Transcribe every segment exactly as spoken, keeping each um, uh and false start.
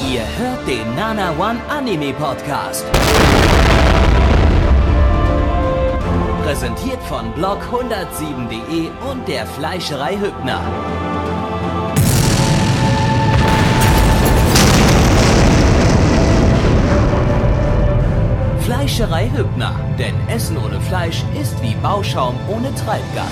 Ihr hört den Nana One Anime Podcast. Präsentiert von blog hundertsieben punkt de und der Fleischerei Hübner. Fleischerei Hübner, denn Essen ohne Fleisch ist wie Bauschaum ohne Treibgas.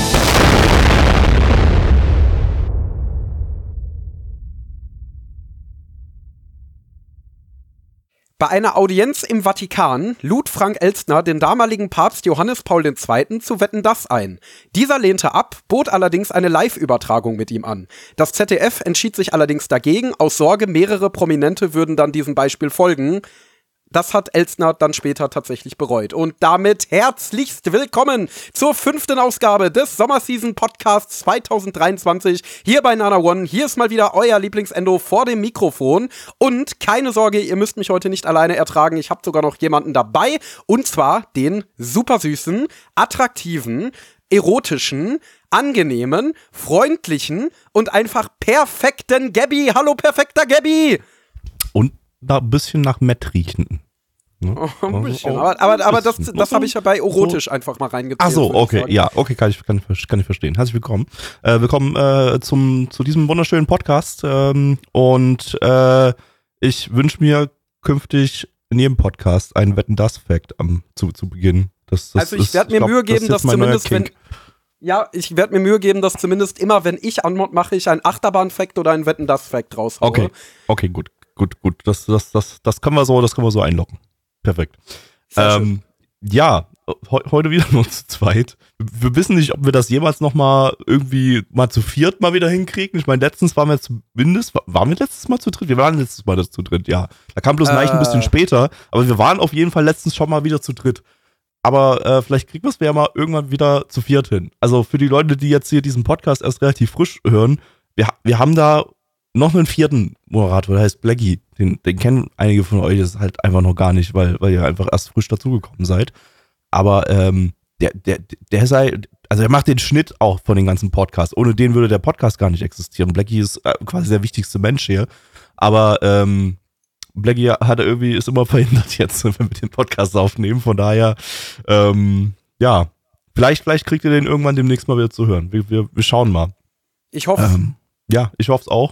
Bei einer Audienz im Vatikan lud Frank Elstner den damaligen Papst Johannes Paul der Zweite zu Wetten, dass ein. Dieser lehnte ab, bot allerdings eine Live-Übertragung mit ihm an. Das Z D F entschied sich allerdings dagegen, aus Sorge, mehrere Prominente würden dann diesem Beispiel folgen. Das hat Elstner dann später tatsächlich bereut. Und damit herzlichst willkommen zur fünften Ausgabe des Sommerseason-Podcasts zwanzig dreiundzwanzig. Hier bei Nana One. Hier ist mal wieder euer Lieblingsendo vor dem Mikrofon. Und keine Sorge, ihr müsst mich heute nicht alleine ertragen. Ich habe sogar noch jemanden dabei. Und zwar den super süßen, attraktiven, erotischen, angenehmen, freundlichen und einfach perfekten Gabby. Hallo, perfekter Gabby! Und ein bisschen nach Mett riechen. Ne? Oh, ein bisschen. Aber, aber, aber das, das habe ich ja bei erotisch so einfach mal reingezählt. Ach so, okay, ja, okay, kann ich, kann ich, kann ich verstehen. Herzlich willkommen. Äh, willkommen äh, zum, zu diesem wunderschönen Podcast. Ähm, und äh, ich wünsche mir künftig in jedem Podcast einen Wetten-dass-Fact am zu, zu Beginn. Das, das also ich werde mir glaub, Mühe geben, das dass zumindest, wenn Ja, ich werde mir Mühe geben, dass zumindest immer, wenn ich Antwort mache, ich einen Achterbahn-Fact oder einen Wetten-dass-Fact raushaue. Okay, okay, gut. Gut, gut, das, das, das, das können wir so, das können wir so einloggen. Perfekt. Ähm, ja, he- heute wieder nur zu zweit. Wir wissen nicht, ob wir das jemals noch mal irgendwie mal zu viert mal wieder hinkriegen. Ich meine, letztens waren wir zumindest, waren wir letztes Mal zu dritt? Wir waren letztes Mal das zu dritt, ja. Da kam bloß äh. Neich ein bisschen später, aber wir waren auf jeden Fall letztens schon mal wieder zu dritt. Aber äh, vielleicht kriegen wir es ja mal irgendwann wieder zu viert hin. Also für die Leute, die jetzt hier diesen Podcast erst relativ frisch hören, wir, wir haben da noch einen vierten Moderator, der heißt Blackie. Den, den kennen einige von euch das halt einfach noch gar nicht, weil, weil ihr einfach erst frisch dazugekommen seid. Aber ähm, der, der, der sei, also er macht den Schnitt auch von den ganzen Podcasts. Ohne den würde der Podcast gar nicht existieren. Blackie ist äh, quasi der wichtigste Mensch hier. Aber ähm, Blackie hat irgendwie, ist immer verhindert jetzt, wenn wir den Podcast aufnehmen. Von daher, ähm, ja, vielleicht, vielleicht kriegt ihr den irgendwann demnächst mal wieder zu hören. Wir, wir, wir schauen mal. Ich hoffe ähm, Ja, ich hoffe es auch.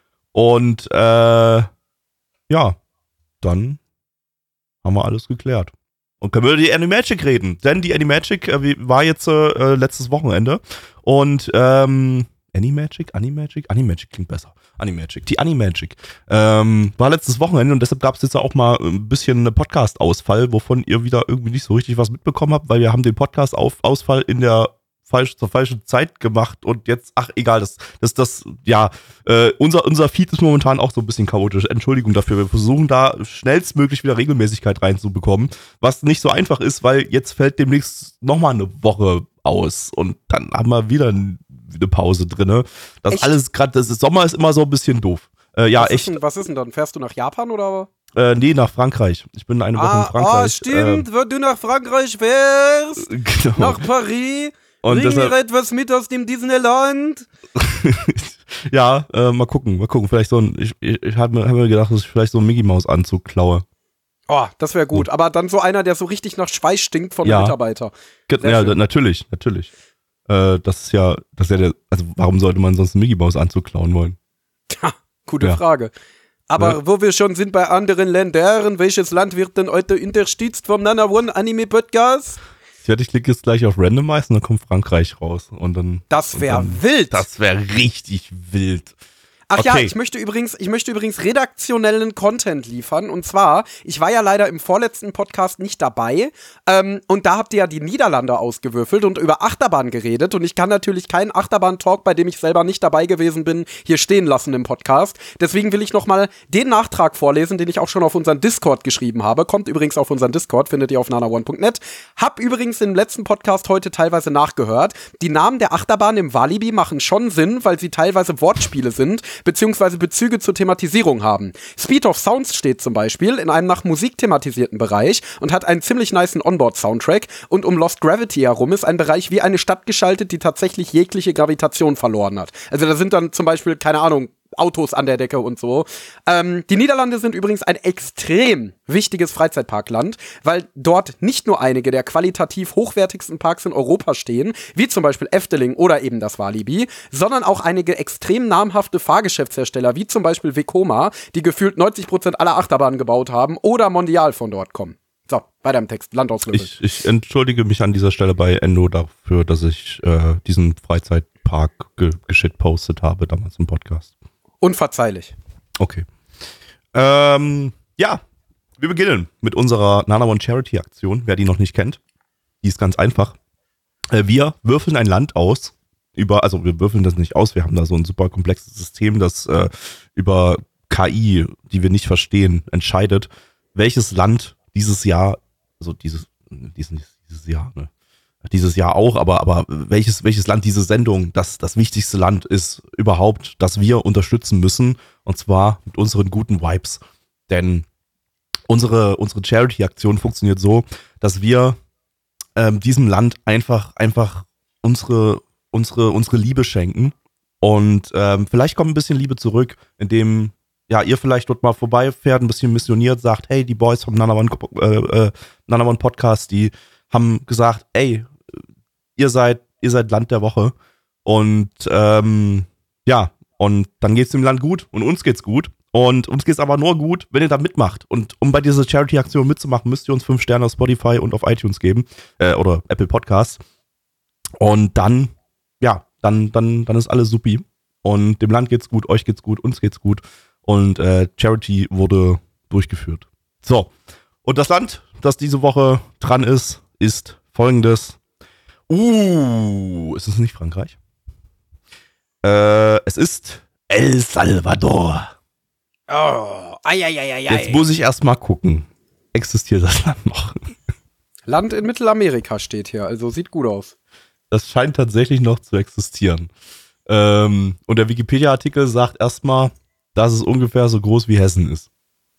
Und äh, ja, dann haben wir alles geklärt. Und können wir über die Animagic reden. Denn die Animagic äh, war jetzt äh, letztes Wochenende. Und ähm, Animagic? Animagic? Animagic klingt besser. Animagic. Die Animagic ähm, war letztes Wochenende und deshalb gab es jetzt auch mal ein bisschen eine Podcast-Ausfall, wovon ihr wieder irgendwie nicht so richtig was mitbekommen habt, weil wir haben den Podcast-Ausfall in der falsch zur falschen Zeit gemacht und jetzt, ach egal, das, das, das, ja, äh, unser, unser Feed ist momentan auch so ein bisschen chaotisch. Entschuldigung dafür. Wir versuchen da schnellstmöglich wieder Regelmäßigkeit reinzubekommen, was nicht so einfach ist, weil jetzt fällt demnächst nochmal eine Woche aus und dann haben wir wieder eine Pause drinne. Das echt? Alles gerade, das ist, Sommer ist immer so ein bisschen doof. Äh, ja, was echt. Ist denn, was ist denn dann? Fährst du nach Japan oder? Äh, nee, nach Frankreich. Ich bin eine Woche ah, in Frankreich. Ah, stimmt, ähm, wenn du nach Frankreich fährst, genau. Nach Paris. Und bring mir etwas mit aus dem Disneyland. Ja, äh, mal gucken, mal gucken. Vielleicht so ein, ich, ich, ich habe mir, hab mir gedacht, dass ich vielleicht so einen Mickey-Maus-Anzug klaue. Oh, das wäre gut. Aber dann so einer, der so richtig nach Schweiß stinkt von ja. einem Mitarbeiter. Sehr ja, schön. natürlich, natürlich. Äh, das ist ja, das ist ja der, also warum sollte man sonst einen Mickey-Maus-Anzug klauen wollen? Ha, gute ja. Frage. Aber ja. wo wir schon sind bei anderen Ländern, welches Land wird denn heute unterstützt vom Nana One Anime Podcast? Ich klicke jetzt gleich auf Randomize und dann kommt Frankreich raus. Und dann, das wäre dann, wild. Das wäre richtig wild. Ach okay. ja, ich möchte übrigens, ich möchte übrigens redaktionellen Content liefern. Und zwar, ich war ja leider im vorletzten Podcast nicht dabei. Ähm, und da habt ihr ja die Niederlande ausgewürfelt und über Achterbahn geredet. Und ich kann natürlich keinen Achterbahn-Talk, bei dem ich selber nicht dabei gewesen bin, hier stehen lassen im Podcast. Deswegen will ich nochmal den Nachtrag vorlesen, den ich auch schon auf unseren Discord geschrieben habe. Kommt übrigens auf unseren Discord, findet ihr auf nana one punkt net. Hab übrigens im letzten Podcast heute teilweise nachgehört. Die Namen der Achterbahn im Walibi machen schon Sinn, weil sie teilweise Wortspiele sind, beziehungsweise Bezüge zur Thematisierung haben. Speed of Sounds steht zum Beispiel in einem nach Musik thematisierten Bereich und hat einen ziemlich nicen Onboard-Soundtrack und um Lost Gravity herum ist ein Bereich wie eine Stadt geschaltet, die tatsächlich jegliche Gravitation verloren hat. Also da sind dann zum Beispiel, keine Ahnung, Autos an der Decke und so. Ähm, die Niederlande sind übrigens ein extrem wichtiges Freizeitparkland, weil dort nicht nur einige der qualitativ hochwertigsten Parks in Europa stehen, wie zum Beispiel Efteling oder eben das Walibi, sondern auch einige extrem namhafte Fahrgeschäftshersteller, wie zum Beispiel Vekoma, die gefühlt neunzig Prozent aller Achterbahnen gebaut haben, oder Mondial von dort kommen. So, weiter im Text, Land auslösen. Ich, ich entschuldige mich an dieser Stelle bei Endo dafür, dass ich äh, diesen Freizeitpark ge- geschitpostet habe, damals im Podcast. Unverzeihlich. Okay. Ähm, ja, wir beginnen mit unserer Nanamon Charity Aktion. Wer die noch nicht kennt, die ist ganz einfach. Äh, wir würfeln ein Land aus, über, also wir würfeln das nicht aus, wir haben da so ein super komplexes System, das äh, über K I, die wir nicht verstehen, entscheidet, welches Land dieses Jahr, also dieses, dieses, dieses Jahr, ne? Dieses Jahr auch, aber, aber welches, welches Land diese Sendung das, das wichtigste Land ist überhaupt, das wir unterstützen müssen, und zwar mit unseren guten Vibes. Denn unsere, unsere Charity-Aktion funktioniert so, dass wir ähm, diesem Land einfach, einfach unsere, unsere, unsere Liebe schenken, und ähm, vielleicht kommt ein bisschen Liebe zurück, indem ja, ihr vielleicht dort mal vorbeifährt, ein bisschen missioniert, sagt, hey, die Boys vom Nanamon äh, äh, Nanamon Podcast, die haben gesagt, ey, ihr seid, ihr seid Land der Woche, und ähm, ja, und dann geht's dem Land gut und uns geht's gut, und uns geht's aber nur gut, wenn ihr da mitmacht, und um bei dieser Charity-Aktion mitzumachen, müsst ihr uns fünf Sterne auf Spotify und auf iTunes geben, äh, oder Apple Podcasts, und dann, ja, dann, dann, dann ist alles supi, und dem Land geht's gut, euch geht's gut, uns geht's gut. Und äh, Charity wurde durchgeführt. So, und das Land, das diese Woche dran ist, ist folgendes. Uh, ist es nicht Frankreich? Äh, es ist El Salvador. Oh, ai, ai, ai, ai. Jetzt muss ich erst mal gucken. Existiert das Land noch? Land in Mittelamerika steht hier, also sieht gut aus. Das scheint tatsächlich noch zu existieren. Ähm, und der Wikipedia-Artikel sagt erstmal, dass es ungefähr so groß wie Hessen ist.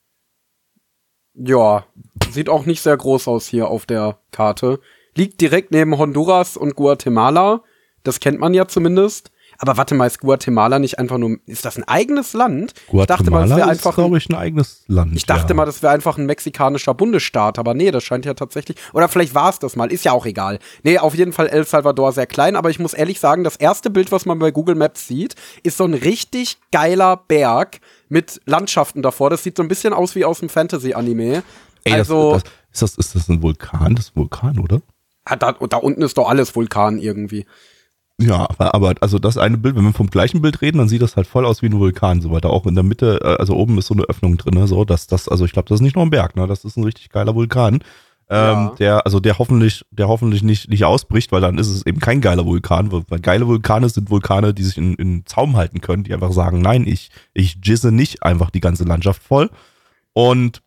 Ja, sieht auch nicht sehr groß aus hier auf der Karte. Liegt direkt neben Honduras und Guatemala. Das kennt man ja zumindest. Aber warte mal, ist Guatemala nicht einfach nur, ist das ein eigenes Land? Guatemala ich dachte mal, das wäre einfach, ist, glaube ich, ein eigenes Land. Ich dachte ja. mal, das wäre einfach ein mexikanischer Bundesstaat, aber nee, das scheint ja tatsächlich, oder vielleicht war es das mal, ist ja auch egal. Nee, auf jeden Fall El Salvador sehr klein, aber ich muss ehrlich sagen, das erste Bild, was man bei Google Maps sieht, ist so ein richtig geiler Berg mit Landschaften davor. Das sieht so ein bisschen aus wie aus dem Fantasy-Anime. Ey, also, das, das, ist, das, ist das ein Vulkan? Das ist ein Vulkan, oder? Da, da unten ist doch alles Vulkan irgendwie. Ja, aber, aber also das eine Bild, wenn wir vom gleichen Bild reden, dann sieht das halt voll aus wie ein Vulkan, so weiter. Auch in der Mitte, also oben ist so eine Öffnung drin, ne, so, dass das, also ich glaube, das ist nicht nur ein Berg, ne, das ist ein richtig geiler Vulkan, ähm, Ja. der, also der hoffentlich, der hoffentlich nicht, nicht ausbricht, weil dann ist es eben kein geiler Vulkan, weil, weil geile Vulkane sind Vulkane, die sich in, in Zaum halten können, die einfach sagen, nein, ich, ich jizze nicht einfach die ganze Landschaft voll. Und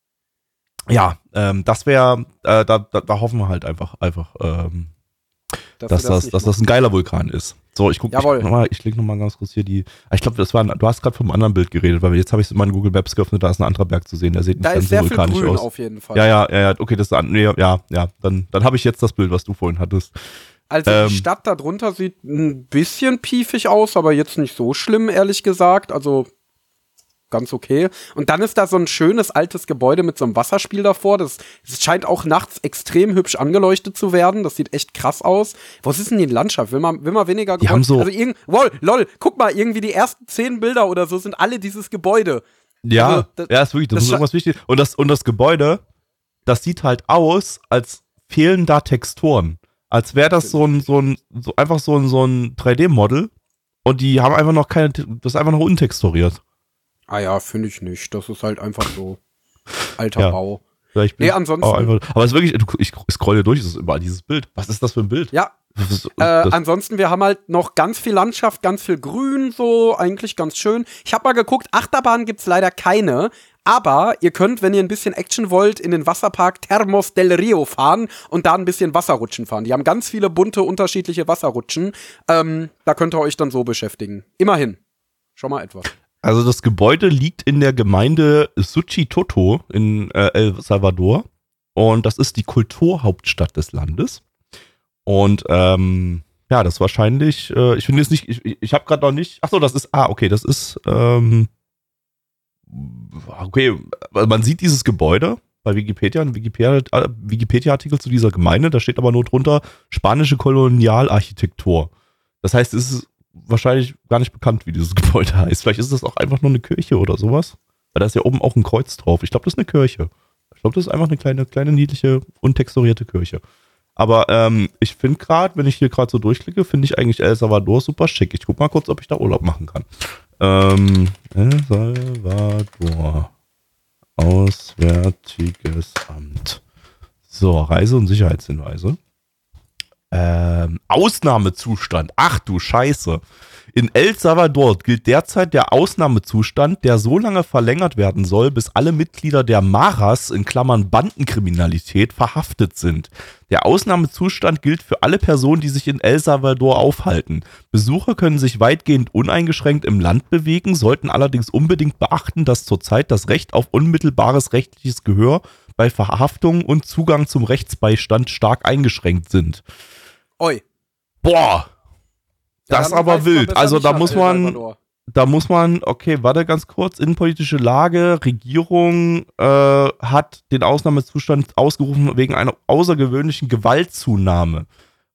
ja, ähm, das wäre, äh, da, da, da hoffen wir halt einfach, einfach, ähm, Dass, dass, wir das, nicht dass das ein geiler Vulkan ist. So, ich gucke Jawohl. nochmal, ich klicke nochmal ganz kurz hier die. Ich glaube, das war ein, du hast gerade vom anderen Bild geredet, weil jetzt habe ich in Google Maps geöffnet, da ist ein anderer Berg zu sehen, der sieht nicht Da ganz ist so sehr viel vulkanisch Grün aus. auf jeden Fall. Ja, ja, ja, ja, okay, das ist an, nee, ja, ja, dann, dann habe ich jetzt das Bild, was du vorhin hattest. Also Ähm, die Stadt da drunter sieht ein bisschen piefig aus, aber jetzt nicht so schlimm, ehrlich gesagt. Also ganz okay. Und dann ist da so ein schönes altes Gebäude mit so einem Wasserspiel davor. Das, das scheint auch nachts extrem hübsch angeleuchtet zu werden. Das sieht echt krass aus. Was ist denn die Landschaft? Will man, will man weniger Die haben so- Also irgend, wow, lol, guck mal, irgendwie die ersten zehn Bilder oder so sind alle dieses Gebäude. Ja, Also, das- ja, ist wirklich, das, das ist scha- irgendwas wichtig. Und das, und das Gebäude, das sieht halt aus, als fehlen da Texturen. Als wäre das so ein, so ein, so einfach so ein, so ein drei D-Model, und die haben einfach noch keine, das ist einfach noch untexturiert. Ah ja, finde ich nicht. Das ist halt einfach so alter Ja. Bau. Vielleicht bin Nee, ich ansonsten- auch einfach, aber es ist wirklich, du- ich scrolle durch, es ist überall dieses Bild. Was ist das für ein Bild? Ja, Das ist- Äh, das- ansonsten, wir haben halt noch ganz viel Landschaft, ganz viel Grün, so, eigentlich ganz schön. Ich habe mal geguckt, Achterbahnen gibt's leider keine, aber ihr könnt, wenn ihr ein bisschen Action wollt, in den Wasserpark Termos del Rio fahren und da ein bisschen Wasserrutschen fahren. Die haben ganz viele bunte, unterschiedliche Wasserrutschen. Ähm, da könnt ihr euch dann so beschäftigen. Immerhin. Schon mal etwas. Also das Gebäude liegt in der Gemeinde Suchitoto in äh, El Salvador, und das ist die Kulturhauptstadt des Landes. Und ähm, ja, ja, das wahrscheinlich, äh, ich finde jetzt nicht, ich, ich habe gerade noch nicht, ach so, das ist, ah, okay, das ist, ähm, okay, man sieht dieses Gebäude bei Wikipedia, ein Wikipedia, äh, Wikipedia-Artikel zu dieser Gemeinde, da steht aber nur drunter spanische Kolonialarchitektur. Das heißt, es ist wahrscheinlich gar nicht bekannt, wie dieses Gebäude heißt. Vielleicht ist das auch einfach nur eine Kirche oder sowas. Weil da ist ja oben auch ein Kreuz drauf. Ich glaube, das ist eine Kirche. Ich glaube, das ist einfach eine kleine, kleine, niedliche, untexturierte Kirche. Aber ähm, ich finde gerade, wenn ich hier gerade so durchklicke, finde ich eigentlich El Salvador super schick. Ich guck mal kurz, ob ich da Urlaub machen kann. Ähm, El Salvador. Auswärtiges Amt. So, Reise- und Sicherheitshinweise. Ähm, Ausnahmezustand. Ach du Scheiße. In El Salvador gilt derzeit der Ausnahmezustand, der so lange verlängert werden soll, bis alle Mitglieder der Maras, in Klammern Bandenkriminalität, verhaftet sind. Der Ausnahmezustand gilt für alle Personen, die sich in El Salvador aufhalten. Besucher können sich weitgehend uneingeschränkt im Land bewegen, sollten allerdings unbedingt beachten, dass zurzeit das Recht auf unmittelbares rechtliches Gehör bei Verhaftungen und Zugang zum Rechtsbeistand stark eingeschränkt sind. Oi. Boah. Das ist Ja, aber wild. Also da muss man, da muss man, okay, warte ganz kurz, innenpolitische Lage, Regierung äh, hat den Ausnahmezustand ausgerufen wegen einer außergewöhnlichen Gewaltzunahme.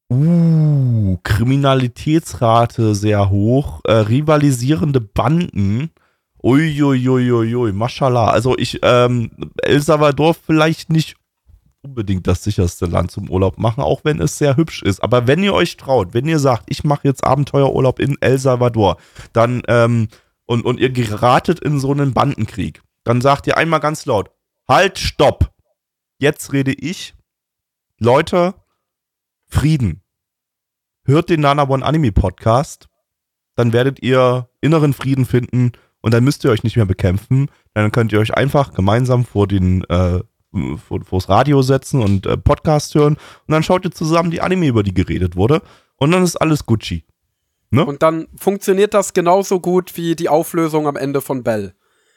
Uh, Kriminalitätsrate sehr hoch, äh, rivalisierende Banden. Uiuiuiui, mashallah. Also ich, ähm, El Salvador vielleicht nicht unbedingt das sicherste Land zum Urlaub machen, auch wenn es sehr hübsch ist. Aber wenn ihr euch traut, wenn ihr sagt, ich mache jetzt Abenteuerurlaub in El Salvador, dann ähm, und, und ihr geratet in so einen Bandenkrieg, dann sagt ihr einmal ganz laut, halt, stopp. Jetzt rede ich. Leute, Frieden. Hört den Nana One Anime Podcast, dann werdet ihr inneren Frieden finden und dann müsst ihr euch nicht mehr bekämpfen. Dann könnt ihr euch einfach gemeinsam vor den äh, Vor, vors Radio setzen und äh, Podcast hören und dann schaut ihr zusammen die Anime, über die geredet wurde und dann ist alles Gucci. Ne? Und dann funktioniert das genauso gut wie die Auflösung am Ende von Bell.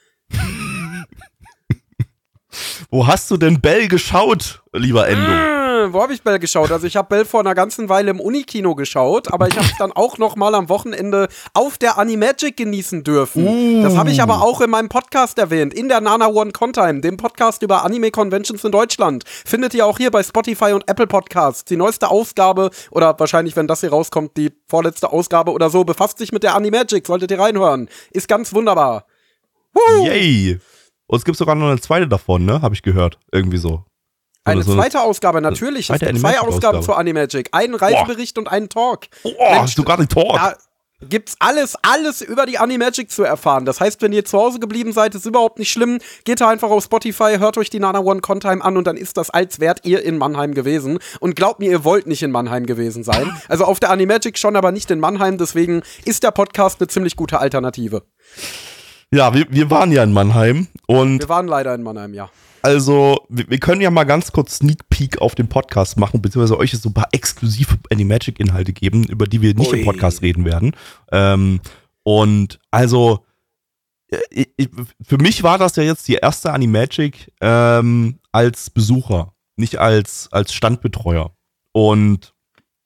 Wo hast du denn Bell geschaut, lieber Endo? Äh, wo habe ich Bell geschaut? Also ich habe Bell vor einer ganzen Weile im Unikino geschaut, aber ich habe es dann auch noch mal am Wochenende auf der Animagic genießen dürfen. Uh. Das habe ich aber auch in meinem Podcast erwähnt, in der Nana One Contime, dem Podcast über Anime-Conventions in Deutschland. Findet ihr auch hier bei Spotify und Apple Podcasts. Die neueste Ausgabe, oder wahrscheinlich, wenn das hier rauskommt, die vorletzte Ausgabe oder so, befasst sich mit der Animagic, solltet ihr reinhören. Ist ganz wunderbar. Woo. Yay! Und es gibt sogar noch eine zweite davon, ne? Habe ich gehört. Irgendwie so. Eine so zweite Ausgabe, natürlich. Es gibt zwei Ausgaben zur Animagic. Einen Reisebericht Boah. und einen Talk. Oh, hast du gerade einen Talk? Da gibt's alles, alles über die Animagic zu erfahren. Das heißt, wenn ihr zu Hause geblieben seid, ist überhaupt nicht schlimm. Geht da einfach auf Spotify, hört euch die Nana One Contime an und dann ist das, als wärt ihr in Mannheim gewesen. Und glaubt mir, ihr wollt nicht in Mannheim gewesen sein. Also auf der Animagic schon, aber nicht in Mannheim. Deswegen ist der Podcast eine ziemlich gute Alternative. Ja, wir, wir waren ja in Mannheim und wir waren leider in Mannheim, ja. Also, wir, wir können ja mal ganz kurz Sneak Peek auf den Podcast machen, beziehungsweise euch so ein paar exklusive Animagic-Inhalte geben, über die wir nicht Ui. im Podcast reden werden. Ähm, und also, ich, ich, für mich war das ja jetzt die erste Animagic ähm, als Besucher, nicht als, als Standbetreuer. Und,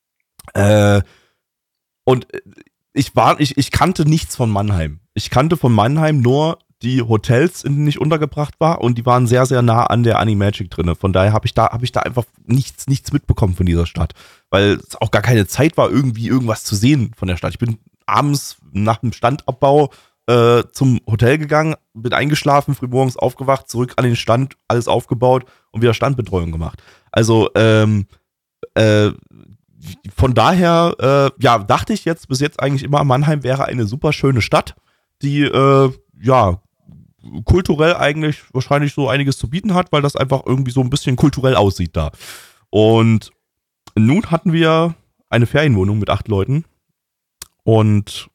äh, und ich war, ich, ich kannte nichts von Mannheim. Ich kannte von Mannheim nur die Hotels, in denen ich untergebracht war, und die waren sehr, sehr nah an der Animagic drin. Von daher habe ich da, habe ich da einfach nichts, nichts mitbekommen von dieser Stadt, weil es auch gar keine Zeit war, irgendwie irgendwas zu sehen von der Stadt. Ich bin abends nach dem Standabbau äh, zum Hotel gegangen, bin eingeschlafen, frühmorgens aufgewacht, zurück an den Stand, alles aufgebaut und wieder Standbetreuung gemacht. Also, ähm, äh, von daher, äh, ja, dachte ich jetzt bis jetzt eigentlich immer, Mannheim wäre eine super schöne Stadt, die, äh, ja, kulturell eigentlich wahrscheinlich so einiges zu bieten hat, weil das einfach irgendwie so ein bisschen kulturell aussieht da. Und nun hatten wir eine Ferienwohnung mit acht Leuten und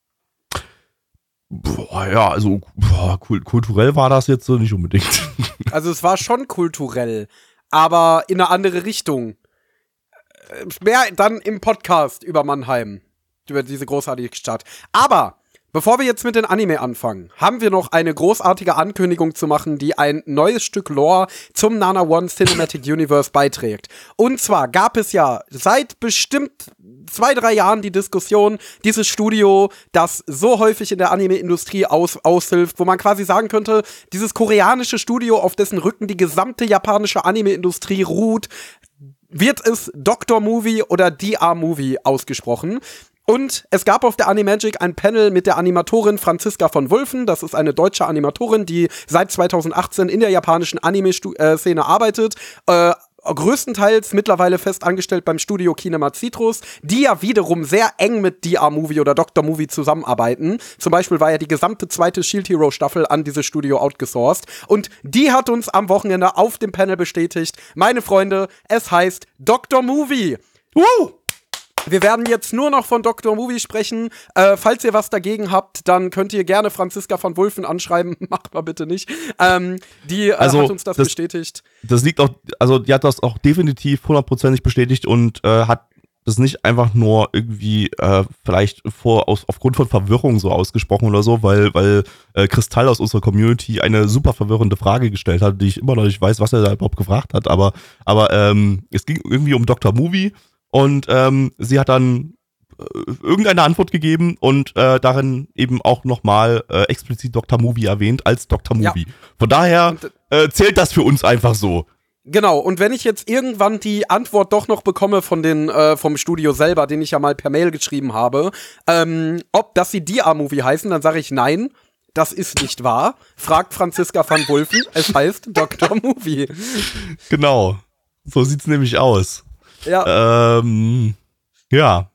boah, ja, also boah, kulturell war das jetzt so nicht unbedingt. Also es war schon kulturell, aber in eine andere Richtung. Mehr dann im Podcast über Mannheim, über diese großartige Stadt. Aber Bevor wir jetzt mit den Anime anfangen, haben wir noch eine großartige Ankündigung zu machen, die ein neues Stück Lore zum Nana One Cinematic Universe beiträgt. Und zwar gab es ja seit bestimmt zwei, drei Jahren die Diskussion, dieses Studio, das so häufig in der Anime-Industrie aus, aushilft, wo man quasi sagen könnte, dieses koreanische Studio, auf dessen Rücken die gesamte japanische Anime-Industrie ruht, wird es Doctor Movie oder D R Movie ausgesprochen. Und es gab auf der Animagic ein Panel mit der Animatorin Franziska von Wulffen. Das ist eine deutsche Animatorin, die seit zweitausendachtzehn in der japanischen Anime-Szene arbeitet. Äh, größtenteils mittlerweile fest angestellt beim Studio Kinema Citrus, die ja wiederum sehr eng mit D R Movie oder Doctor Movie zusammenarbeiten. Zum Beispiel war ja die gesamte zweite Shield Hero Staffel an dieses Studio outgesourced. Und die hat uns am Wochenende auf dem Panel bestätigt, meine Freunde, es heißt Doctor Movie. Woo! Wir werden jetzt nur noch von Doctor Movie sprechen. Äh, falls ihr was dagegen habt, dann könnt ihr gerne Franziska von Wulffen anschreiben. Macht mal bitte nicht. Ähm, die äh, also, hat uns das, das bestätigt. Das liegt auch, also die hat das auch definitiv hundertprozentig bestätigt und äh, hat das nicht einfach nur irgendwie äh, vielleicht vor aus, aufgrund von Verwirrung so ausgesprochen oder so, weil, weil äh, Kristall aus unserer Community eine super verwirrende Frage gestellt hat, die ich immer noch nicht weiß, was er da überhaupt gefragt hat. Aber, aber ähm, es ging irgendwie um Doctor Movie. Und ähm, sie hat dann äh, irgendeine Antwort gegeben und äh, darin eben auch nochmal äh, explizit Doctor Movie erwähnt als Doctor Movie. Ja. Von daher äh, zählt das für uns einfach so. Genau, und wenn ich jetzt irgendwann die Antwort doch noch bekomme von den, äh, vom Studio selber, den ich ja mal per Mail geschrieben habe, ähm, ob dass sie D R Movie heißen, dann sage ich nein. Das ist nicht wahr. Fragt Franziska van Wulffen, es heißt Doctor Movie. Genau, so sieht's nämlich aus. Ja. Ähm, ja.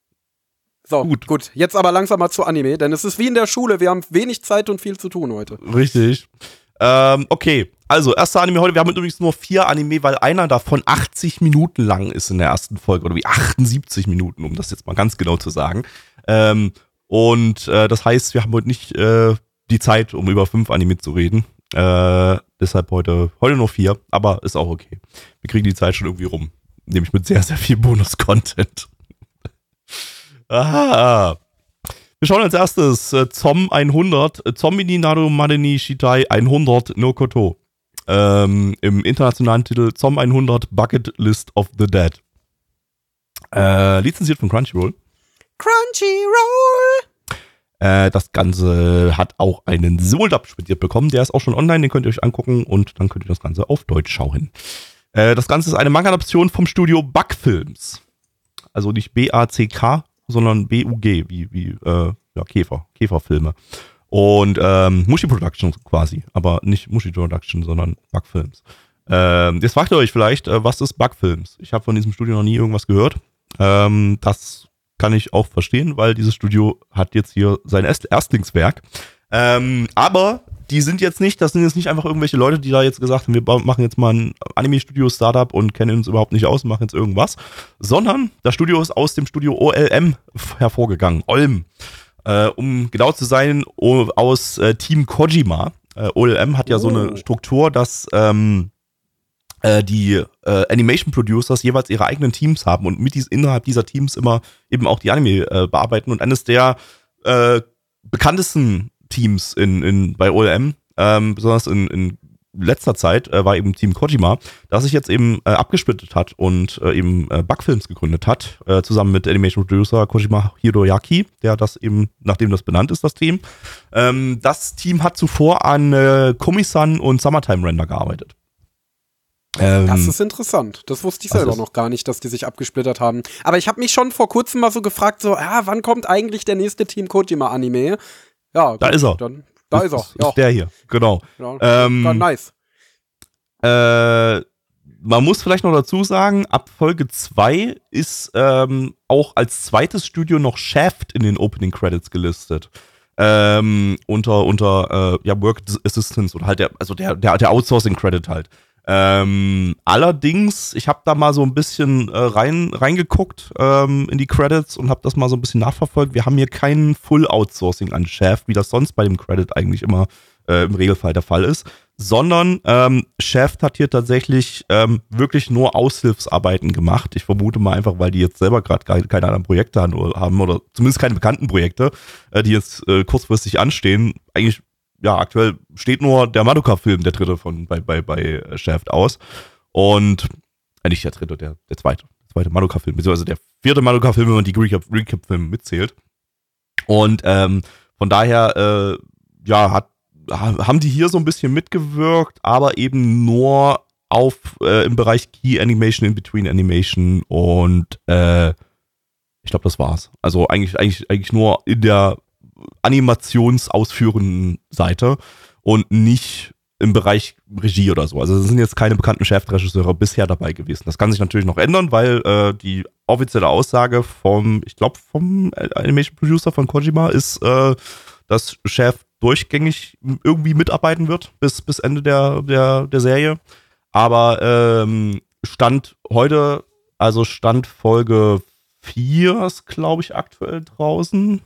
So, gut. gut. Jetzt aber langsam mal zu Anime, denn es ist wie in der Schule, wir haben wenig Zeit und viel zu tun heute. Richtig. Ähm, okay, also erster Anime heute, wir haben übrigens nur vier Anime, weil einer davon achtzig Minuten lang ist in der ersten Folge, oder wie achtundsiebzig Minuten, um das jetzt mal ganz genau zu sagen. Ähm, und äh, das heißt, wir haben heute nicht äh, die Zeit, um über fünf Anime zu reden. Äh, deshalb heute, heute nur vier, aber ist auch okay. Wir kriegen die Zeit schon irgendwie rum. Nämlich mit sehr, sehr viel Bonus-Content. Aha. Wir schauen als erstes äh, Zom hundert, äh, Zombini Naru Madeni Shitai hundert no Koto. Ähm, Im internationalen Titel Zom hundert Bucket List of the Dead. Äh, lizenziert von Crunchyroll. Crunchyroll! Äh, das Ganze hat auch einen Soul-Dub spendiert bekommen. Der ist auch schon online, den könnt ihr euch angucken und dann könnt ihr das Ganze auf Deutsch schauen. Das Ganze ist eine Manga-Adaption vom Studio Bug Films. Also nicht B A C K, sondern B U G, wie, wie äh, ja, Käfer, Käferfilme. Und ähm, Mushi Production quasi, aber nicht Mushi Production, sondern Bug Films. Ähm, jetzt fragt ihr euch vielleicht, äh, was ist Bug Films? Ich habe von diesem Studio noch nie irgendwas gehört. Ähm, das kann ich auch verstehen, weil dieses Studio hat jetzt hier sein Erst- Erstlingswerk. Ähm, aber die sind jetzt nicht, das sind jetzt nicht einfach irgendwelche Leute, die da jetzt gesagt haben, wir machen jetzt mal ein Anime-Studio-Startup und kennen uns überhaupt nicht aus und machen jetzt irgendwas, sondern das Studio ist aus dem Studio O L M hervorgegangen, Olm. Äh, um genau zu sein, aus äh, Team Kojima. Äh, O L M hat ja oh. so eine Struktur, dass ähm, äh, die äh, Animation-Producers jeweils ihre eigenen Teams haben und mit dies, innerhalb dieser Teams immer eben auch die Anime äh, bearbeiten. Und eines der äh, bekanntesten Teams in, in, bei O L M, ähm, besonders in, in letzter Zeit, äh, war eben Team Kojima, das sich jetzt eben äh, abgesplittet hat und äh, eben äh, Bugfilms gegründet hat, äh, zusammen mit Animation Producer Kojima Hiroyaki, der das eben, nachdem das benannt ist, das Team. Ähm, das Team hat zuvor an äh, Komi-san und Summertime Render gearbeitet. Ähm, das ist interessant. Das wusste ich selber also noch gar nicht, dass die sich abgesplittert haben. Aber ich habe mich schon vor kurzem mal so gefragt, so, ah, wann kommt eigentlich der nächste Team Kojima-Anime? Ja, gut, da ist er. Dann, da ist, ist er. Ja. Ist der hier, genau. Ja, ähm, nice. Äh, man muss vielleicht noch dazu sagen, ab Folge zwei ist ähm, auch als zweites Studio noch Shaft in den Opening Credits gelistet. Ähm, unter unter äh, ja, Work Assistance oder halt der, also der, der, der Outsourcing Credit halt. Ähm, allerdings, ich habe da mal so ein bisschen äh, rein reingeguckt ähm, in die Credits und habe das mal so ein bisschen nachverfolgt. Wir haben hier kein Full Outsourcing an Shaft, wie das sonst bei dem Credit eigentlich immer äh, im Regelfall der Fall ist, sondern ähm, Shaft hat hier tatsächlich ähm, wirklich nur Aushilfsarbeiten gemacht. Ich vermute mal einfach, weil die jetzt selber gerade keine, keine anderen Projekte haben oder zumindest keine bekannten Projekte, äh, die jetzt äh, kurzfristig anstehen. Eigentlich, ja, aktuell steht nur der Madoka-Film, der dritte von bei, bei, bei Shaft aus. Und, äh, nicht der dritte, der, der zweite. Der zweite Madoka-Film, beziehungsweise der vierte Madoka-Film, wenn man die Recap-Filme mitzählt. Und ähm, von daher, äh, ja, hat haben die hier so ein bisschen mitgewirkt, aber eben nur auf äh, im Bereich Key Animation, In-Between Animation und äh, ich glaube, das war's. Also eigentlich, eigentlich, eigentlich nur in der animationsausführenden Seite und nicht im Bereich Regie oder so. Also es sind jetzt keine bekannten Shaft-Regisseure bisher dabei gewesen. Das kann sich natürlich noch ändern, weil äh, die offizielle Aussage vom, ich glaube, vom Animation Producer von Kojima ist, äh, dass Shaft durchgängig irgendwie mitarbeiten wird bis, bis Ende der, der, der Serie. Aber ähm, Stand heute, also Stand Folge vier ist, glaube ich, aktuell draußen.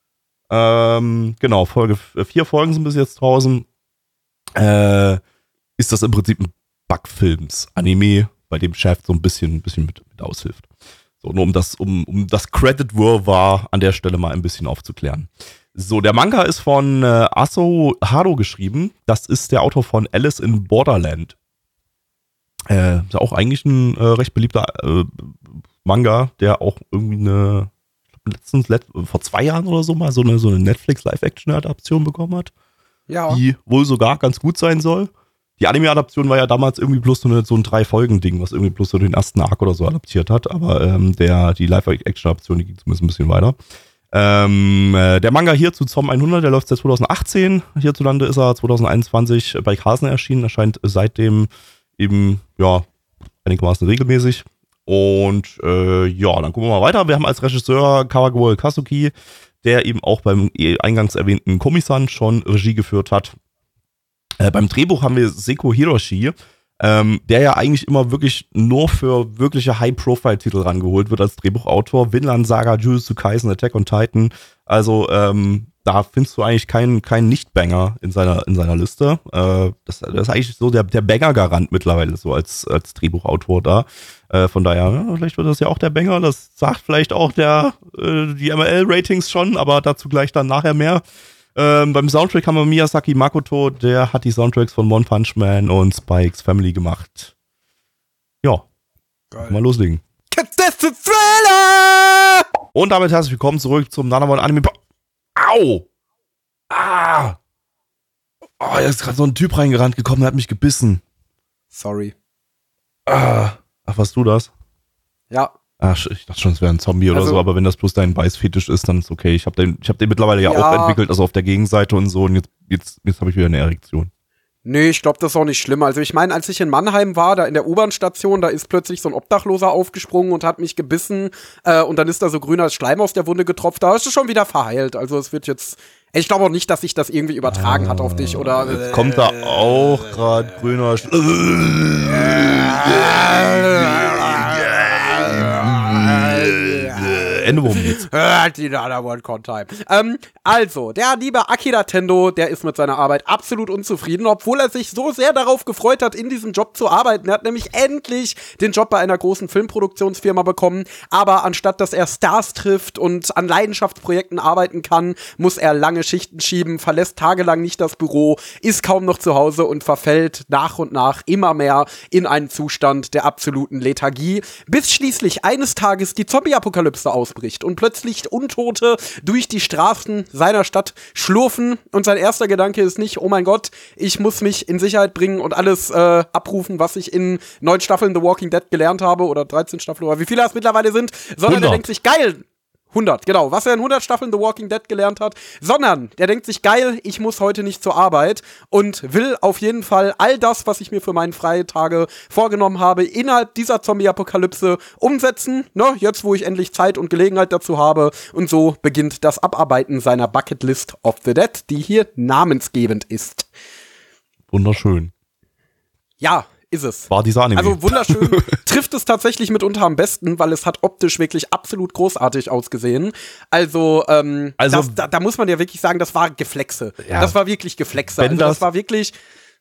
Ähm, genau, Folge vier Folgen sind bis jetzt draußen. Äh, ist das im Prinzip ein Bugfilms-Anime, bei dem Shaft so ein bisschen, bisschen mit, mit aushilft. So, nur um das, um, um das Credit-Wirrwarr an der Stelle mal ein bisschen aufzuklären. So, der Manga ist von äh, Aso Hado geschrieben. Das ist der Autor von Alice in Borderland. Äh, ist auch eigentlich ein äh, recht beliebter äh, Manga, der auch irgendwie eine, ich glaube letztens, let, vor zwei Jahren oder so mal so eine, so eine Netflix-Live-Action-Adaption bekommen hat. Ja. Die wohl sogar ganz gut sein soll. Die Anime-Adaption war ja damals irgendwie bloß so, eine, so ein Drei-Folgen-Ding, was irgendwie bloß so den ersten Arc oder so adaptiert hat. Aber ähm, der, die Live-Action-Adaption, die ging zumindest ein bisschen weiter. Ähm, äh, der Manga hier zu Z O M hundert, der läuft seit zwanzig achtzehn. Hierzulande ist er zwanzig einundzwanzig bei Carlsen erschienen. Erscheint seitdem eben, ja, einigermaßen regelmäßig. Und äh, ja, dann gucken wir mal weiter. Wir haben als Regisseur Kawaguchi Kazuki, der eben auch beim eingangs erwähnten Komi-san schon Regie geführt hat. Äh, beim Drehbuch haben wir Seko Hiroshi, ähm, der ja eigentlich immer wirklich nur für wirkliche High-Profile-Titel rangeholt wird als Drehbuchautor. Vinland Saga, Jujutsu Kaisen, Attack on Titan. Also ähm, da findest du eigentlich keinen keinen Nicht-Banger in seiner, in seiner Liste. Äh, das, das ist eigentlich so der, der Banger-Garant mittlerweile so als, als Drehbuchautor da. Äh, von daher, ja, vielleicht wird das ja auch der Banger. Das sagt vielleicht auch der äh, die M L Ratings schon, aber dazu gleich dann nachher mehr. Ähm, beim Soundtrack haben wir Miyazaki Makoto, der hat die Soundtracks von One Punch Man und Spikes Family gemacht. Ja, geil. Mal loslegen. That's the Thriller! Und damit herzlich willkommen zurück zum Nanamon Anime. Au! Ah! Oh, da ist gerade so ein Typ reingerannt gekommen, der hat mich gebissen. Sorry. Ah. Ach, warst du das? Ja. Ach, ich dachte schon, es wäre ein Zombie oder also, so, aber wenn das bloß dein Beißfetisch ist, dann ist okay. Ich habe den, ich hab den mittlerweile ja, ja auch entwickelt, also auf der Gegenseite und so, und jetzt, jetzt, jetzt habe ich wieder eine Erektion. Nee, ich glaube, das ist auch nicht schlimm. Also ich meine, als ich in Mannheim war, da in der U-Bahn-Station, da ist plötzlich so ein Obdachloser aufgesprungen und hat mich gebissen äh, und dann ist da so grüner Schleim aus der Wunde getropft. Da ist es schon wieder verheilt. Also es wird jetzt, ich glaube auch nicht, dass sich das irgendwie übertragen ah, hat auf dich, oder? Jetzt äh, kommt da auch gerade grüner Schleim. Ende worum geht's? Die Nana One Con Time. Ähm, also, der liebe Akira Tendo, der ist mit seiner Arbeit absolut unzufrieden, obwohl er sich so sehr darauf gefreut hat, in diesem Job zu arbeiten. Er hat nämlich endlich den Job bei einer großen Filmproduktionsfirma bekommen, aber anstatt dass er Stars trifft und an Leidenschaftsprojekten arbeiten kann, muss er lange Schichten schieben, verlässt tagelang nicht das Büro, ist kaum noch zu Hause und verfällt nach und nach immer mehr in einen Zustand der absoluten Lethargie, bis schließlich eines Tages die Zombie-Apokalypse ausbricht und plötzlich Untote durch die Straßen seiner Stadt schlurfen und sein erster Gedanke ist nicht, oh mein Gott, ich muss mich in Sicherheit bringen und alles äh, abrufen, was ich in neun Staffeln The Walking Dead gelernt habe oder dreizehn Staffeln oder wie viele das mittlerweile sind, sondern er denkt sich, geil, hundert, genau, was er in hundert Staffeln The Walking Dead gelernt hat, sondern der denkt sich, geil, ich muss heute nicht zur Arbeit und will auf jeden Fall all das, was ich mir für meine freien Tage vorgenommen habe, innerhalb dieser Zombie-Apokalypse umsetzen, ne, jetzt wo ich endlich Zeit und Gelegenheit dazu habe, und so beginnt das Abarbeiten seiner Bucketlist of the Dead, die hier namensgebend ist. Wunderschön. Ja, ist es. War dieser Anime. Also wunderschön. Trifft es tatsächlich mitunter am besten, weil es hat optisch wirklich absolut großartig ausgesehen. Also, ähm, also das, da, da muss man ja wirklich sagen, das war Geflexe. Ja. Das war wirklich Geflexe. Wenn also, das, das war wirklich.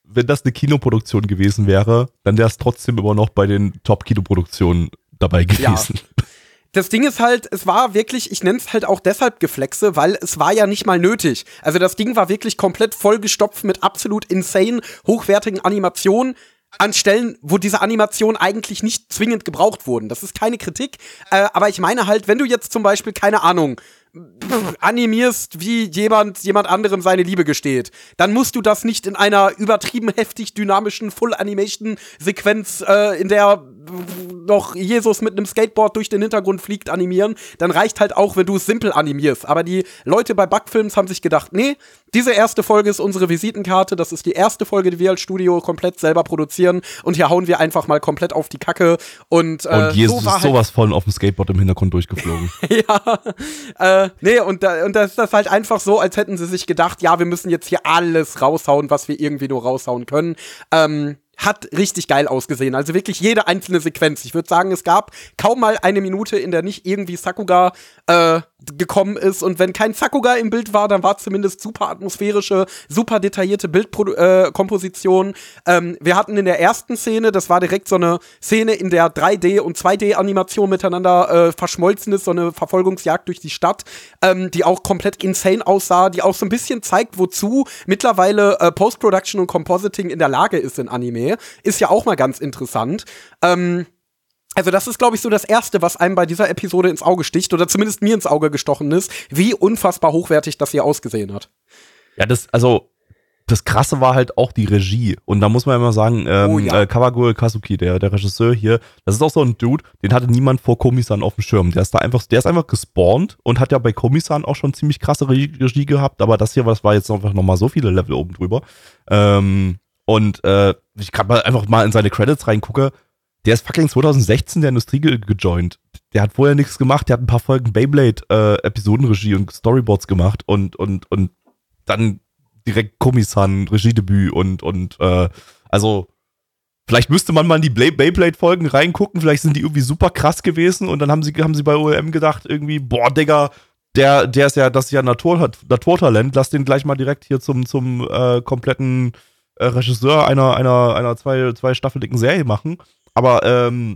wenn das eine Kinoproduktion gewesen wäre, dann wäre es trotzdem immer noch bei den Top-Kinoproduktionen dabei gewesen. Ja. Das Ding ist halt, es war wirklich, ich nenne es halt auch deshalb Geflexe, weil es war ja nicht mal nötig. Also das Ding war wirklich komplett vollgestopft mit absolut insane, hochwertigen Animationen an Stellen, wo diese Animationen eigentlich nicht zwingend gebraucht wurden. Das ist keine Kritik, äh, aber ich meine halt, wenn du jetzt zum Beispiel, keine Ahnung, pff, animierst, wie jemand jemand anderem seine Liebe gesteht, dann musst du das nicht in einer übertrieben heftig dynamischen Full-Animation-Sequenz, äh, in der noch Jesus mit einem Skateboard durch den Hintergrund fliegt, animieren. Dann reicht halt auch, wenn du es simpel animierst. Aber die Leute bei Bugfilms haben sich gedacht, nee, diese erste Folge ist unsere Visitenkarte, das ist die erste Folge, die wir als Studio komplett selber produzieren und hier hauen wir einfach mal komplett auf die Kacke. Und, äh, und Jesus so war ist halt sowas von auf dem Skateboard im Hintergrund durchgeflogen. ja, äh, nee, und, da, und das ist das halt einfach so, als hätten sie sich gedacht, ja, wir müssen jetzt hier alles raushauen, was wir irgendwie nur raushauen können. Ähm, hat richtig geil ausgesehen. Also wirklich jede einzelne Sequenz. Ich würde sagen, es gab kaum mal eine Minute, in der nicht irgendwie Sakuga äh, gekommen ist. Und wenn kein Sakuga im Bild war, dann war zumindest super atmosphärische, super detaillierte Bildkomposition. Äh, ähm, wir hatten in der ersten Szene, das war direkt so eine Szene, in der drei D- und zwei D-Animation miteinander äh, verschmolzen ist, so eine Verfolgungsjagd durch die Stadt, ähm, die auch komplett insane aussah, die auch so ein bisschen zeigt, wozu mittlerweile äh, Post-Production und Compositing in der Lage ist in Anime. Ist ja auch mal ganz interessant. Ähm, also das ist, glaube ich, so das Erste, was einem bei dieser Episode ins Auge sticht, oder zumindest mir ins Auge gestochen ist, wie unfassbar hochwertig das hier ausgesehen hat. Ja, das, also, das Krasse war halt auch die Regie. Und da muss man immer sagen, ähm, oh, ja. äh, Kawagure Kazuki, der, der Regisseur hier, das ist auch so ein Dude, den hatte niemand vor Komi-san auf dem Schirm. Der ist da einfach, der ist einfach gespawnt und hat ja bei Komi-san auch schon ziemlich krasse Regie, Regie gehabt, aber das hier, was war jetzt einfach nochmal so viele Level oben drüber. Ähm, Und äh, ich gerade mal einfach mal in seine Credits reingucke, der ist fucking zwanzig sechzehn der Industrie ge- gejoint. Der hat vorher nichts gemacht, der hat ein paar Folgen Beyblade-Episodenregie äh, und Storyboards gemacht und und und dann direkt Komi-san, Regiedebüt und und äh, also vielleicht müsste man mal in die Blay- Beyblade-Folgen reingucken, vielleicht sind die irgendwie super krass gewesen und dann haben sie haben sie bei O E M gedacht irgendwie, boah, Digga, der der ist ja, das ist ja Natur, Naturtalent, lass den gleich mal direkt hier zum zum äh, kompletten Regisseur einer, einer, einer zwei, zwei Staffel dicken Serie machen. Aber, ähm,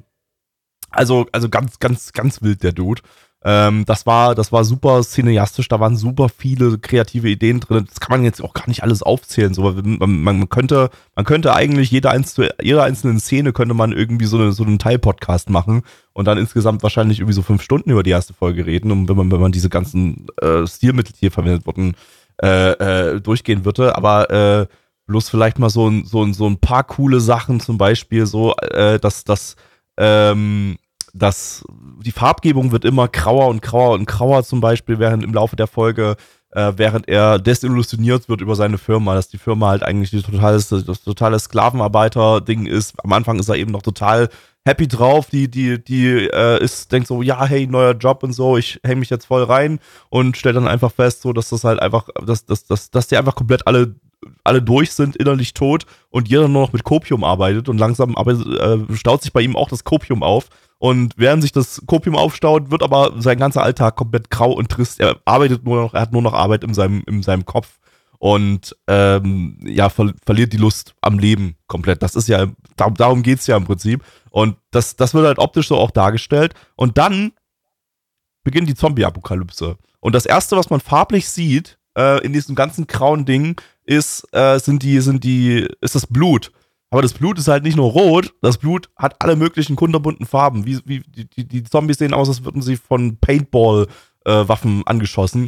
also, also ganz, ganz, ganz wild der Dude. Ähm, das war, das war super cineastisch, da waren super viele kreative Ideen drin. Das kann man jetzt auch gar nicht alles aufzählen. So, man, man könnte, man könnte eigentlich jede einzelne, jede einzelne Szene könnte man irgendwie so, eine, so einen Teil-Podcast machen und dann insgesamt wahrscheinlich irgendwie so fünf Stunden über die erste Folge reden. Und wenn man, wenn man diese ganzen äh, Stilmittel, die hier verwendet wurden, äh, äh, durchgehen würde. Aber, äh, bloß vielleicht mal so ein, so ein, so ein paar coole Sachen, zum Beispiel so, äh, dass, dass, ähm, dass die Farbgebung wird immer grauer und grauer und grauer, zum Beispiel, während im Laufe der Folge, äh, während er desillusioniert wird über seine Firma, dass die Firma halt eigentlich die totales, das totale Sklavenarbeiter-Ding ist. Am Anfang ist er eben noch total happy drauf, die, die, die äh, ist, denkt so, ja, hey, neuer Job und so, ich häng mich jetzt voll rein und stellt dann einfach fest, so, dass das halt einfach, dass, dass, dass, dass die einfach komplett alle alle durch sind, innerlich tot und jeder nur noch mit Kopium arbeitet und langsam arbeitet, äh, staut sich bei ihm auch das Kopium auf und während sich das Kopium aufstaut, wird aber sein ganzer Alltag komplett grau und trist. Er arbeitet nur noch, er hat nur noch Arbeit in seinem, in seinem Kopf und ähm, ja, ver- verliert die Lust am Leben komplett. Das ist ja, da, darum geht's ja im Prinzip und das, das wird halt optisch so auch dargestellt und dann beginnt die Zombie-Apokalypse und das erste, was man farblich sieht, äh, in diesem ganzen grauen Ding, ist, äh, sind die, sind die, ist das Blut. Aber das Blut ist halt nicht nur rot, das Blut hat alle möglichen kunterbunten Farben. Wie, wie, die, die Zombies sehen aus, als würden sie von Paintball-Waffen äh, angeschossen.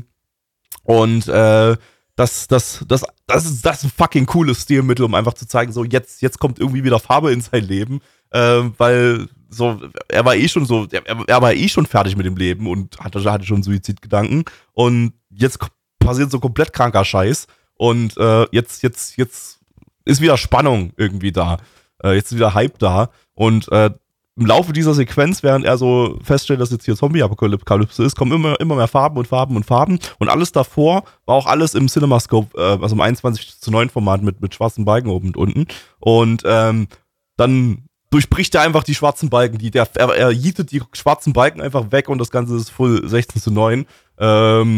Und äh, das, das, das, das ist, das ist ein fucking cooles Stilmittel, um einfach zu zeigen, so jetzt, jetzt kommt irgendwie wieder Farbe in sein Leben. Äh, weil so, er war eh schon so, er, er war eh schon fertig mit dem Leben und hatte, hatte schon Suizidgedanken. Und jetzt passiert so komplett kranker Scheiß. Und äh, jetzt, jetzt, jetzt ist wieder Spannung irgendwie da. Äh, jetzt ist wieder Hype da. Und äh, im Laufe dieser Sequenz, während er so feststellt, dass jetzt hier Zombie-Apokalypse ist, kommen immer, immer mehr Farben und Farben und Farben. Und alles davor war auch alles im CinemaScope, äh, also im einundzwanzig zu neun Format mit, mit schwarzen Balken oben und unten. Und ähm, dann durchbricht er einfach die schwarzen Balken. Die, der, er, er jietet die schwarzen Balken einfach weg und das Ganze ist full sechzehn zu neun. Ähm,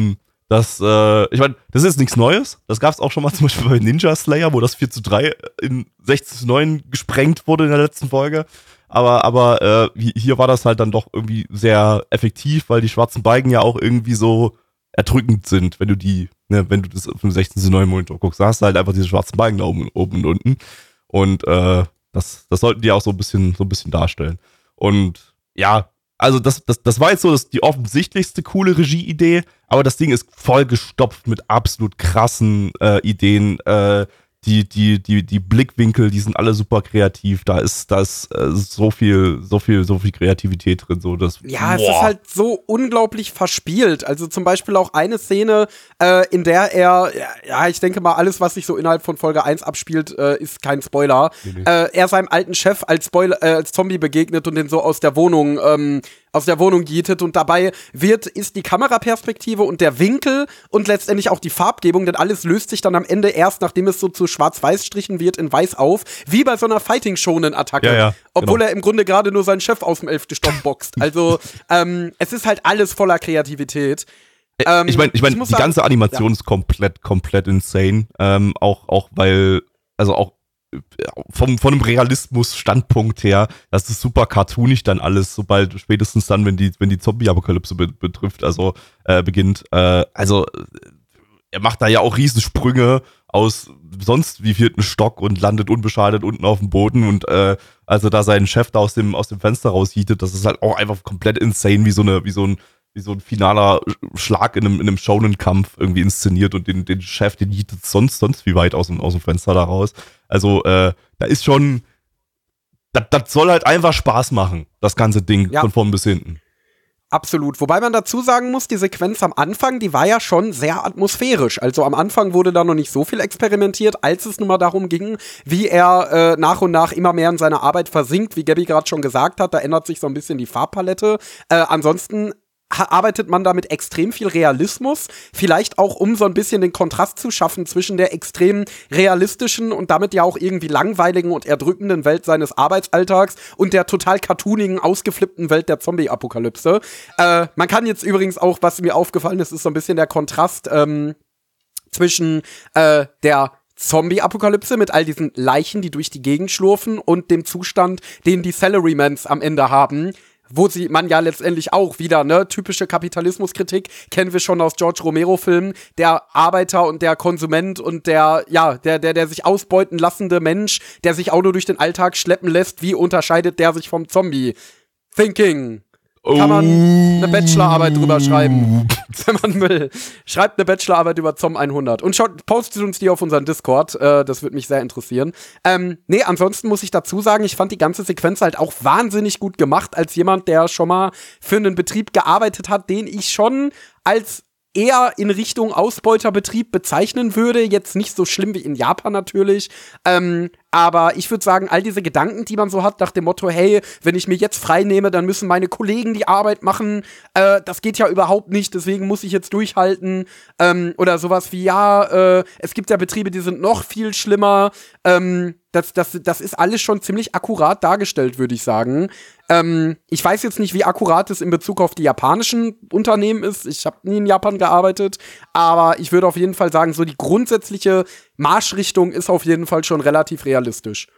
Das, äh, ich meine, das ist nichts Neues. Das gab es auch schon mal zum Beispiel bei Ninja Slayer, wo das vier zu drei in sechzehn zu neun gesprengt wurde in der letzten Folge. Aber, aber äh, hier war das halt dann doch irgendwie sehr effektiv, weil die schwarzen Balken ja auch irgendwie so erdrückend sind, wenn du die, ne, wenn du das auf dem sechzehn zu neun Monitor guckst. Da hast du halt einfach diese schwarzen Balken da oben, oben und unten. Und äh, das, das sollten die auch so ein bisschen, so ein bisschen darstellen. Und ja, also das, das, das war jetzt so das, die offensichtlichste coole Regieidee, aber das Ding ist voll gestopft mit absolut krassen äh, Ideen. Äh, die, die, die, die Blickwinkel, die sind alle super kreativ. Da ist, da ist äh, so viel, so viel, so viel Kreativität drin. So, das, ja, boah. Es ist halt so unglaublich verspielt. Also zum Beispiel auch eine Szene, äh, in der er, ja, ich denke mal, alles, was sich so innerhalb von Folge eins abspielt, äh, ist kein Spoiler. Nee, nee. Äh, er seinem alten Chef als Spoiler, äh, als Zombie begegnet und den so aus der Wohnung, ähm, aus der Wohnung jietet und dabei wird, ist die Kameraperspektive und der Winkel und letztendlich auch die Farbgebung, denn alles löst sich dann am Ende erst, nachdem es so zu Schwarz-Weiß-Strichen wird, in Weiß auf, wie bei so einer Fighting-Shonen-Attacke. Ja, ja, obwohl genau. er im Grunde gerade nur seinen Chef aus dem elften Stock boxt. Also, ähm, es ist halt alles voller Kreativität. Ähm, ich meine, ich mein, die sagen, ganze Animation ja. ist komplett, komplett insane. Ähm, auch, auch weil, also auch vom, von einem Realismus-Standpunkt her, das ist super cartoonig dann alles, sobald, spätestens dann, wenn die, wenn die Zombie-Apokalypse be- betrifft, also äh, beginnt. Äh, also er macht da ja auch Riesensprünge aus sonst wie vierten Stock und landet unbeschadet unten auf dem Boden und äh, also da seinen Chef da aus dem, aus dem Fenster raushietet, das ist halt auch einfach komplett insane, wie so eine, wie so ein, wie so ein finaler Schlag in einem, in einem Shonen-Kampf irgendwie inszeniert und den, den Chef, den jietet sonst, sonst wie weit aus dem, aus dem Fenster da raus. Also, äh, da ist schon, das, das soll halt einfach Spaß machen, das ganze Ding, ja. Von vorn bis hinten. Absolut. Wobei man dazu sagen muss, die Sequenz am Anfang, die war ja schon sehr atmosphärisch. Also am Anfang wurde da noch nicht so viel experimentiert, als es nun mal darum ging, wie er äh, nach und nach immer mehr in seiner Arbeit versinkt, wie Gabby gerade schon gesagt hat, da ändert sich so ein bisschen die Farbpalette. Äh, ansonsten arbeitet man da mit extrem viel Realismus, vielleicht auch um so ein bisschen den Kontrast zu schaffen zwischen der extrem realistischen und damit ja auch irgendwie langweiligen und erdrückenden Welt seines Arbeitsalltags und der total cartoonigen, ausgeflippten Welt der Zombie-Apokalypse. Äh, man kann jetzt übrigens auch, was mir aufgefallen ist, ist so ein bisschen der Kontrast ähm, zwischen äh, der Zombie-Apokalypse mit all diesen Leichen, die durch die Gegend schlurfen und dem Zustand, den die Salarymans am Ende haben, wo sie man ja letztendlich auch wieder, ne, typische Kapitalismuskritik, kennen wir schon aus George Romero-Filmen, der Arbeiter und der Konsument und der, ja, der, der, der sich ausbeuten lassende Mensch, der sich auch nur durch den Alltag schleppen lässt, wie unterscheidet der sich vom Zombie? Thinking. Kann man eine Bachelorarbeit drüber schreiben, wenn man will. Schreibt eine Bachelorarbeit über Z O M hundert und schaut, postet uns die auf unseren Discord, äh, das würde mich sehr interessieren. Ähm, nee, ansonsten muss ich dazu sagen, ich fand die ganze Sequenz halt auch wahnsinnig gut gemacht, als jemand, der schon mal für einen Betrieb gearbeitet hat, den ich schon als eher in Richtung Ausbeuterbetrieb bezeichnen würde. Jetzt nicht so schlimm wie in Japan natürlich. Ähm, aber ich würde sagen, all diese Gedanken, die man so hat, nach dem Motto, hey, wenn ich mir jetzt frei nehme, dann müssen meine Kollegen die Arbeit machen. Äh, das geht ja überhaupt nicht, deswegen muss ich jetzt durchhalten. Ähm, oder sowas wie, ja, äh, es gibt ja Betriebe, die sind noch viel schlimmer. Ähm, das, das, das ist alles schon ziemlich akkurat dargestellt, würde ich sagen. Ähm, ich weiß jetzt nicht, wie akkurat es in Bezug auf die japanischen Unternehmen ist. Ich habe nie in Japan gearbeitet. Aber ich würde auf jeden Fall sagen, so die grundsätzliche Marschrichtung ist auf jeden Fall schon relativ realistisch.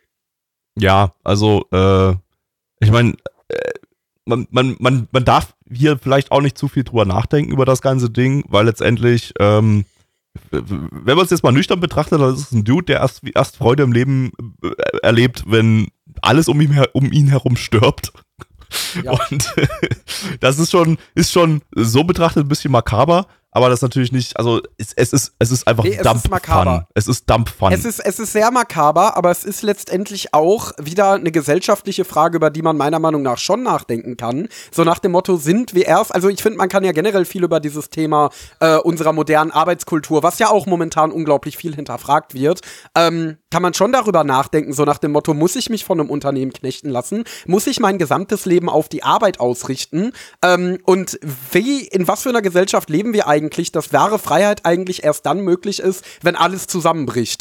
Ja, also, äh, ich meine, äh, man, man, man, man darf hier vielleicht auch nicht zu viel drüber nachdenken über das ganze Ding, weil letztendlich, ähm, wenn man es jetzt mal nüchtern betrachtet, dann ist es ein Dude, der erst, erst Freude im Leben äh, erlebt, wenn alles um ihn, her, um ihn herum stirbt. Ja. Und äh, das ist schon, ist schon so betrachtet ein bisschen makaber, aber das natürlich nicht, also es, es ist es ist einfach nee, es Dump ist makaber. Fun. Es ist Dump Fun. Es ist, es ist sehr makaber, aber es ist letztendlich auch wieder eine gesellschaftliche Frage, über die man meiner Meinung nach schon nachdenken kann. So nach dem Motto, sind wir erst, also ich finde, man kann ja generell viel über dieses Thema äh, unserer modernen Arbeitskultur, was ja auch momentan unglaublich viel hinterfragt wird, ähm, kann man schon darüber nachdenken, so nach dem Motto, muss ich mich von einem Unternehmen knechten lassen? Muss ich mein gesamtes Leben auf die Arbeit ausrichten? Ähm, und wie, in was für einer Gesellschaft leben wir eigentlich, dass wahre Freiheit eigentlich erst dann möglich ist, wenn alles zusammenbricht?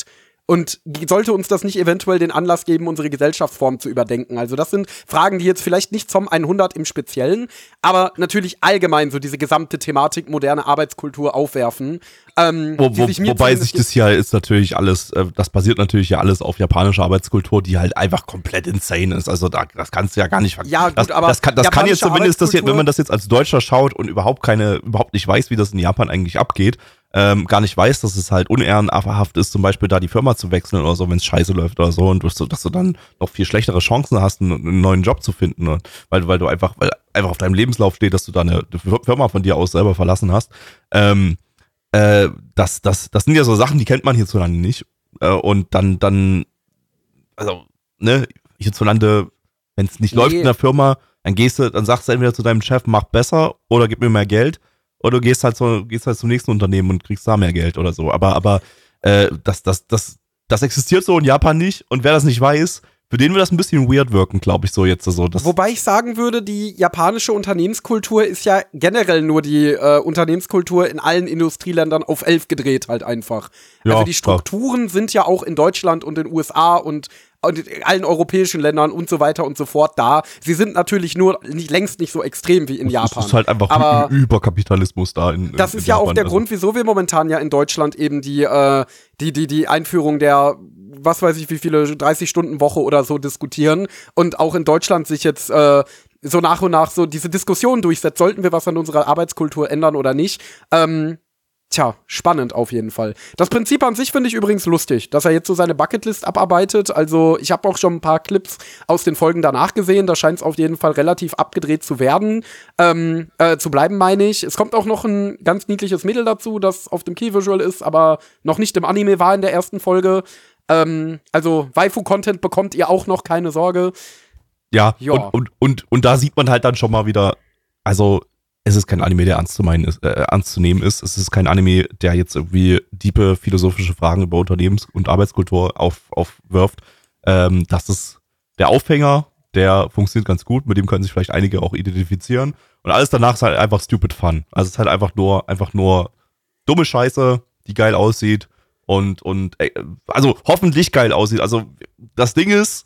Und sollte uns das nicht eventuell den Anlass geben, unsere Gesellschaftsform zu überdenken? Also das sind Fragen, die jetzt vielleicht nicht zum hundert im Speziellen, aber natürlich allgemein so diese gesamte Thematik moderne Arbeitskultur aufwerfen. Ähm, wo, wo, sich wobei sich das hier ist natürlich alles, äh, das basiert natürlich ja alles auf japanischer Arbeitskultur, die halt einfach komplett insane ist. Also da, das kannst du ja gar nicht vergessen. Ja, gut, das, aber das kann, das kann jetzt zumindest, das hier, wenn man das jetzt als Deutscher schaut und überhaupt keine, überhaupt nicht weiß, wie das in Japan eigentlich abgeht, ähm, gar nicht weiß, dass es halt unehrenhaft ist, zum Beispiel da die Firma zu wechseln oder so, wenn es scheiße läuft oder so, und dass du, dass du dann noch viel schlechtere Chancen hast, einen, einen neuen Job zu finden, und weil, weil du einfach, weil einfach auf deinem Lebenslauf steht, dass du da eine, eine Firma von dir aus selber verlassen hast. Ähm, äh, das, das, das sind ja so Sachen, die kennt man hierzulande nicht. Äh, und dann, dann, also, ne, hierzulande, wenn es nicht nee. läuft in der Firma, dann gehst du, dann sagst du entweder zu deinem Chef, mach besser oder gib mir mehr Geld. Oder du gehst halt so, gehst halt zum nächsten Unternehmen und kriegst da mehr Geld oder so. Aber, aber äh, das, das, das, das existiert so in Japan nicht. Und wer das nicht weiß, für den wird das ein bisschen weird wirken, glaube ich, so jetzt so. Das Wobei ich sagen würde, die japanische Unternehmenskultur ist ja generell nur die äh, Unternehmenskultur in allen Industrieländern auf elf gedreht halt einfach. Ja, also die Strukturen klar. sind ja auch in Deutschland und in den U S A und und in allen europäischen Ländern und so weiter und so fort da. Sie sind natürlich nur nicht, längst nicht so extrem wie in das Japan. Das ist halt einfach aber Überkapitalismus da. In, in, das ist in ja Japan, auch der also. Grund, wieso wir momentan ja in Deutschland eben die, äh, die, die, die Einführung der, was weiß ich, wie viele dreißig-Stunden-Woche oder so diskutieren. Und auch in Deutschland sich jetzt äh, so nach und nach so diese Diskussion durchsetzt. Sollten wir was an unserer Arbeitskultur ändern oder nicht? Ähm, Tja, spannend auf jeden Fall. Das Prinzip an sich finde ich übrigens lustig, dass er jetzt so seine Bucketlist abarbeitet. Also ich habe auch schon ein paar Clips aus den Folgen danach gesehen. Da scheint es auf jeden Fall relativ abgedreht zu werden. Ähm, äh, zu bleiben, meine ich. Es kommt auch noch ein ganz niedliches Mädel dazu, das auf dem Key-Visual ist, aber noch nicht im Anime war in der ersten Folge. Ähm, also Waifu-Content bekommt ihr auch noch, keine Sorge. Ja, ja. Und, und, und, und da sieht man halt dann schon mal wieder, also es ist kein Anime, der ernst zu, meinen ist, äh, ernst zu nehmen ist. Es ist kein Anime, der jetzt irgendwie tiefe philosophische Fragen über Unternehmens- und Arbeitskultur auf, aufwirft. Ähm, das ist der Aufhänger, der funktioniert ganz gut. Mit dem können sich vielleicht einige auch identifizieren. Und alles danach ist halt einfach stupid fun. Also es ist halt einfach nur, einfach nur dumme Scheiße, die geil aussieht und, und äh, also hoffentlich geil aussieht. Also das Ding ist,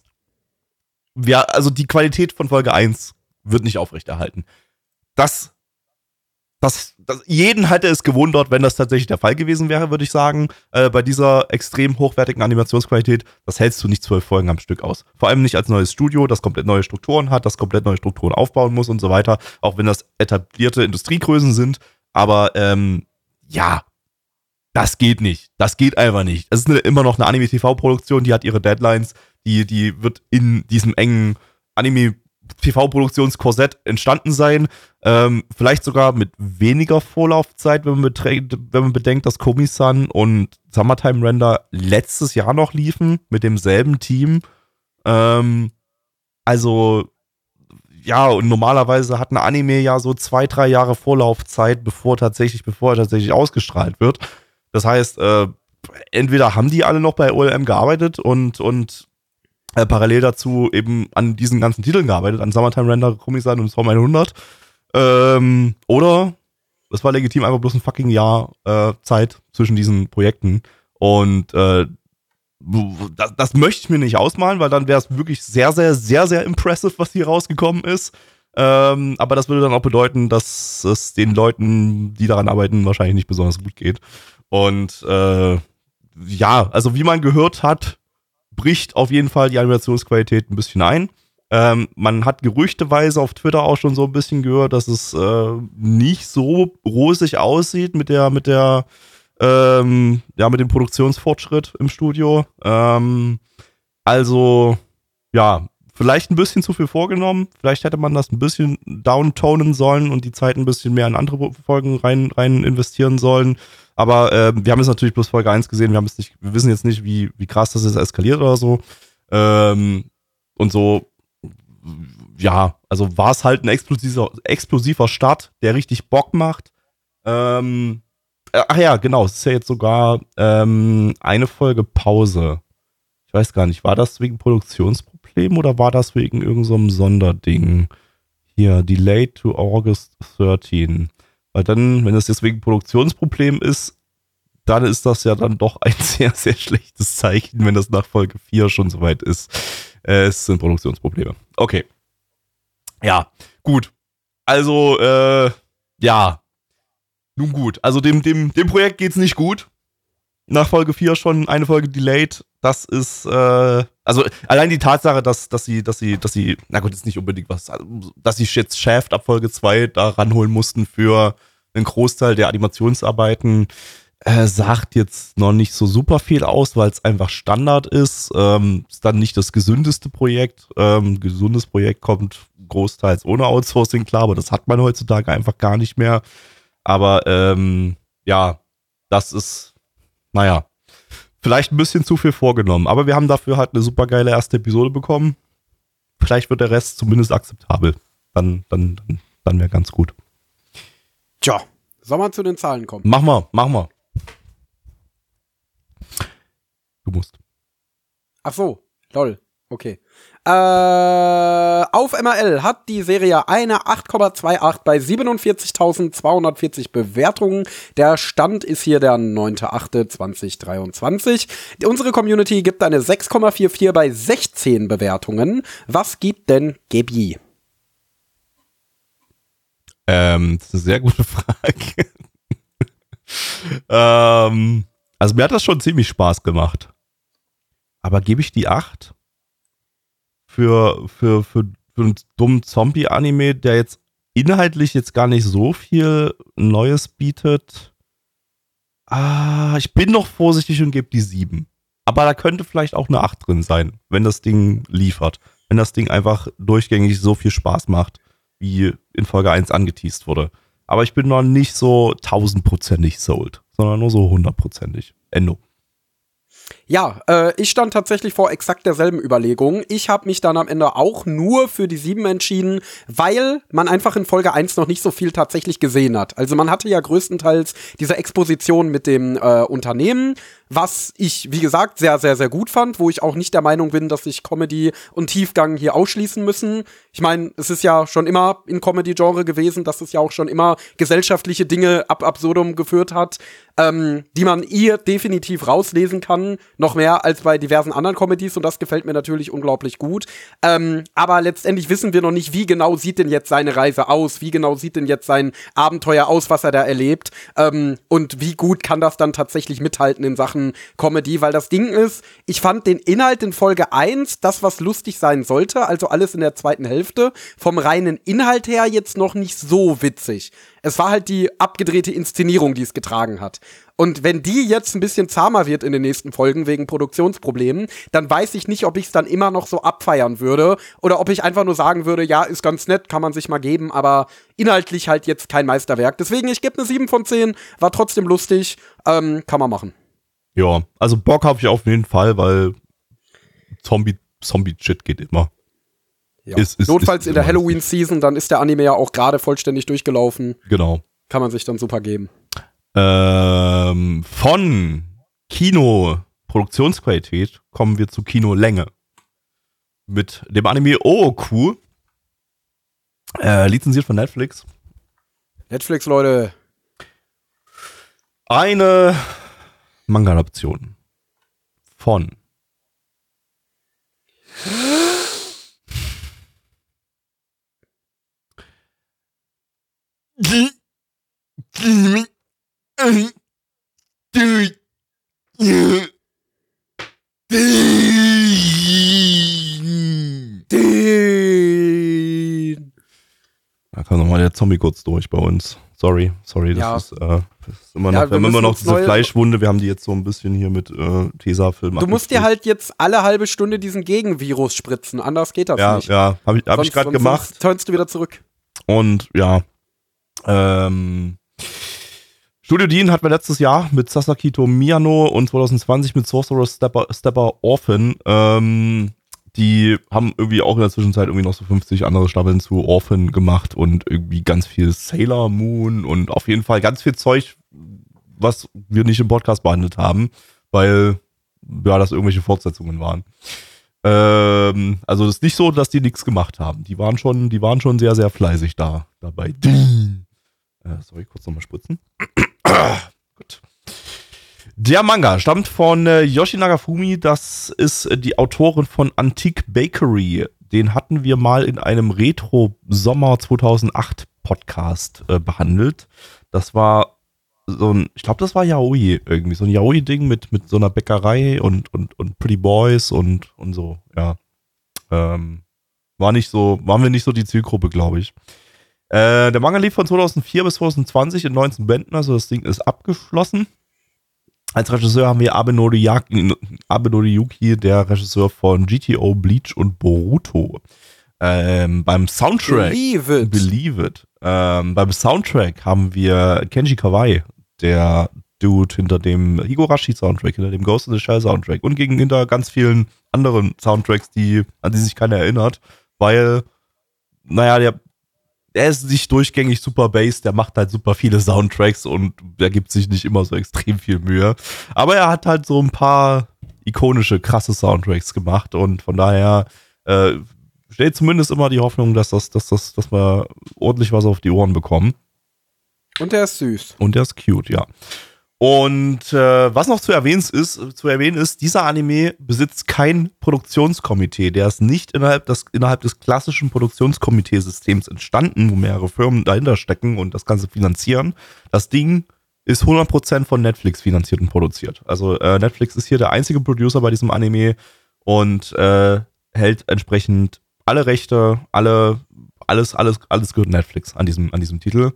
wir, also die Qualität von Folge eins wird nicht aufrechterhalten. Das Das, das, jeden hätte es gewundert, wenn das tatsächlich der Fall gewesen wäre, würde ich sagen. Äh, bei dieser extrem hochwertigen Animationsqualität, das hältst du nicht zwölf Folgen am Stück aus. Vor allem nicht als neues Studio, das komplett neue Strukturen hat, das komplett neue Strukturen aufbauen muss und so weiter. Auch wenn das etablierte Industriegrößen sind. Aber ähm, ja, das geht nicht. Das geht einfach nicht. Es ist eine, immer noch eine Anime-T V-Produktion, die hat ihre Deadlines, die, die wird in diesem engen Anime- T V-Produktionskorsett entstanden sein, ähm, vielleicht sogar mit weniger Vorlaufzeit, wenn man, beträ- wenn man bedenkt, dass Komi-san und Summertime Render letztes Jahr noch liefen, mit demselben Team. Ähm, also, ja, und normalerweise hat ein Anime ja so zwei, drei Jahre Vorlaufzeit, bevor tatsächlich, bevor er tatsächlich ausgestrahlt wird. Das heißt, äh, entweder haben die alle noch bei O L M gearbeitet und, und Äh, parallel dazu eben an diesen ganzen Titeln gearbeitet, an Summertime Render, Komi-san und Storm hundert. Ähm, oder es war legitim einfach bloß ein fucking Jahr äh, Zeit zwischen diesen Projekten. Und äh, das, das möchte ich mir nicht ausmalen, weil dann wäre es wirklich sehr, sehr, sehr, sehr impressive, was hier rausgekommen ist. Ähm, aber das würde dann auch bedeuten, dass es den Leuten, die daran arbeiten, wahrscheinlich nicht besonders gut geht. Und äh, ja, also wie man gehört hat, bricht auf jeden Fall die Animationsqualität ein bisschen ein. Ähm, man hat gerüchteweise auf Twitter auch schon so ein bisschen gehört, dass es äh, nicht so rosig aussieht mit der, mit der, ähm, ja, mit dem Produktionsfortschritt im Studio. Ähm, also, ja, vielleicht ein bisschen zu viel vorgenommen. Vielleicht hätte man das ein bisschen downtonen sollen und die Zeit ein bisschen mehr in andere Folgen rein, rein investieren sollen. Aber äh, wir haben jetzt natürlich bloß Folge eins gesehen, wir haben es nicht, wir wissen jetzt nicht, wie, wie krass das jetzt eskaliert oder so. Ähm, und so, ja, also war es halt ein explosiver, explosiver Start, der richtig Bock macht. Ähm, ach ja, genau, es ist ja jetzt sogar ähm, eine Folge Pause. Ich weiß gar nicht, war das wegen Produktionsproblemen oder war das wegen irgendeinem so Sonderding? Hier, Delayed to August thirteenth. Weil dann, wenn das jetzt wegen Produktionsproblem ist, dann ist das ja dann doch ein sehr, sehr schlechtes Zeichen, wenn das nach Folge vier schon soweit ist. Äh, es sind Produktionsprobleme. Okay. Ja, gut. Also, äh, ja. Nun gut. Also dem, dem, dem Projekt geht's nicht gut. Nach Folge vier schon eine Folge delayed. Das ist, äh, also allein die Tatsache, dass, dass sie, dass sie, dass sie, na gut, ist nicht unbedingt was, dass sie jetzt Shaft ab Folge zwei da ranholen mussten für einen Großteil der Animationsarbeiten, äh, sagt jetzt noch nicht so super viel aus, weil es einfach Standard ist. Ähm, ist dann nicht das gesündeste Projekt. Ähm, gesundes Projekt kommt großteils ohne Outsourcing klar, aber das hat man heutzutage einfach gar nicht mehr. Aber ähm, ja, das ist, naja, vielleicht ein bisschen zu viel vorgenommen. Aber wir haben dafür halt eine super geile erste Episode bekommen. Vielleicht wird der Rest zumindest akzeptabel. Dann, dann, dann, dann wäre ganz gut. Tja, soll man zu den Zahlen kommen? Mach mal, mach mal. Du musst. Ach so, lol, okay. Äh, auf M R L hat die Serie eine acht Komma achtundzwanzig bei siebenundvierzigtausendzweihundertvierzig Bewertungen. Der Stand ist hier der neunter achter zweitausenddreiundzwanzig. Unsere Community gibt eine sechs Komma vierundvierzig bei sechzehn Bewertungen. Was gibt denn Gaby? Ähm, das ist eine sehr gute Frage. ähm, also mir hat das schon ziemlich Spaß gemacht. Aber gebe ich die acht? Für, für, für, für einen dummen Zombie-Anime, der jetzt inhaltlich jetzt gar nicht so viel Neues bietet. Ah, ich bin noch vorsichtig und gebe die sieben. Aber da könnte vielleicht auch eine acht drin sein, wenn das Ding liefert. Wenn das Ding einfach durchgängig so viel Spaß macht, wie in Folge eins angeteast wurde. Aber ich bin noch nicht so tausendprozentig sold, sondern nur so hundertprozentig. Endo. Ja, äh, ich stand tatsächlich vor exakt derselben Überlegung. Ich habe mich dann am Ende auch nur für die sieben entschieden, weil man einfach in Folge eins noch nicht so viel tatsächlich gesehen hat. Also man hatte ja größtenteils diese Exposition mit dem äh, Unternehmen, was ich, wie gesagt, sehr, sehr, sehr gut fand, wo ich auch nicht der Meinung bin, dass sich Comedy und Tiefgang hier ausschließen müssen. Ich meine, es ist ja schon immer im Comedy-Genre gewesen, dass es ja auch schon immer gesellschaftliche Dinge ab absurdum geführt hat, ähm, die man ihr definitiv rauslesen kann, noch mehr als bei diversen anderen Comedies, und das gefällt mir natürlich unglaublich gut. Ähm, aber letztendlich wissen wir noch nicht, wie genau sieht denn jetzt seine Reise aus, wie genau sieht denn jetzt sein Abenteuer aus, was er da erlebt, ähm, und wie gut kann das dann tatsächlich mithalten in Sachen Comedy, weil das Ding ist, ich fand den Inhalt in Folge eins, das, was lustig sein sollte, also alles in der zweiten Hälfte, vom reinen Inhalt her jetzt noch nicht so witzig. Es war halt die abgedrehte Inszenierung, die es getragen hat. Und wenn die jetzt ein bisschen zahmer wird in den nächsten Folgen wegen Produktionsproblemen, dann weiß ich nicht, ob ich es dann immer noch so abfeiern würde oder ob ich einfach nur sagen würde, ja, ist ganz nett, kann man sich mal geben, aber inhaltlich halt jetzt kein Meisterwerk. Deswegen, ich gebe eine sieben von zehn, war trotzdem lustig, ähm, kann man machen. Ja, also Bock habe ich auf jeden Fall, weil Zombie, Zombie-Shit geht immer. Ja. Ist, ist, Notfalls ist in der Halloween-Season, dann ist der Anime ja auch gerade vollständig durchgelaufen. Genau. Kann man sich dann super geben. Ähm, von Kino-Produktionsqualität kommen wir zu Kinolänge. Mit dem Anime Ooku. Äh, lizenziert von Netflix. Netflix, Leute. Eine Manga-Adaption von Da kam nochmal der Zombie kurz durch bei uns. Sorry, sorry, das, ja. ist, äh, das ist immer noch, ja, wir haben immer noch diese Fleischwunde, wir haben die jetzt so ein bisschen hier mit äh, Tesafilm. Du musst dir halt jetzt alle halbe Stunde diesen Gegenvirus spritzen, anders geht das ja, nicht. Ja, habe ich, hab sonst, ich gerade gemacht. Sonst turnst du wieder zurück. Und ja, ähm, Studio Dean hat mir letztes Jahr mit Sasakito Miyano und zwanzig zwanzig mit Sorcerer's Stepper, Stepper Orphan, ähm, die haben irgendwie auch in der Zwischenzeit irgendwie noch so fünfzig andere Staffeln zu Orphan gemacht und irgendwie ganz viel Sailor Moon und auf jeden Fall ganz viel Zeug, was wir nicht im Podcast behandelt haben, weil ja, das irgendwelche Fortsetzungen waren. Ähm, also es ist nicht so, dass die nichts gemacht haben. Die waren schon, die waren schon sehr, sehr fleißig da dabei. Äh, sorry, kurz nochmal spritzen. Gut. Der Manga stammt von äh, Yoshi Nagafumi. Das ist äh, die Autorin von Antique Bakery. Den hatten wir mal in einem Retro-Sommer zweitausendacht Podcast äh, behandelt. Das war so ein, ich glaube, das war Yaoi irgendwie. So ein Yaoi-Ding mit, mit so einer Bäckerei und, und, und Pretty Boys und, und so, ja. Ähm, war nicht so, waren wir nicht so die Zielgruppe, glaube ich. Äh, der Manga lief von zweitausendvier bis zweitausendzwanzig in neunzehn Bänden, also das Ding ist abgeschlossen. Als Regisseur haben wir Abe Noriyuki, Abe Noriyuki, der Regisseur von G T O, Bleach und Boruto. Ähm, beim Soundtrack Believe It. Believe It. Ähm, beim Soundtrack haben wir Kenji Kawai, der Dude hinter dem Higurashi-Soundtrack, hinter dem Ghost in the Shell Soundtrack und gegen hinter ganz vielen anderen Soundtracks, die, an die sich keiner erinnert, weil, naja, der Er ist nicht durchgängig super Bass, der macht halt super viele Soundtracks und der gibt sich nicht immer so extrem viel Mühe. Aber er hat halt so ein paar ikonische, krasse Soundtracks gemacht und von daher äh, steht zumindest immer die Hoffnung, dass, das, dass, das, dass wir ordentlich was auf die Ohren bekommen. Und der ist süß. Und der ist cute, ja. Und äh, was noch zu erwähnen ist, zu erwähnen ist, dieser Anime besitzt kein Produktionskomitee. Der ist nicht innerhalb des, innerhalb des klassischen Produktionskomiteesystems entstanden, wo mehrere Firmen dahinter stecken und das Ganze finanzieren. Das Ding ist hundert Prozent von Netflix finanziert und produziert. Also äh, Netflix ist hier der einzige Producer bei diesem Anime und äh, hält entsprechend alle Rechte, alle, alles, alles, alles gehört Netflix an diesem, an diesem Titel.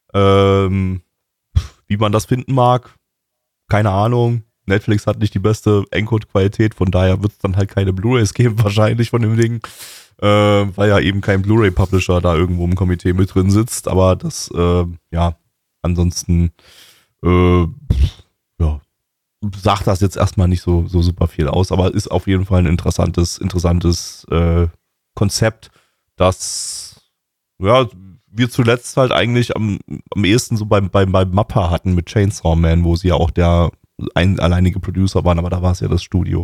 Ähm, Wie man das finden mag, keine Ahnung. Netflix hat nicht die beste Encode-Qualität, von daher wird es dann halt keine Blu-rays geben wahrscheinlich von dem Ding, äh, weil ja eben kein Blu-ray-Publisher da irgendwo im Komitee mit drin sitzt. Aber das, äh, ja, ansonsten, äh, ja, sagt das jetzt erstmal nicht so, so super viel aus, aber ist auf jeden Fall ein interessantes, interessantes äh, Konzept, das, ja, wir zuletzt halt eigentlich am, am ehesten so beim, beim, beim Mappa hatten mit Chainsaw Man, wo sie ja auch der ein, alleinige Producer waren, aber da war es ja das Studio.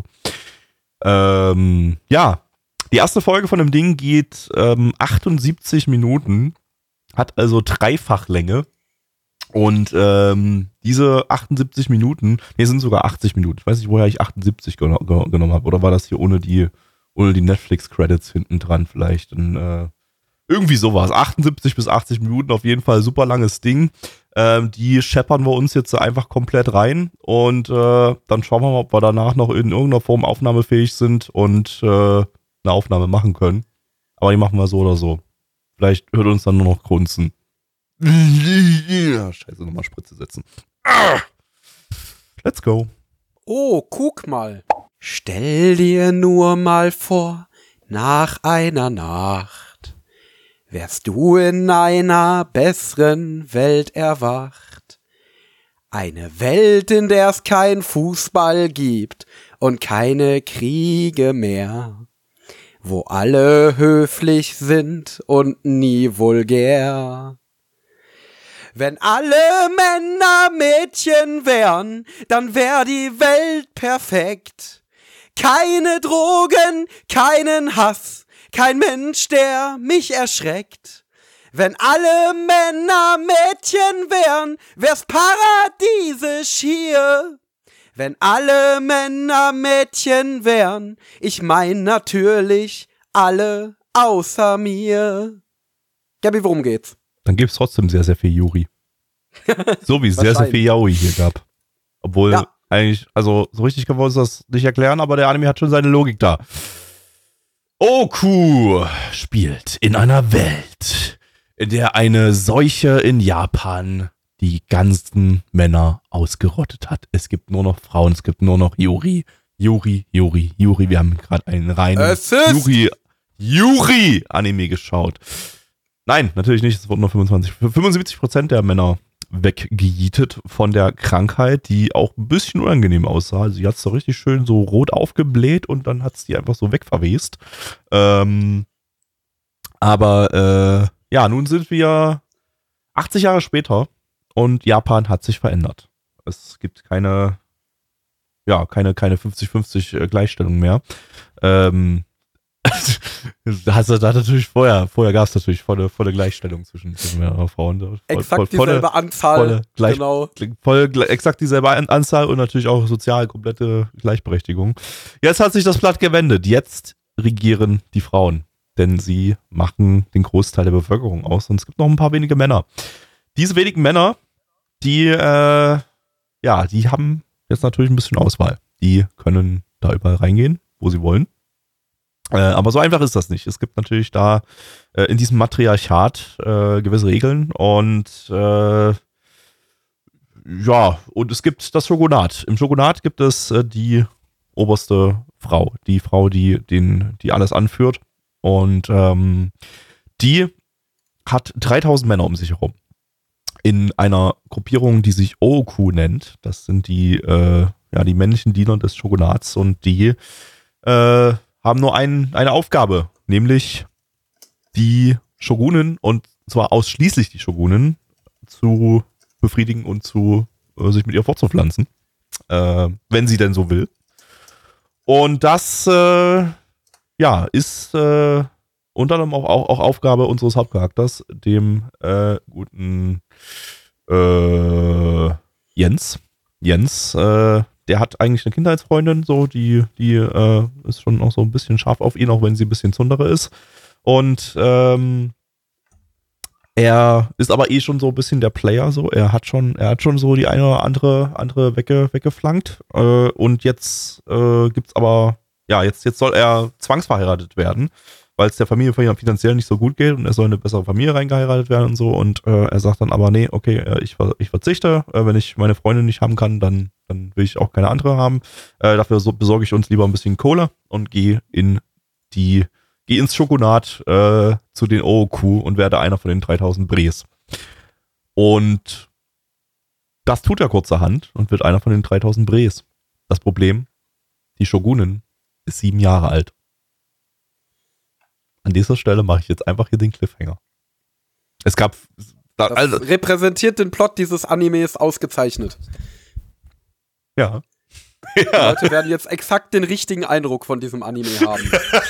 Ähm, ja, die erste Folge von dem Ding geht ähm, achtundsiebzig Minuten, hat also Dreifachlänge und ähm, diese achtundsiebzig Minuten, nee, sind sogar achtzig Minuten. Ich weiß nicht, woher ich achtundsiebzig geno- ge- genommen habe, oder war das hier ohne die, ohne die Netflix-Credits hinten dran vielleicht? Und, äh, irgendwie sowas. achtundsiebzig bis achtzig Minuten, auf jeden Fall super langes Ding. Ähm, die scheppern wir uns jetzt einfach komplett rein und äh, dann schauen wir mal, ob wir danach noch in irgendeiner Form aufnahmefähig sind und äh, eine Aufnahme machen können. Aber die machen wir so oder so. Vielleicht hört uns dann nur noch grunzen. Scheiße, nochmal Spritze setzen. Let's go. Oh, guck mal. Stell dir nur mal vor, nach einer Nacht wärst du in einer besseren Welt erwacht. Eine Welt, in der es kein Fußball gibt und keine Kriege mehr. Wo alle höflich sind und nie vulgär. Wenn alle Männer Mädchen wären, dann wär die Welt perfekt. Keine Drogen, keinen Hass. Kein Mensch, der mich erschreckt. Wenn alle Männer Mädchen wären, wär's paradiesisch hier. Wenn alle Männer Mädchen wären, ich mein natürlich alle außer mir. Gabi, worum geht's? Dann gibt's trotzdem sehr, sehr viel Yuri. So wie es sehr, sehr viel Yaoi hier gab. Obwohl ja. eigentlich, also so richtig können wir uns das nicht erklären, aber der Anime hat schon seine Logik da. Oku spielt in einer Welt, in der eine Seuche in Japan die ganzen Männer ausgerottet hat. Es gibt nur noch Frauen, es gibt nur noch Yuri. Yuri, Yuri, Yuri. Wir haben gerade einen reinen Yuri, Yuri-Anime geschaut. Nein, natürlich nicht. Es wurden nur fünfundzwanzig, fünfundsiebzig Prozent der Männer weggejietet von der Krankheit, die auch ein bisschen unangenehm aussah. Also sie hat es so richtig schön so rot aufgebläht und dann hat es die einfach so wegverwest. Ähm, aber äh, ja, nun sind wir achtzig Jahre später und Japan hat sich verändert. Es gibt keine, ja, keine, keine fünfzig fünfzig Gleichstellung mehr. Ähm, Da hat natürlich vorher, vorher gab es natürlich volle, volle Gleichstellung zwischen, zwischen Männern und Frauen. Voll, exakt voll, dieselbe volle, Anzahl. Volle Gleich, genau. Voll, exakt dieselbe Anzahl und natürlich auch sozial komplette Gleichberechtigung. Jetzt hat sich das Blatt gewendet. Jetzt regieren die Frauen. Denn sie machen den Großteil der Bevölkerung aus. Und es gibt noch ein paar wenige Männer. Diese wenigen Männer, die, äh, ja, die haben jetzt natürlich ein bisschen Auswahl. Die können da überall reingehen, wo sie wollen. Äh, aber so einfach ist das nicht. Es gibt natürlich da äh, in diesem Matriarchat äh, gewisse Regeln und äh, ja, und es gibt das Shogunat. Im Shogunat gibt es äh, die oberste Frau, die Frau, die, den, die alles anführt und ähm, die hat dreitausend Männer um sich herum. In einer Gruppierung, die sich Ooku nennt. Das sind die, äh, ja, die männlichen Diener des Shogunats und die äh, haben nur ein, eine Aufgabe, nämlich die Shogunin und zwar ausschließlich die Shogunin zu befriedigen und zu äh, sich mit ihr fortzupflanzen, äh, wenn sie denn so will. Und das äh, ja, ist äh, unter anderem auch, auch, auch Aufgabe unseres Hauptcharakters, dem äh, guten äh, Jens. Jens, äh, der hat eigentlich eine Kindheitsfreundin, so, die, die äh, ist schon auch so ein bisschen scharf auf ihn, auch wenn sie ein bisschen zundere ist. Und ähm, er ist aber eh schon so ein bisschen der Player, so. Er hat schon, er hat schon so die eine oder andere, andere wegge, weggeflankt. Äh, und jetzt äh, gibt's aber, ja, jetzt, jetzt soll er zwangsverheiratet werden, weil es der Familie finanziell nicht so gut geht und er soll in eine bessere Familie reingeheiratet werden und so. Und äh, er sagt dann aber, nee, okay, äh, ich, ich verzichte. Äh, wenn ich meine Freundin nicht haben kann, dann, dann will ich auch keine andere haben. Äh, dafür so, besorge ich uns lieber ein bisschen Kohle und gehe in die, gehe ins Shogunat äh, zu den Ooku und werde einer von den dreitausend Bres. Und das tut er kurzerhand und wird einer von den dreitausend Bres. Das Problem, die Shogunin ist sieben Jahre alt. An dieser Stelle mache ich jetzt einfach hier den Cliffhanger. Es gab... Das also, repräsentiert den Plot dieses Animes ausgezeichnet. Ja. Die Leute werden jetzt exakt den richtigen Eindruck von diesem Anime haben.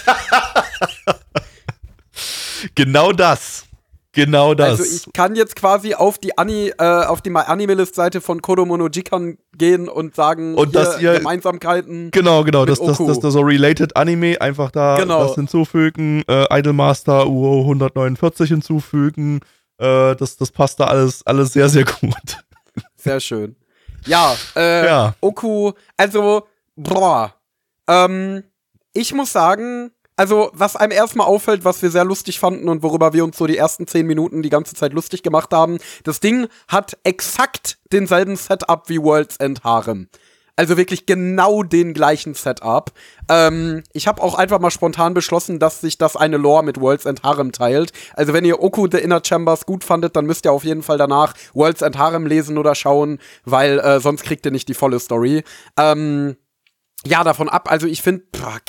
Genau das. Genau das. Also ich kann jetzt quasi auf die Ani, äh, auf die My-Anime-List-Seite von Kodomo no Jikan gehen und sagen, und hier das hier, Gemeinsamkeiten. Genau, genau, mit das, das, das, das so Related Anime, einfach da genau. das hinzufügen, äh, Idolmaster U O hundertneunundvierzig hinzufügen, äh, das, das passt da alles, alles sehr, sehr gut. Sehr schön. Ja, äh, ja. Oku, also, boah, ähm, ich muss sagen, also, was einem erstmal auffällt, was wir sehr lustig fanden und worüber wir uns so die ersten zehn Minuten die ganze Zeit lustig gemacht haben, das Ding hat exakt denselben Setup wie World's End Harem. Also wirklich genau den gleichen Setup. Ähm, ich habe auch einfach mal spontan beschlossen, dass sich das eine Lore mit World's End Harem teilt. Also wenn ihr Oku The Inner Chambers gut fandet, dann müsst ihr auf jeden Fall danach World's End Harem lesen oder schauen, weil äh, sonst kriegt ihr nicht die volle Story. Ähm, ja, davon ab, also ich finde,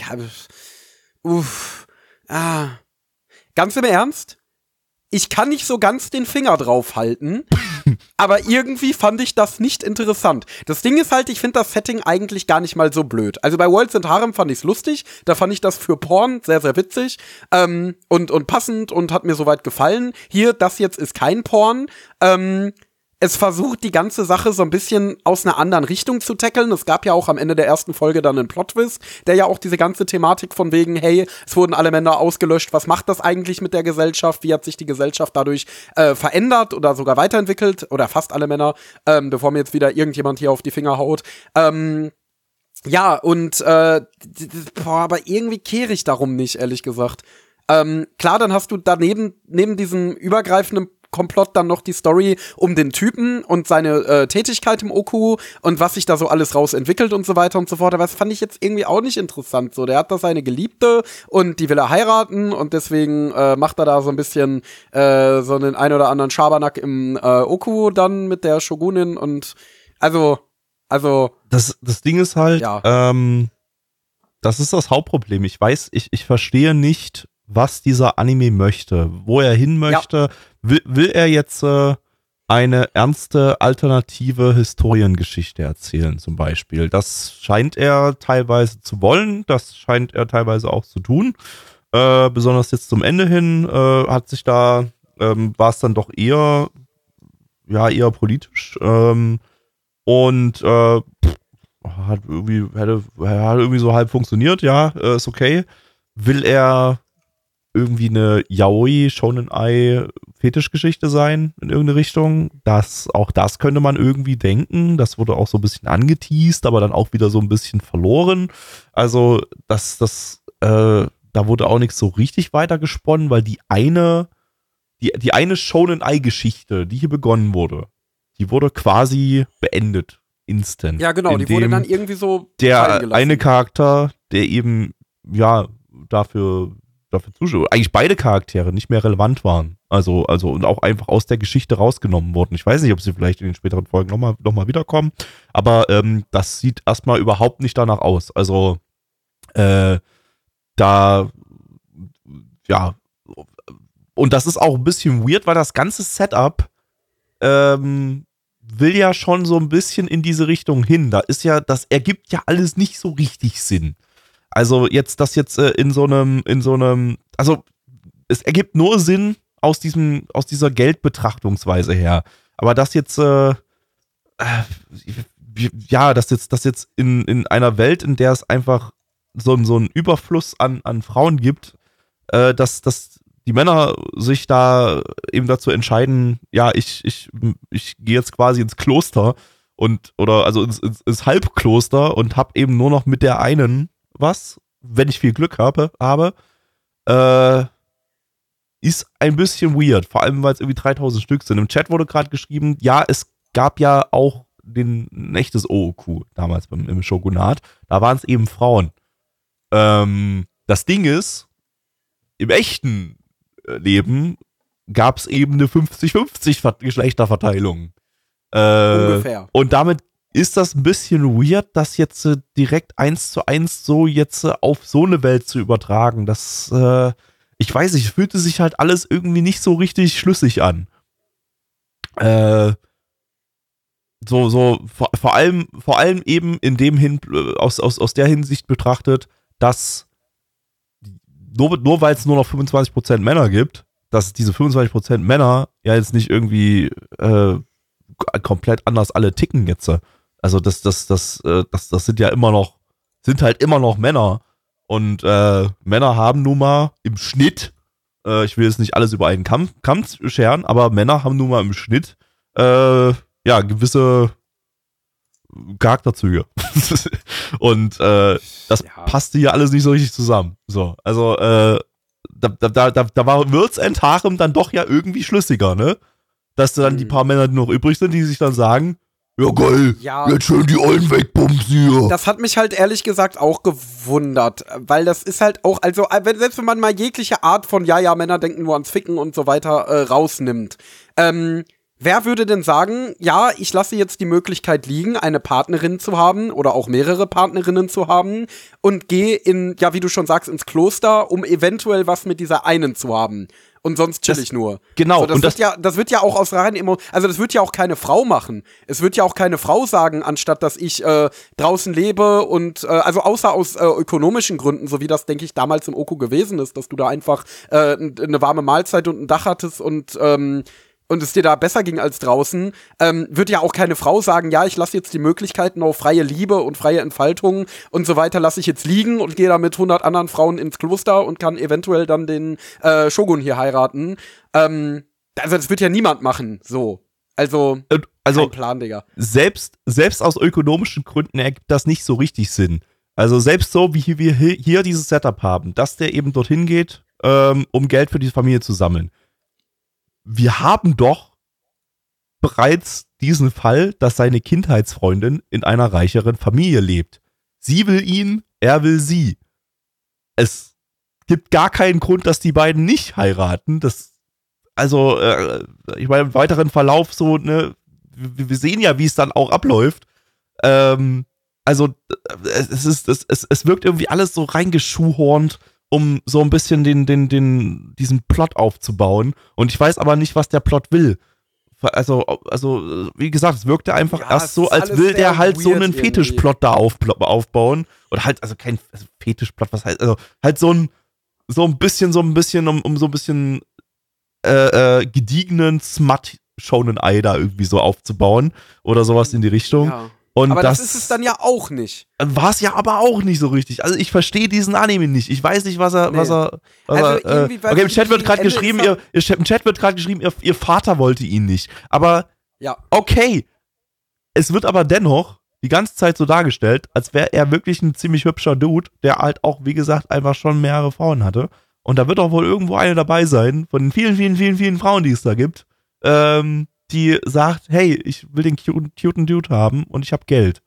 uff, ah, ganz im Ernst, ich kann nicht so ganz den Finger drauf halten, aber irgendwie fand ich das nicht interessant. Das Ding ist halt, ich finde das Setting eigentlich gar nicht mal so blöd. Also bei World's End Harem fand ich es lustig, da fand ich das für Porn sehr, sehr witzig ähm, und, und passend und hat mir soweit gefallen. Hier, das jetzt ist kein Porn, ähm, es versucht, die ganze Sache so ein bisschen aus einer anderen Richtung zu tackeln. Es gab ja auch am Ende der ersten Folge dann einen Plot-Twist, der ja auch diese ganze Thematik von wegen, hey, es wurden alle Männer ausgelöscht, was macht das eigentlich mit der Gesellschaft? Wie hat sich die Gesellschaft dadurch äh, verändert oder sogar weiterentwickelt? Oder fast alle Männer, ähm, bevor mir jetzt wieder irgendjemand hier auf die Finger haut. Ähm, ja, und äh, boah, aber irgendwie kehre ich darum nicht, ehrlich gesagt. Ähm, klar, dann hast du daneben, neben diesem übergreifenden Komplott dann noch die Story um den Typen und seine äh, Tätigkeit im Oku und was sich da so alles raus entwickelt und so weiter und so fort. Aber das fand ich jetzt irgendwie auch nicht interessant. So, der hat da seine Geliebte und die will er heiraten und deswegen äh, macht er da so ein bisschen äh, so einen ein oder anderen Schabernack im äh, Oku dann mit der Shogunin und also, also. Das, das Ding ist halt, ja. ähm, das ist das Hauptproblem. Ich weiß, ich, ich verstehe nicht, was dieser Anime möchte, wo er hin möchte. Ja. Will, will er jetzt äh, eine ernste, alternative Historiengeschichte erzählen zum Beispiel? Das scheint er teilweise zu wollen, das scheint er teilweise auch zu tun. Äh, besonders jetzt zum Ende hin äh, hat sich da, ähm, war es dann doch eher, ja, eher politisch. Ähm, und äh, pff, hat irgendwie, hätte, hat irgendwie so halb funktioniert, ja, äh, ist okay. Will er irgendwie eine Yaoi, Shonen Ai Fetischgeschichte sein in irgendeine Richtung? Das, auch das könnte man irgendwie denken. Das wurde auch so ein bisschen angeteased, aber dann auch wieder so ein bisschen verloren. Also, das, das, äh, da wurde auch nichts so richtig weitergesponnen, weil die eine, die, die eine Shonen Ai Geschichte, die hier begonnen wurde, die wurde quasi beendet. Instant. Ja, genau, die wurde dann irgendwie so der eine Charakter, der eben, ja, dafür dafür zuschauen, eigentlich beide Charaktere nicht mehr relevant waren. Also, also und auch einfach aus der Geschichte rausgenommen wurden. Ich weiß nicht, ob sie vielleicht in den späteren Folgen nochmal noch mal wiederkommen, aber ähm, das sieht erstmal überhaupt nicht danach aus. Also, äh, da, ja, und das ist auch ein bisschen weird, weil das ganze Setup ähm, will ja schon so ein bisschen in diese Richtung hin. Da ist ja, das ergibt ja alles nicht so richtig Sinn. Also jetzt, das jetzt äh, in so einem, in so einem, also es ergibt nur Sinn aus diesem, aus dieser Geldbetrachtungsweise her. Aber das jetzt, äh, äh, ja, das jetzt, das jetzt in, in einer Welt, in der es einfach so, so einen Überfluss an, an Frauen gibt, äh, dass, dass die Männer sich da eben dazu entscheiden, ja, ich, ich, ich gehe jetzt quasi ins Kloster und, oder also ins, ins, ins Halbkloster und hab eben nur noch mit der einen was, wenn ich viel Glück habe, habe, äh, ist ein bisschen weird, vor allem, weil es irgendwie dreitausend Stück sind. Im Chat wurde gerade geschrieben, ja, es gab ja auch den, ein echtes O O Q damals beim, im Shogunat, da waren es eben Frauen. Ähm, das Ding ist, im echten Leben gab es eben eine fünfzig fünfzig Geschlechterverteilung. Äh, Ungefähr. Und damit ist das ein bisschen weird, das jetzt äh, direkt eins zu eins so jetzt äh, auf so eine Welt zu übertragen. Das, äh, ich weiß nicht, fühlte sich halt alles irgendwie nicht so richtig schlüssig an. Äh, so, so, vor, vor allem, vor allem eben in dem hin, aus, aus, aus der Hinsicht betrachtet, dass nur, nur weil es nur noch fünfundzwanzig Prozent Männer gibt, dass diese fünfundzwanzig Prozent Männer ja jetzt nicht irgendwie äh, komplett anders alle ticken jetzt. Also das, das, das, das, das sind ja immer noch, sind halt immer noch Männer. Und äh, Männer haben nun mal im Schnitt, äh, ich will jetzt nicht alles über einen Kamm, Kamm scheren, aber Männer haben nun mal im Schnitt äh, ja gewisse Charakterzüge. Und äh, das ja. passte ja alles nicht so richtig zusammen. So, also äh, da, da, da, da war Würz and Harem dann doch ja irgendwie schlüssiger, ne? Dass dann hm. die paar Männer, die noch übrig sind, die sich dann sagen, ja geil, ja. jetzt schön die Ollen wegbumsen hier. Das hat mich halt ehrlich gesagt auch gewundert, weil das ist halt auch, also selbst wenn man mal jegliche Art von ja, ja, Männer denken nur ans Ficken und so weiter äh, rausnimmt, ähm, wer würde denn sagen, ja, ich lasse jetzt die Möglichkeit liegen, eine Partnerin zu haben oder auch mehrere Partnerinnen zu haben und gehe in, ja, wie du schon sagst, ins Kloster, um eventuell was mit dieser einen zu haben. Und sonst chill ich nur. Genau. So, das, und wird das, ja, das wird ja auch aus rein Emo- also das wird ja auch keine Frau machen. Es wird ja auch keine Frau sagen, anstatt dass ich äh, draußen lebe und, äh, also außer aus äh, ökonomischen Gründen, so wie das, denke ich, damals im Oko gewesen ist, dass du da einfach äh, eine warme Mahlzeit und ein Dach hattest und, ähm, und es dir da besser ging als draußen, ähm, wird ja auch keine Frau sagen, ja, ich lasse jetzt die Möglichkeiten auf freie Liebe und freie Entfaltung und so weiter lasse ich jetzt liegen und gehe da mit hundert anderen Frauen ins Kloster und kann eventuell dann den äh, Shogun hier heiraten. Ähm, also das wird ja niemand machen, so. Also, also kein Plan, Digga. Selbst, selbst aus ökonomischen Gründen ergibt das nicht so richtig Sinn. Also selbst so, wie wir hier dieses Setup haben, dass der eben dorthin geht, ähm, um Geld für die Familie zu sammeln. Wir haben doch bereits diesen Fall, dass seine Kindheitsfreundin in einer reicheren Familie lebt. Sie will ihn, er will sie. Es gibt gar keinen Grund, dass die beiden nicht heiraten. Das, also, äh, ich meine, im weiteren Verlauf so, ne, wir, wir sehen ja, wie es dann auch abläuft. Ähm, also, es ist, es, es, es wirkt irgendwie alles so reingeschuhhornt, um so ein bisschen den, den, den, diesen Plot aufzubauen. Und ich weiß aber nicht, was der Plot will. Also, also wie gesagt, es wirkte einfach ja, erst so, als will der halt so einen Fetischplot da auf, aufbauen. Oder halt, also kein also Fetischplot, was heißt, also halt so ein, so ein bisschen, so ein bisschen, um, um so ein bisschen äh, äh, gediegenen Smut-Shonen-Ei da irgendwie so aufzubauen oder sowas in die Richtung. Ja. Und aber das, das ist es dann ja auch nicht. War es ja aber auch nicht so richtig. Also ich verstehe diesen Anime nicht. Ich weiß nicht, was er, nee. was er, was also er äh, okay, im Chat wird gerade geschrieben, ihr, im Chat wird gerade geschrieben, ihr, ihr Vater wollte ihn nicht. Aber ja. okay. Es wird aber dennoch die ganze Zeit so dargestellt, als wäre er wirklich ein ziemlich hübscher Dude, der halt auch, wie gesagt, einfach schon mehrere Frauen hatte. Und da wird auch wohl irgendwo eine dabei sein, von den vielen, vielen, vielen, vielen Frauen, die es da gibt, ähm, die sagt, hey, ich will den cuten, cuten Dude haben und ich habe Geld.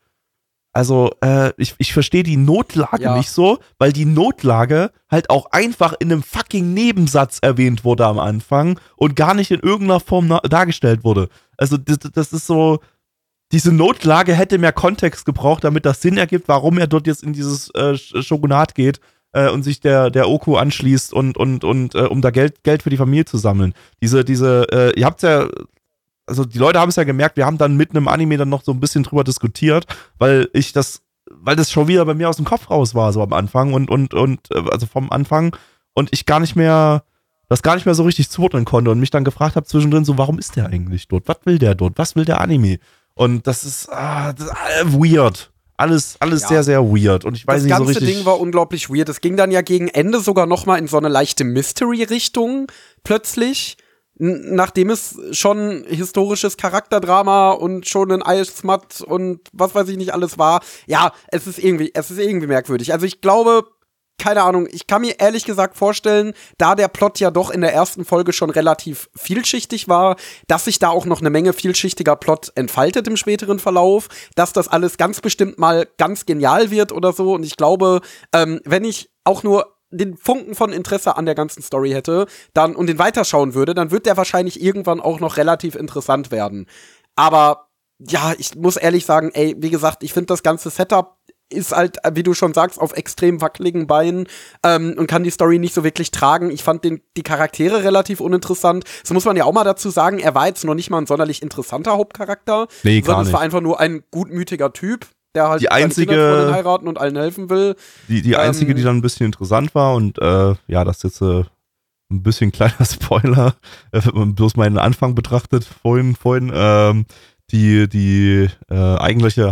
Also, äh, ich, ich verstehe die Notlage ja. nicht so, weil die Notlage halt auch einfach in einem fucking Nebensatz erwähnt wurde am Anfang und gar nicht in irgendeiner Form na- dargestellt wurde. Also, das, das ist so, diese Notlage hätte mehr Kontext gebraucht, damit das Sinn ergibt, warum er dort jetzt in dieses äh, Shogunat geht äh, und sich der, der Oku anschließt und, und, und äh, um da Geld, Geld für die Familie zu sammeln. Diese, diese, äh, ihr habt's ja Also die Leute haben es ja gemerkt, wir haben dann mitten im Anime dann noch so ein bisschen drüber diskutiert, weil ich das, weil das schon wieder bei mir aus dem Kopf raus war, so am Anfang und, und, und, also vom Anfang und ich gar nicht mehr, das gar nicht mehr so richtig zuordnen konnte und mich dann gefragt habe zwischendrin so, warum ist der eigentlich dort? Was will der dort? Was will der Anime? Und das ist, ah, das ist weird. Alles, alles ja. sehr, sehr weird. Und ich weiß das nicht so richtig. Das ganze Ding war unglaublich weird. Es ging dann ja gegen Ende sogar noch mal in so eine leichte Mystery-Richtung plötzlich. Nachdem es schon historisches Charakterdrama und schon ein Eismatt und was weiß ich nicht alles war. Ja, es ist irgendwie, es ist irgendwie merkwürdig. Also ich glaube, keine Ahnung, ich kann mir ehrlich gesagt vorstellen, da der Plot ja doch in der ersten Folge schon relativ vielschichtig war, dass sich da auch noch eine Menge vielschichtiger Plot entfaltet im späteren Verlauf, dass das alles ganz bestimmt mal ganz genial wird oder so. Und ich glaube, ähm, wenn ich auch nur den Funken von Interesse an der ganzen Story hätte, dann und den weiterschauen würde, dann wird der wahrscheinlich irgendwann auch noch relativ interessant werden. Aber ja, ich muss ehrlich sagen, ey, wie gesagt, ich finde das ganze Setup ist halt, wie du schon sagst, auf extrem wackeligen Beinen ähm, und kann die Story nicht so wirklich tragen. Ich fand den, die Charaktere relativ uninteressant. Das muss man ja auch mal dazu sagen, er war jetzt noch nicht mal ein sonderlich interessanter Hauptcharakter, nee, sondern es war einfach nur ein gutmütiger Typ, der halt die einzige heiraten und allen helfen will. Die, die einzige, ähm, die dann ein bisschen interessant war und äh, ja, das ist jetzt äh, ein bisschen kleiner Spoiler, äh, wenn man bloß meinen Anfang betrachtet, vorhin, vorhin, ähm, die, die äh, eigentliche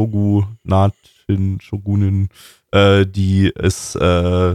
Hauptshogunatin, Shogunin, äh, die ist äh,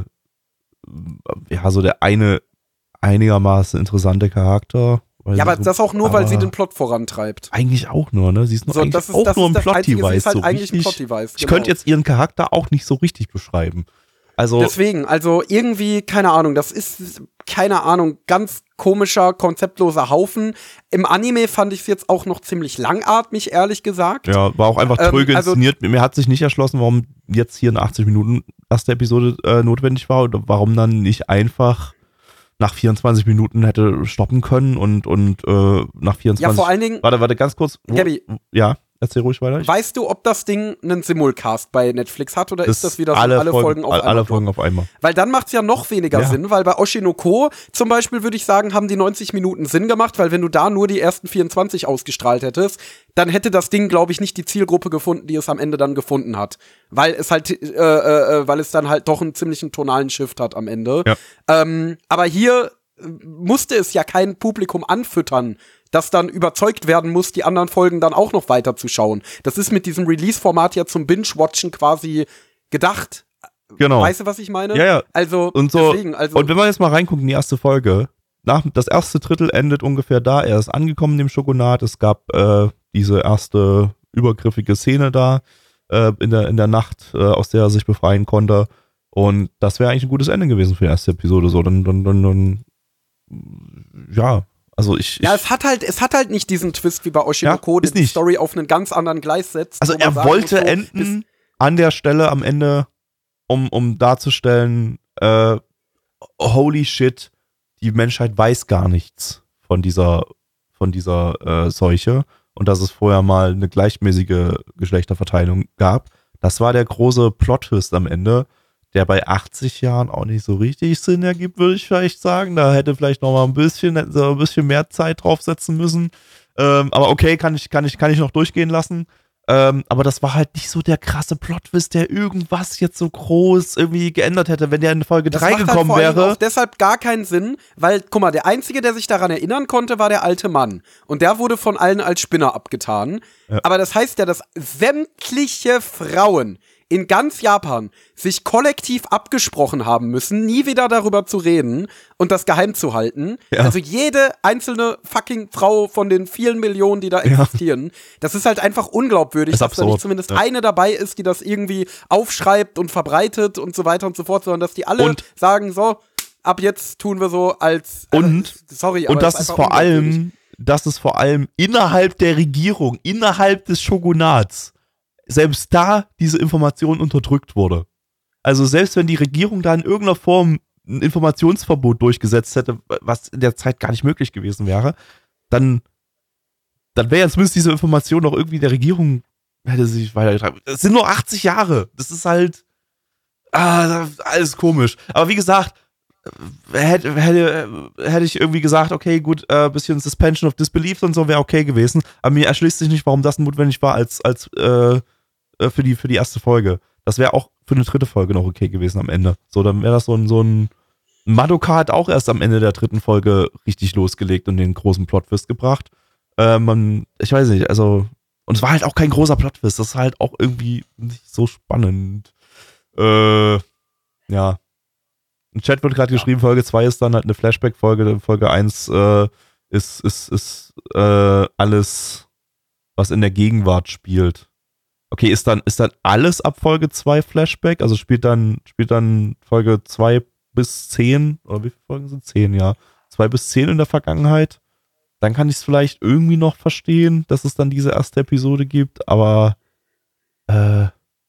ja so der eine einigermaßen interessante Charakter. Ja, aber das auch nur, weil sie den Plot vorantreibt. Eigentlich auch nur, ne? Sie ist, nur so, eigentlich das ist, auch das nur ein ist Plot-Device. Halt so eigentlich ein richtig, Plot-Device. ich genau. könnte jetzt ihren Charakter auch nicht so richtig beschreiben. Also deswegen, also irgendwie, keine Ahnung, das ist, keine Ahnung, ganz komischer, konzeptloser Haufen. Im Anime fand ich es jetzt auch noch ziemlich langatmig, ehrlich gesagt. Ja, war auch einfach tröge ähm, also, inszeniert. Mir hat sich nicht erschlossen, warum jetzt hier eine achtzig Minuten erste Episode äh, notwendig war oder warum dann nicht einfach nach vierundzwanzig Minuten hätte stoppen können und, und äh, nach vierundzwanzig Ja, vor allen Dingen. Warte, warte, ganz kurz. Wo, Gabi, ja, erzähl ruhig weiter. Weißt du, ob das Ding einen Simulcast bei Netflix hat oder das ist das wieder so alle, alle Folgen, Folgen auf alle einmal? Alle Folgen auf einmal. Weil dann macht es ja noch weniger ja. Sinn, weil bei Oshinoko zum Beispiel würde ich sagen, haben die neunzig Minuten Sinn gemacht, weil wenn du da nur die ersten vierundzwanzig ausgestrahlt hättest, dann hätte das Ding, glaube ich, nicht die Zielgruppe gefunden, die es am Ende dann gefunden hat. Weil es halt, äh, äh, weil es dann halt doch einen ziemlichen tonalen Shift hat am Ende. Ja. Ähm, aber hier musste es ja kein Publikum anfüttern, das dann überzeugt werden muss, die anderen Folgen dann auch noch weiter zu schauen. Das ist mit diesem Release-Format ja zum Binge-Watchen quasi gedacht. Genau. Weißt du, was ich meine? Ja, ja. Also, und so, deswegen, also und wenn man jetzt mal reinguckt in die erste Folge, nach, das erste Drittel endet ungefähr da, er ist angekommen im Shogunat, es gab äh, diese erste übergriffige Szene da äh, in, der, in der Nacht, äh, aus der er sich befreien konnte und das wäre eigentlich ein gutes Ende gewesen für die erste Episode, so, dann, dann, dann, dann ja, also ich, Ja, ich, es hat halt, es hat halt nicht diesen Twist wie bei Oshinoko, ja, der die Story auf einen ganz anderen Gleis setzt. Also er wollte muss, so, enden an der Stelle am Ende, um, um darzustellen, äh, holy shit, die Menschheit weiß gar nichts von dieser, von dieser äh, Seuche und dass es vorher mal eine gleichmäßige Geschlechterverteilung gab. Das war der große Plot-Twist am Ende, der bei achtzig Jahren auch nicht so richtig Sinn ergibt, würde ich vielleicht sagen. Da hätte vielleicht noch mal ein bisschen, so ein bisschen mehr Zeit draufsetzen müssen. Ähm, aber okay, kann ich, kann ich, kann ich noch durchgehen lassen. Ähm, aber das war halt nicht so der krasse Plot-Twist, der irgendwas jetzt so groß irgendwie geändert hätte, wenn der in Folge drei gekommen wäre. Das macht halt vor allem wäre. auch deshalb gar keinen Sinn, weil, guck mal, der Einzige, der sich daran erinnern konnte, war der alte Mann. Und der wurde von allen als Spinner abgetan. Ja. Aber das heißt ja, dass sämtliche Frauen in ganz Japan sich kollektiv abgesprochen haben müssen, nie wieder darüber zu reden und das geheim zu halten. Ja. Also jede einzelne fucking Frau von den vielen Millionen, die da existieren, ja. das ist halt einfach unglaubwürdig, ist dass absurd. da nicht zumindest ja. eine dabei ist, die das irgendwie aufschreibt und verbreitet und so weiter und so fort, sondern dass die alle und sagen, so, ab jetzt tun wir so als, und, äh, sorry, aber und das ist vor allem, das ist vor allem innerhalb der Regierung, innerhalb des Shogunats, selbst da diese Information unterdrückt wurde. Also selbst wenn die Regierung da in irgendeiner Form ein Informationsverbot durchgesetzt hätte, was in der Zeit gar nicht möglich gewesen wäre, dann, dann wäre ja zumindest diese Information noch irgendwie der Regierung hätte sich weitergetragen. Das sind nur achtzig Jahre. Das ist halt ah, alles komisch. Aber wie gesagt, hätte, hätte, hätte ich irgendwie gesagt, okay, gut, äh, bisschen Suspension of Disbelief und so wäre okay gewesen. Aber mir erschließt sich nicht, warum das notwendig war als, als äh, für die, für die erste Folge. Das wäre auch für eine dritte Folge noch okay gewesen am Ende. So, dann wäre das so ein, so ein Madoka hat auch erst am Ende der dritten Folge richtig losgelegt und den großen Plot-Twist gebracht. Äh, man, ich weiß nicht, also, und es war halt auch kein großer Plot-Twist, das ist halt auch irgendwie nicht so spannend. Äh, ja. Im Chat wird gerade geschrieben, Folge zwei ist dann halt eine Flashback-Folge, Folge eins äh, ist, ist, ist äh, alles, was in der Gegenwart spielt. Okay, ist dann, ist dann alles ab Folge zwei Flashback? Also spielt dann, spielt dann Folge zwei bis zehn, oder wie viele Folgen sind zehn, ja. zwei bis zehn in der Vergangenheit. Dann kann ich es vielleicht irgendwie noch verstehen, dass es dann diese erste Episode gibt, aber äh,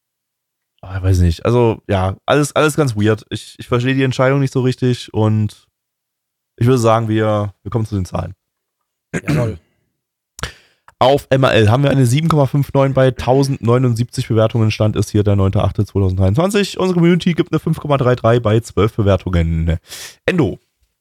ich weiß nicht. Also, ja, alles, alles ganz weird. Ich, ich verstehe die Entscheidung nicht so richtig und ich würde sagen, wir, wir kommen zu den Zahlen. Jawohl. Auf M R L haben wir eine sieben Komma neunundfünfzig bei tausendneunundsiebzig Bewertungen. Stand ist hier der neunter achter zweitausenddreiundzwanzig. Unsere Community gibt eine fünf Komma dreiunddreißig bei zwölf Bewertungen. Endo.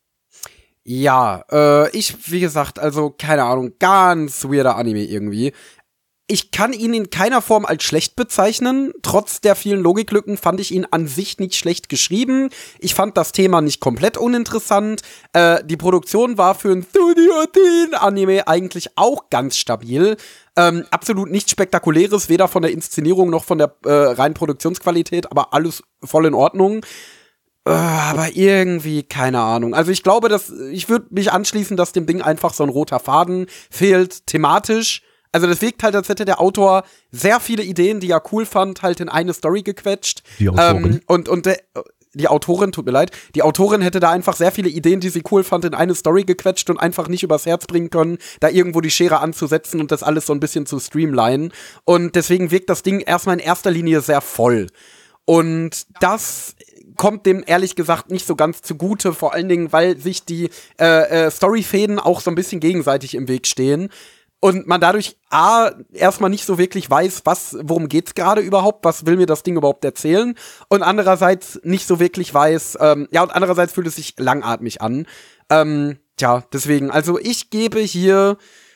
Ja, äh, ich, wie gesagt, also, keine Ahnung, ganz weirder Anime irgendwie. Ich kann ihn in keiner Form als schlecht bezeichnen. Trotz der vielen Logiklücken fand ich ihn an sich nicht schlecht geschrieben. Ich fand das Thema nicht komplett uninteressant. Äh, die Produktion war für ein Studio zehn Anime eigentlich auch ganz stabil. Ähm, absolut nichts Spektakuläres, weder von der Inszenierung noch von der äh, reinen Produktionsqualität, aber alles voll in Ordnung. Äh, aber irgendwie, keine Ahnung. Also ich glaube, dass ich würde mich anschließen, dass dem Ding einfach so ein roter Faden fehlt, thematisch. Also das wirkt halt, als hätte der Autor sehr viele Ideen, die er cool fand, halt in eine Story gequetscht. Die Autorin. Ähm, und und der, die Autorin, tut mir leid, die Autorin hätte da einfach sehr viele Ideen, die sie cool fand, in eine Story gequetscht und einfach nicht übers Herz bringen können, da irgendwo die Schere anzusetzen und das alles so ein bisschen zu streamlinen. Und deswegen wirkt das Ding erstmal in erster Linie sehr voll. Und das kommt dem ehrlich gesagt nicht so ganz zugute, vor allen Dingen, weil sich die äh, äh, Storyfäden auch so ein bisschen gegenseitig im Weg stehen. Und man dadurch A, erstmal nicht so wirklich weiß, was, worum geht's gerade überhaupt, was will mir das Ding überhaupt erzählen, und andererseits nicht so wirklich weiß, ähm, ja, und andererseits fühlt es sich langatmig an. Ähm, tja, deswegen, also ich gebe hier,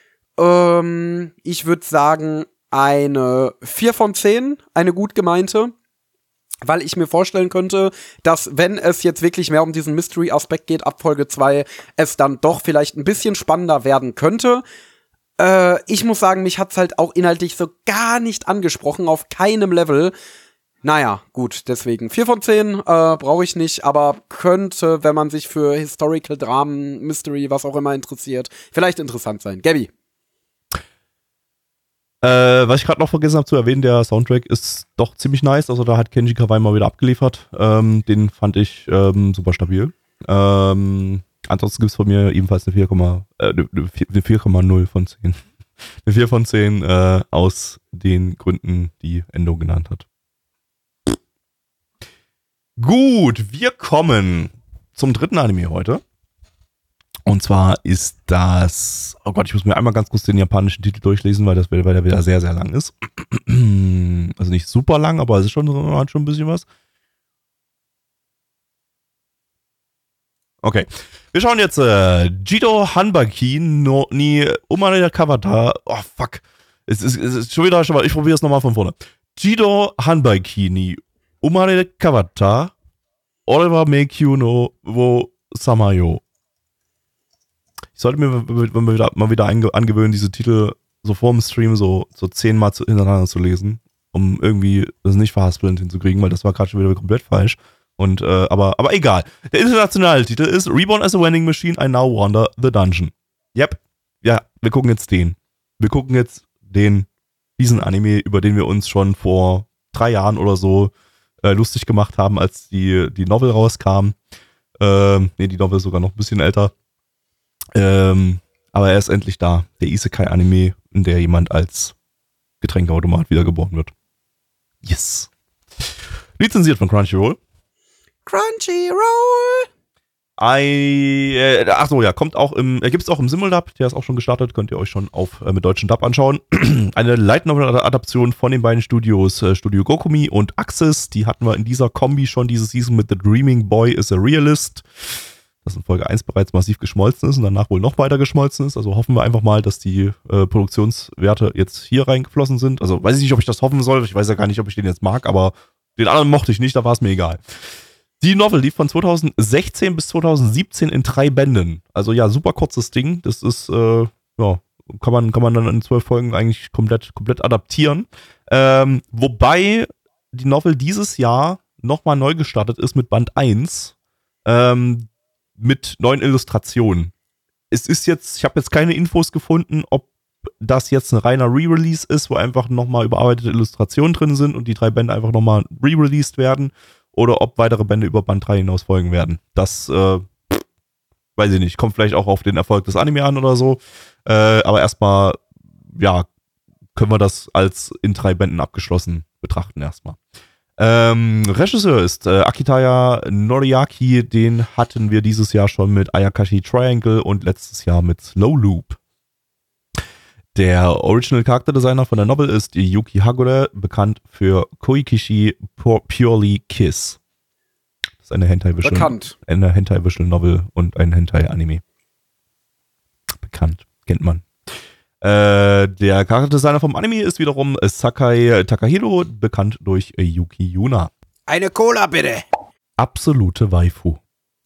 ähm, ich würde sagen, eine vier von zehn, eine gut gemeinte, weil ich mir vorstellen könnte, dass, wenn es jetzt wirklich mehr um diesen Mystery-Aspekt geht, ab Folge zwei, es dann doch vielleicht ein bisschen spannender werden könnte. Äh, ich muss sagen, mich hat's halt auch inhaltlich so gar nicht angesprochen, auf keinem Level. Naja, gut, deswegen vier von zehn äh, brauche ich nicht, aber könnte, wenn man sich für Historical Dramen, Mystery, was auch immer interessiert, vielleicht interessant sein. Gabby. Äh, was ich gerade noch vergessen habe zu erwähnen, der Soundtrack ist doch ziemlich nice. Also da hat Kenji Kawai mal wieder abgeliefert. Ähm, den fand ich ähm, super stabil. Ähm, ansonsten gibt es von mir ebenfalls eine vier, äh, eine vier Komma null von zehn. Eine vier von zehn äh, aus den Gründen, die Endo genannt hat. Gut, wir kommen zum dritten Anime heute. Und zwar ist das, oh Gott, ich muss mir einmal ganz kurz den japanischen Titel durchlesen, weil das weil der wieder sehr, sehr lang ist. Also nicht super lang, aber es ist schon, hat schon ein bisschen was. Okay, wir schauen jetzt äh, Jito Hanbaki no ni Umare Kawata. Oh fuck. Es ist, es ist schon wieder, schon mal, ich probiere es nochmal von vorne. Jido Hanbaikini, Umare Kawata, Oliver Mekyuno wo Samayo. Ich sollte mir wenn wir wieder, mal wieder angewöhnen, diese Titel so vor dem Stream so, so zehnmal zu, hintereinander zu lesen, um irgendwie das nicht verhaspelnd hinzukriegen, weil das war gerade schon wieder komplett falsch. Und, äh, aber, aber egal. Der internationale Titel ist Reborn as a Vending Machine, I Now Wander the Dungeon. Yep. Ja, wir gucken jetzt den. Wir gucken jetzt den, diesen Anime, über den wir uns schon vor drei Jahren oder so äh, lustig gemacht haben, als die, die Novel rauskam. Ähm, nee, die Novel ist sogar noch ein bisschen älter. Ähm, aber er ist endlich da. Der Isekai-Anime, in der jemand als Getränkeautomat wiedergeboren wird. Yes. Lizenziert von Crunchyroll. Crunchyroll! I, äh, achso, ja, kommt auch im, äh, gibt's auch im Simuldub, der ist auch schon gestartet, könnt ihr euch schon auf äh, mit deutschen Dub anschauen. Eine Light Novel-Adaption von den beiden Studios, äh, Studio Gokumi und Axis, die hatten wir in dieser Kombi schon diese Season mit The Dreaming Boy is a Realist, das in Folge eins bereits massiv geschmolzen ist und danach wohl noch weiter geschmolzen ist, also hoffen wir einfach mal, dass die äh, Produktionswerte jetzt hier reingeflossen sind, also weiß ich nicht, ob ich das hoffen soll, ich weiß ja gar nicht, ob ich den jetzt mag, aber den anderen mochte ich nicht, da war es mir egal. Die Novel lief von zweitausendsechzehn bis zweitausendsiebzehn in drei Bänden. Also ja, super kurzes Ding. Das ist, äh, ja, kann man, kann man dann in zwölf Folgen eigentlich komplett, komplett adaptieren. Ähm, wobei die Novel dieses Jahr nochmal neu gestartet ist mit Band eins, ähm, mit neuen Illustrationen. Es ist jetzt, ich habe jetzt keine Infos gefunden, ob das jetzt ein reiner Re-Release ist, wo einfach nochmal überarbeitete Illustrationen drin sind und die drei Bände einfach nochmal re-released werden. Oder ob weitere Bände über Band drei hinaus folgen werden. Das, äh, weiß ich nicht. Kommt vielleicht auch auf den Erfolg des Anime an oder so. Äh, aber erstmal, ja, können wir das als in drei Bänden abgeschlossen betrachten erstmal. Ähm, Regisseur ist äh, Akitaya Noriaki. Den hatten wir dieses Jahr schon mit Ayakashi Triangle und letztes Jahr mit Slow Loop. Der Original Charakterdesigner von der Novel ist Yuki Hagure, bekannt für Koikishi Purely Kiss. Das ist eine Hentai-Visual Bekannt. Eine Hentai-Visual Novel und ein Hentai-Anime. Bekannt, kennt man. Äh, der Charakterdesigner vom Anime ist wiederum Sakai Takahiro, bekannt durch Yuki Yuna. Eine Cola bitte! Absolute Waifu.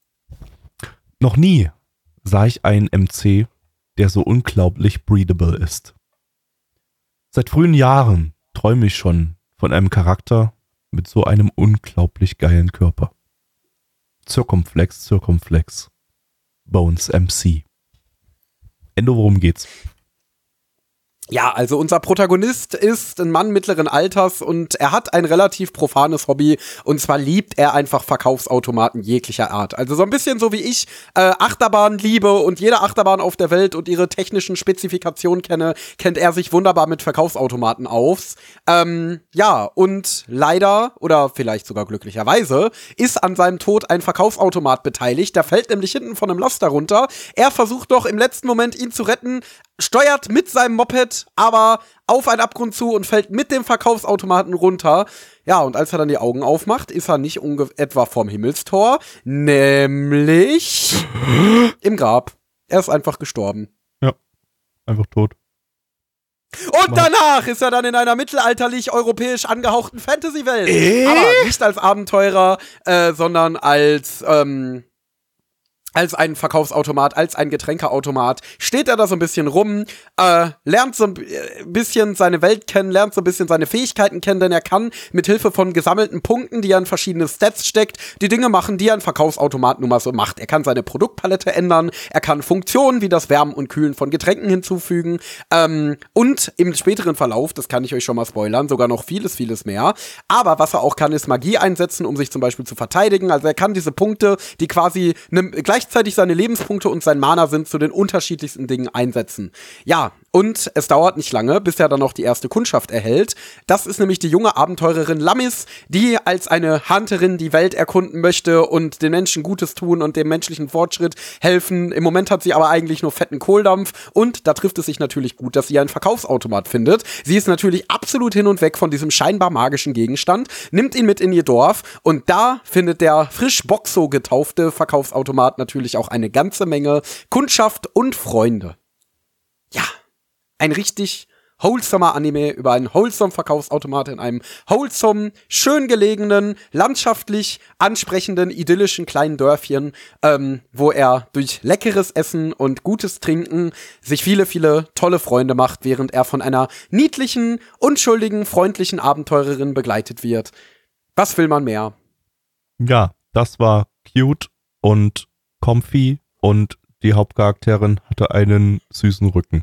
Noch nie sah ich einen M C, der so unglaublich breedable ist. Seit frühen Jahren träume ich schon von einem Charakter mit so einem unglaublich geilen Körper. Circumflex, Circumflex. Bones M C. Ende, worum geht's? Ja, also unser Protagonist ist ein Mann mittleren Alters und er hat ein relativ profanes Hobby und zwar liebt er einfach Verkaufsautomaten jeglicher Art. Also so ein bisschen so wie ich äh, Achterbahn liebe und jede Achterbahn auf der Welt und ihre technischen Spezifikationen kenne, kennt er sich wunderbar mit Verkaufsautomaten aus. Ähm, ja, und leider oder vielleicht sogar glücklicherweise ist an seinem Tod ein Verkaufsautomat beteiligt. Der fällt nämlich hinten von einem Laster runter. Er versucht doch im letzten Moment ihn zu retten, steuert mit seinem Moped aber auf einen Abgrund zu und fällt mit dem Verkaufsautomaten runter. Ja, und als er dann die Augen aufmacht, ist er nicht unge- etwa vorm Himmelstor, nämlich im Grab. Er ist einfach gestorben. Ja, einfach tot. Und danach ist er dann in einer mittelalterlich-europäisch angehauchten Fantasy-Welt. Äh? Aber nicht als Abenteurer, äh, sondern als, ähm, als ein Verkaufsautomat, als ein Getränkeautomat, steht er da so ein bisschen rum, äh, lernt so ein bisschen seine Welt kennen, lernt so ein bisschen seine Fähigkeiten kennen, denn er kann mit Hilfe von gesammelten Punkten, die er in verschiedene Stats steckt, die Dinge machen, die ein Verkaufsautomat nun mal so macht. Er kann seine Produktpalette ändern, er kann Funktionen wie das Wärmen und Kühlen von Getränken hinzufügen, ähm, und im späteren Verlauf, das kann ich euch schon mal spoilern, sogar noch vieles, vieles mehr. Aber was er auch kann, ist Magie einsetzen, um sich zum Beispiel zu verteidigen. Also er kann diese Punkte, die quasi ne, gleich gleichzeitig seine Lebenspunkte und sein Mana sind, zu den unterschiedlichsten Dingen einsetzen. Ja, und es dauert nicht lange, bis er dann noch die erste Kundschaft erhält. Das ist nämlich die junge Abenteurerin Lammis, die als eine Hunterin die Welt erkunden möchte und den Menschen Gutes tun und dem menschlichen Fortschritt helfen. Im Moment hat sie aber eigentlich nur fetten Kohldampf und da trifft es sich natürlich gut, dass sie einen Verkaufsautomat findet. Sie ist natürlich absolut hin und weg von diesem scheinbar magischen Gegenstand, nimmt ihn mit in ihr Dorf und da findet der frisch Boxo getaufte Verkaufsautomat natürlich auch eine ganze Menge Kundschaft und Freunde. Ja, ein richtig wholesomer Anime über einen wholesome Verkaufsautomat in einem wholesome, schön gelegenen, landschaftlich ansprechenden, idyllischen kleinen Dörfchen, ähm, wo er durch leckeres Essen und gutes Trinken sich viele, viele tolle Freunde macht, während er von einer niedlichen, unschuldigen, freundlichen Abenteurerin begleitet wird. Was will man mehr? Ja, das war cute und comfy und die Hauptcharakterin hatte einen süßen Rücken.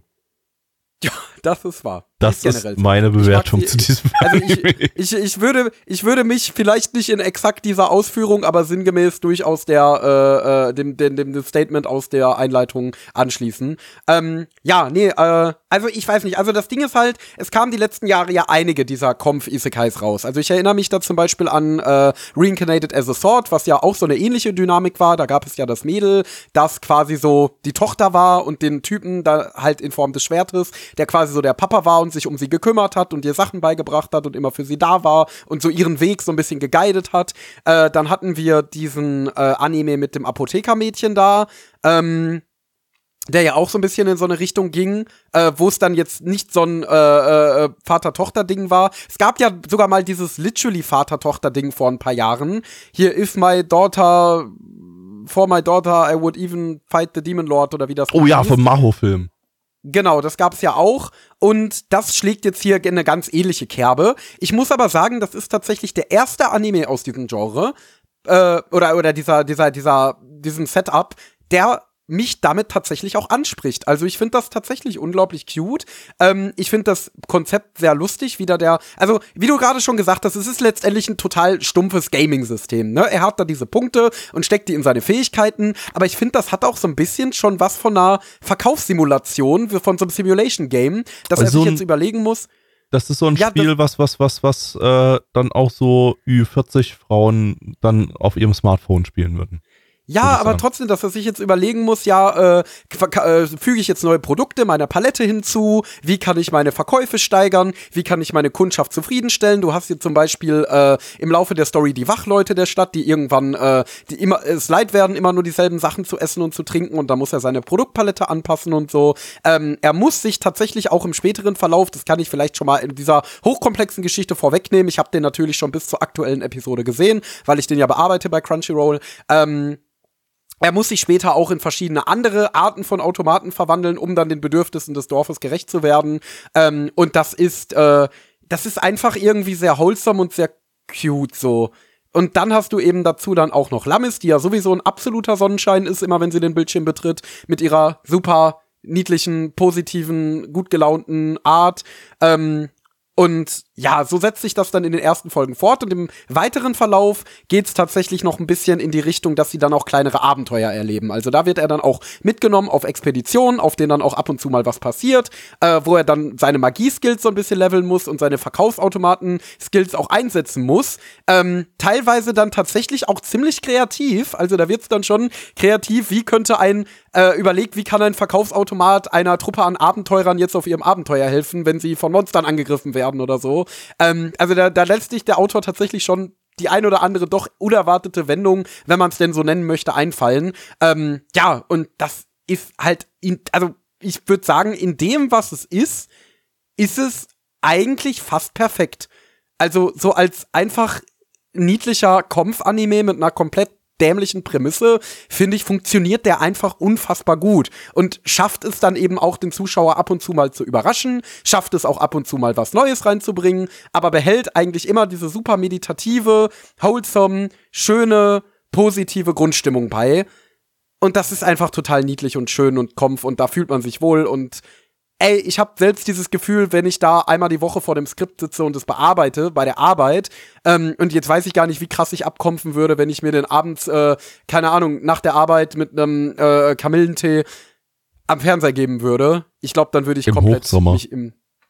Ja, das ist wahr. Das ist, ist meine Bewertung die, zu diesem Also ich, ich, ich, würde, ich würde mich vielleicht nicht in exakt dieser Ausführung, aber sinngemäß durchaus der, äh, dem, dem, dem Statement aus der Einleitung anschließen. Ähm, ja, nee, äh, also ich weiß nicht, also das Ding ist halt, es kamen die letzten Jahre ja einige dieser Conf-Isekais raus. Also ich erinnere mich da zum Beispiel an äh, Reincarnated as a Sword, was ja auch so eine ähnliche Dynamik war. Da gab es ja das Mädel, das quasi so die Tochter war und den Typen da halt in Form des Schwertes, der quasi so der Papa war und sich um sie gekümmert hat und ihr Sachen beigebracht hat und immer für sie da war und so ihren Weg so ein bisschen geguidet hat. Äh, dann hatten wir diesen äh, Anime mit dem Apothekermädchen da, ähm, der ja auch so ein bisschen in so eine Richtung ging, äh, wo es dann jetzt nicht so ein äh, äh, Vater-Tochter-Ding war. Es gab ja sogar mal dieses literally Vater-Tochter-Ding vor ein paar Jahren. Hier, if my daughter, for my daughter, I would even fight the Demon Lord oder wie das Oh ja, hieß. Vom Maho-Film. Genau, das gab's ja auch und das schlägt jetzt hier eine ganz ähnliche Kerbe. Ich muss aber sagen, das ist tatsächlich der erste Anime aus diesem Genre äh, oder oder dieser dieser dieser diesem Setup, der mich damit tatsächlich auch anspricht. Also ich finde das tatsächlich unglaublich cute. Ähm, ich finde das Konzept sehr lustig, wie da der, also wie du gerade schon gesagt hast, es ist letztendlich ein total stumpfes Gaming-System, ne? Er hat da diese Punkte und steckt die in seine Fähigkeiten, aber ich finde, das hat auch so ein bisschen schon was von einer Verkaufssimulation, von so einem Simulation-Game, dass also er sich jetzt überlegen muss. Das ist so ein ja, Spiel, was, was, was, was äh, dann auch so Ü vierzig Frauen dann auf ihrem Smartphone spielen würden. Ja, aber trotzdem, dass er sich jetzt überlegen muss, ja, äh, äh, füge ich jetzt neue Produkte meiner Palette hinzu, wie kann ich meine Verkäufe steigern, wie kann ich meine Kundschaft zufriedenstellen. Du hast hier zum Beispiel äh, im Laufe der Story die Wachleute der Stadt, die irgendwann, äh, die immer es leid werden, immer nur dieselben Sachen zu essen und zu trinken und da muss er seine Produktpalette anpassen und so. Ähm, er muss sich tatsächlich auch im späteren Verlauf, das kann ich vielleicht schon mal in dieser hochkomplexen Geschichte vorwegnehmen, ich habe den natürlich schon bis zur aktuellen Episode gesehen, weil ich den ja bearbeite bei Crunchyroll, ähm, er muss sich später auch in verschiedene andere Arten von Automaten verwandeln, um dann den Bedürfnissen des Dorfes gerecht zu werden. Ähm, und das ist, äh, das ist einfach irgendwie sehr wholesome und sehr cute so. Und dann hast du eben dazu dann auch noch Lammis, die ja sowieso ein absoluter Sonnenschein ist, immer wenn sie den Bildschirm betritt, mit ihrer super niedlichen, positiven, gut gelaunten Art. Ähm, Und ja, so setzt sich das dann in den ersten Folgen fort und im weiteren Verlauf geht's tatsächlich noch ein bisschen in die Richtung, dass sie dann auch kleinere Abenteuer erleben. Also da wird er dann auch mitgenommen auf Expeditionen, auf denen dann auch ab und zu mal was passiert, äh, wo er dann seine Magie-Skills so ein bisschen leveln muss und seine Verkaufsautomaten-Skills auch einsetzen muss. Ähm, teilweise dann tatsächlich auch ziemlich kreativ, also da wird's dann schon kreativ, wie könnte ein, äh, überlegt, wie kann ein Verkaufsautomat einer Truppe an Abenteurern jetzt auf ihrem Abenteuer helfen, wenn sie von Monstern angegriffen werden oder so. Ähm, also da, da lässt sich der Autor tatsächlich schon die ein oder andere doch unerwartete Wendung, wenn man es denn so nennen möchte, einfallen. Ähm, ja, und das ist halt, in, also ich würde sagen, in dem, was es ist, ist es eigentlich fast perfekt. Also so als einfach niedlicher Kampf-Anime mit einer komplett dämlichen Prämisse, finde ich, funktioniert der einfach unfassbar gut und schafft es dann eben auch den Zuschauer ab und zu mal zu überraschen, schafft es auch ab und zu mal was Neues reinzubringen, aber behält eigentlich immer diese super meditative, wholesome, schöne, positive Grundstimmung bei. Und das ist einfach total niedlich und schön und Kampf und da fühlt man sich wohl und ey, ich habe selbst dieses Gefühl, wenn ich da einmal die Woche vor dem Skript sitze und es bearbeite, bei der Arbeit, ähm, und jetzt weiß ich gar nicht, wie krass ich abkompfen würde, wenn ich mir den abends, äh, keine Ahnung, nach der Arbeit mit einem äh, Kamillentee am Fernseher geben würde. Ich glaube, dann würde ich Im komplett Hochsommer. mich im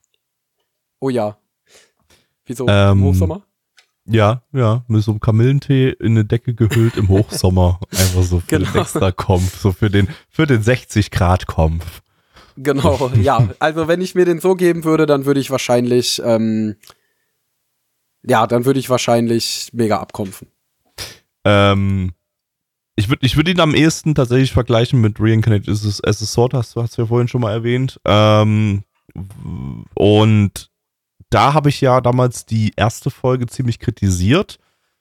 Oh ja. Wieso? Ähm, Im Hochsommer? Ja, ja, mit so einem Kamillentee in eine Decke gehüllt im Hochsommer. Einfach so für Genau. den extra Kampf, so für den, für den sechzig Grad Kampf. Genau, ja. Also wenn ich mir den so geben würde, dann würde ich wahrscheinlich, ähm, ja, dann würde ich wahrscheinlich mega abkompfen. Ähm, ich würde ich würd ihn am ehesten tatsächlich vergleichen mit Reincarnated as a Sword, hast du hast ja vorhin schon mal erwähnt. Ähm, und da habe ich ja damals die erste Folge ziemlich kritisiert.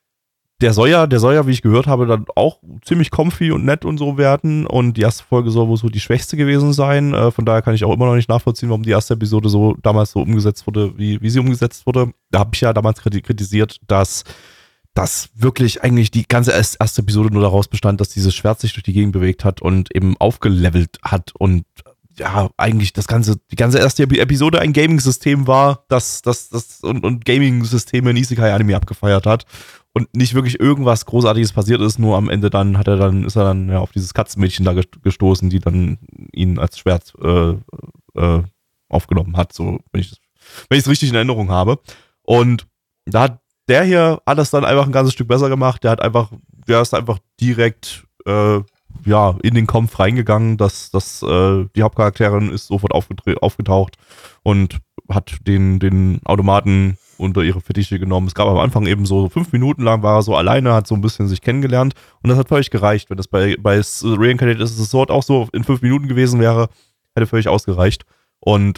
Der soll ja, der soll ja, wie ich gehört habe, dann auch ziemlich comfy und nett und so werden. Und die erste Folge soll wohl so die schwächste gewesen sein. Äh, von daher kann ich auch immer noch nicht nachvollziehen, warum die erste Episode so damals so umgesetzt wurde, wie, wie sie umgesetzt wurde. Da habe ich ja damals kritisiert, dass das wirklich eigentlich die ganze erste Episode nur daraus bestand, dass dieses Schwert sich durch die Gegend bewegt hat und eben aufgelevelt hat und ja, eigentlich das ganze, die ganze erste Episode ein Gaming-System war, das, das, das und, und Gaming-Systeme in Isekai-Anime abgefeiert hat und nicht wirklich irgendwas Großartiges passiert ist, nur am Ende dann hat er dann, ist er dann ja auf dieses Katzenmädchen da gestoßen, die dann ihn als Schwert äh, äh, aufgenommen hat, so, wenn ich das, wenn ich es richtig in Erinnerung habe. Und da hat der hier alles dann einfach ein ganzes Stück besser gemacht, der hat einfach, der ist einfach direkt, äh, ja, in den Kampf reingegangen, dass, dass äh, die Hauptcharakterin ist sofort aufgetaucht und hat den, den Automaten unter ihre Fittiche genommen. Es gab am Anfang eben so fünf Minuten lang, war er so alleine, hat so ein bisschen sich kennengelernt und das hat völlig gereicht. Wenn das bei, bei Reincarnated Sword auch so in fünf Minuten gewesen wäre, hätte völlig ausgereicht. Und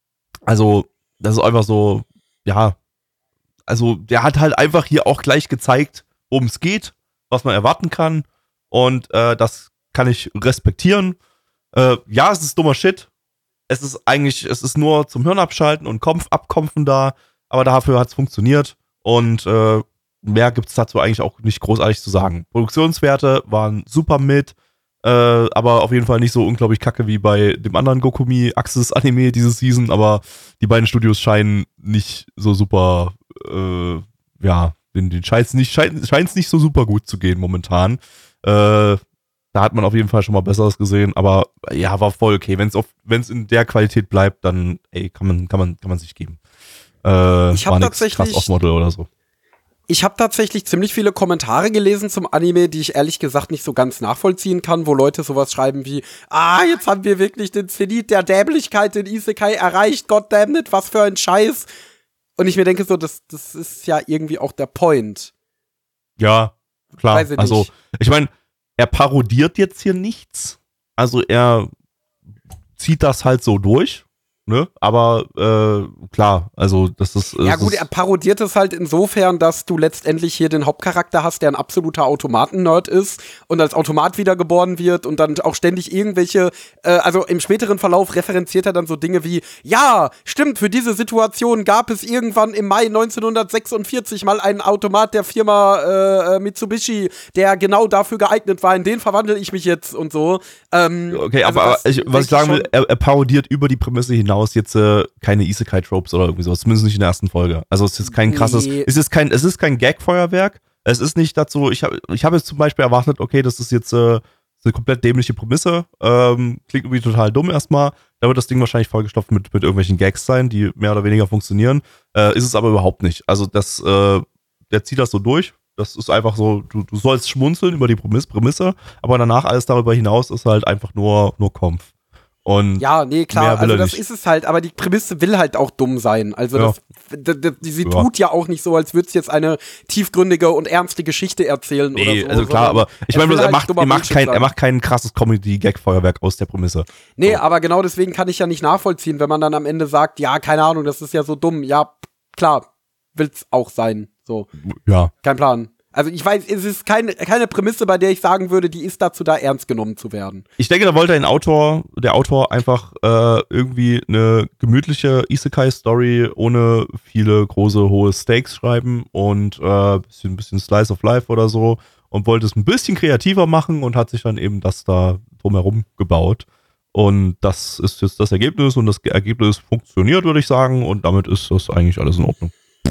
also, das ist einfach so, ja, also der hat halt einfach hier auch gleich gezeigt, worum es geht, was man erwarten kann. Und äh, das kann ich respektieren. Äh, ja, es ist dummer Shit. Es ist eigentlich, es ist nur zum Hirn abschalten und Kopf abkompfen da, aber dafür hat es funktioniert. Und äh, mehr gibt es dazu eigentlich auch nicht großartig zu sagen. Produktionswerte waren super mit, äh, aber auf jeden Fall nicht so unglaublich kacke wie bei dem anderen Gokumi Axis Anime diese Season, aber die beiden Studios scheinen nicht so super, äh, ja, den scheint es nicht, scheint, nicht so super gut zu gehen momentan. Äh, da hat man auf jeden Fall schon mal Besseres gesehen, aber ja, war voll okay. Wenn es in der Qualität bleibt, dann ey, kann man, kann man, kann man sich geben. Äh, ich habe tatsächlich krass Off-Model oder so. Ich habe tatsächlich ziemlich viele Kommentare gelesen zum Anime, die ich ehrlich gesagt nicht so ganz nachvollziehen kann, wo Leute sowas schreiben wie, ah, jetzt haben wir wirklich den Zenit der Dämlichkeit in Isekai erreicht, goddammit, was für ein Scheiß. Und ich mir denke so, das, das ist ja irgendwie auch der Point. Ja, klar. Weiß ich also, nicht. ich meine, er parodiert jetzt hier nichts. Also er zieht das halt so durch. Ne? Aber äh, klar, also das ist. Ja das gut, ist, er parodiert es halt insofern, dass du letztendlich hier den Hauptcharakter hast, der ein absoluter Automaten-Nerd ist und als Automat wiedergeboren wird und dann auch ständig irgendwelche, äh, also im späteren Verlauf referenziert er dann so Dinge wie, ja, stimmt, für diese Situation gab es irgendwann im Mai neunzehnhundertsechsundvierzig mal einen Automat der Firma äh, Mitsubishi, der genau dafür geeignet war, in den verwandle ich mich jetzt und so. Ähm, okay, also aber, das, aber ich, was ich sagen will, er, er parodiert über die Prämisse hinaus jetzt äh, keine Isekai-Tropes oder irgendwie sowas, zumindest nicht in der ersten Folge. Also es ist kein krasses, Nee. es ist kein, es ist kein Gag-Feuerwerk, es ist nicht dazu, ich habe ich hab jetzt zum Beispiel erwartet, okay, das ist jetzt äh, eine komplett dämliche Prämisse, ähm, klingt irgendwie total dumm erstmal, da wird das Ding wahrscheinlich vollgestopft mit, mit irgendwelchen Gags sein, die mehr oder weniger funktionieren, äh, ist es aber überhaupt nicht. Also das, äh, der zieht das so durch, das ist einfach so, du, du sollst schmunzeln über die Prämisse, Prämisse, aber danach alles darüber hinaus ist halt einfach nur, nur Kampf. Und ja, nee, klar, also das nicht. ist es halt, aber die Prämisse will halt auch dumm sein. Also Ja. das, das, das, sie Ja. tut ja auch nicht so, als würde es jetzt eine tiefgründige und ernste Geschichte erzählen Nee, oder so. also klar, sondern aber ich meine, will er, halt macht, dummer er, macht Bullshit kein, er sein. macht kein krasses Comedy-Gag-Feuerwerk aus der Prämisse. Nee, So. aber genau deswegen kann ich ja nicht nachvollziehen, wenn man dann am Ende sagt, ja, keine Ahnung, das ist ja so dumm. Ja, klar, will's auch sein. So, Ja. kein Plan. Also ich weiß, es ist keine, keine Prämisse, bei der ich sagen würde, die ist dazu da, ernst genommen zu werden. Ich denke, da wollte ein Autor, der Autor einfach äh, irgendwie eine gemütliche Isekai-Story ohne viele große, hohe Stakes schreiben und äh, bisschen, bisschen Slice of Life oder so und wollte es ein bisschen kreativer machen und hat sich dann eben das da drumherum gebaut. Und das ist jetzt das Ergebnis und das Ergebnis funktioniert, würde ich sagen, und damit ist das eigentlich alles in Ordnung.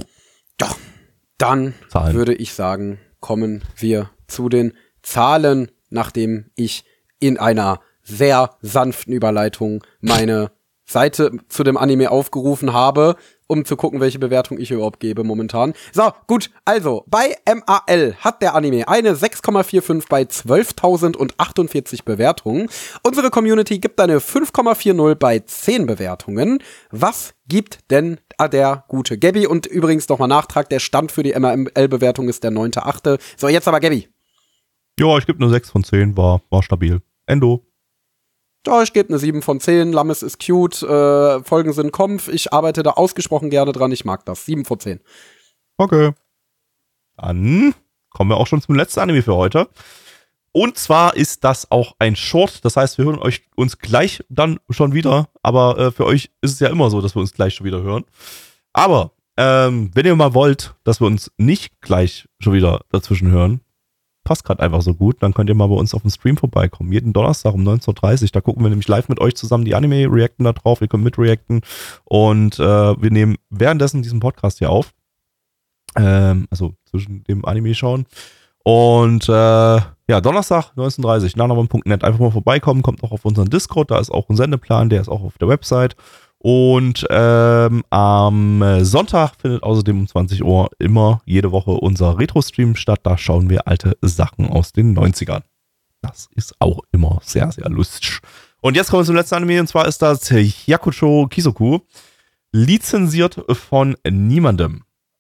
Ja. Dann Zahlen. würde ich sagen, kommen wir zu den Zahlen, nachdem ich in einer sehr sanften Überleitung meine Seite zu dem Anime aufgerufen habe, um zu gucken, welche Bewertung ich überhaupt gebe momentan. So, gut, also, bei M A L hat der Anime eine sechs Komma fünfundvierzig bei zwölftausendachundvierzig Bewertungen. Unsere Community gibt eine fünf Komma vierzig bei zehn Bewertungen. Was gibt denn der gute Gabby? Und übrigens nochmal Nachtrag, der Stand für die M A L-Bewertung ist der neunter achte So, jetzt aber Gabby. Ja, ich gebe eine sechs von zehn, war, war stabil. Endo. Ja, ich gebe eine sieben von zehn. Lammes ist cute, äh, Folgen sind Kompf. Ich arbeite da ausgesprochen gerne dran. Ich mag das. sieben von zehn. Okay. Dann kommen wir auch schon zum letzten Anime für heute. Und zwar ist das auch ein Short. Das heißt, wir hören euch uns gleich dann schon wieder. Aber äh, für euch ist es ja immer so, dass wir uns gleich schon wieder hören. Aber ähm, wenn ihr mal wollt, dass wir uns nicht gleich schon wieder dazwischen hören, passt gerade einfach so gut, dann könnt ihr mal bei uns auf dem Stream vorbeikommen. Jeden Donnerstag um neunzehn Uhr dreißig. Da gucken wir nämlich live mit euch zusammen die Anime, reacten da drauf, ihr könnt mitreacten und äh, wir nehmen währenddessen diesen Podcast hier auf. Ähm, also zwischen dem Anime schauen. Und äh, ja, Donnerstag neunzehn Uhr dreißig, nanobomb punkt net. Einfach mal vorbeikommen, kommt auch auf unseren Discord, da ist auch ein Sendeplan, der ist auch auf der Website. Und ähm, am Sonntag findet außerdem um zwanzig Uhr immer jede Woche unser Retro-Stream statt. Da schauen wir alte Sachen aus den neunzigern. Das ist auch immer sehr, sehr lustig. Und jetzt kommen wir zum letzten Anime, und zwar ist das Hyakucho Kizoku, lizenziert von niemandem.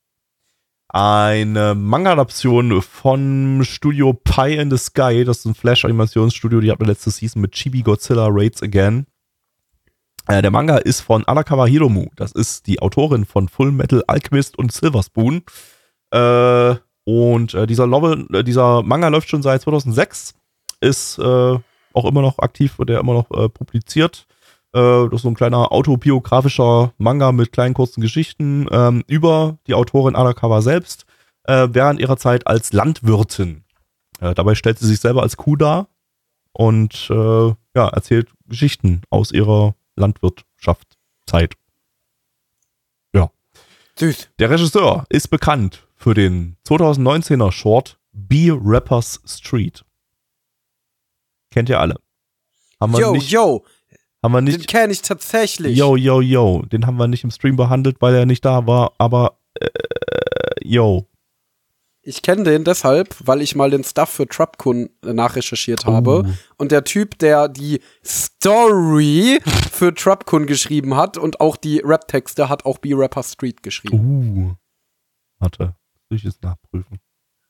Eine Manga-Adaption von Studio Pie in the Sky. Das ist ein Flash-Animationsstudio, die hatten wir letzte Season mit Chibi Godzilla Raids Again. Äh, der Manga ist von Arakawa Hiromu. Das ist die Autorin von Full Metal Alchemist und Silver Spoon. Äh, und äh, dieser Novel, äh, dieser Manga läuft schon seit zweitausendsechs. Ist äh, auch immer noch aktiv, wird er immer noch äh, publiziert. Äh, das ist so ein kleiner autobiografischer Manga mit kleinen kurzen Geschichten ähm, über die Autorin Arakawa selbst äh, während ihrer Zeit als Landwirtin. Äh, dabei stellt sie sich selber als Kuh dar und äh, ja, erzählt Geschichten aus ihrer Landwirtschaftszeit. Ja. Süß. Der Regisseur ist bekannt für den zweitausendneunzehner Short B-Rappers Street. Kennt ihr alle? Haben wir yo, nicht, yo. haben wir Den nicht, kenne ich tatsächlich. yo, yo, yo. Den haben wir nicht im Stream behandelt, weil er nicht da war, aber äh, yo. Ich kenne den deshalb, weil ich mal den Stuff für Trapkun nachrecherchiert habe. Oh. Und der Typ, der die Story für Trapkun geschrieben hat und auch die Rap-Texte, hat auch B-Rapper Street geschrieben. Uh. Warte, soll ich es nachprüfen?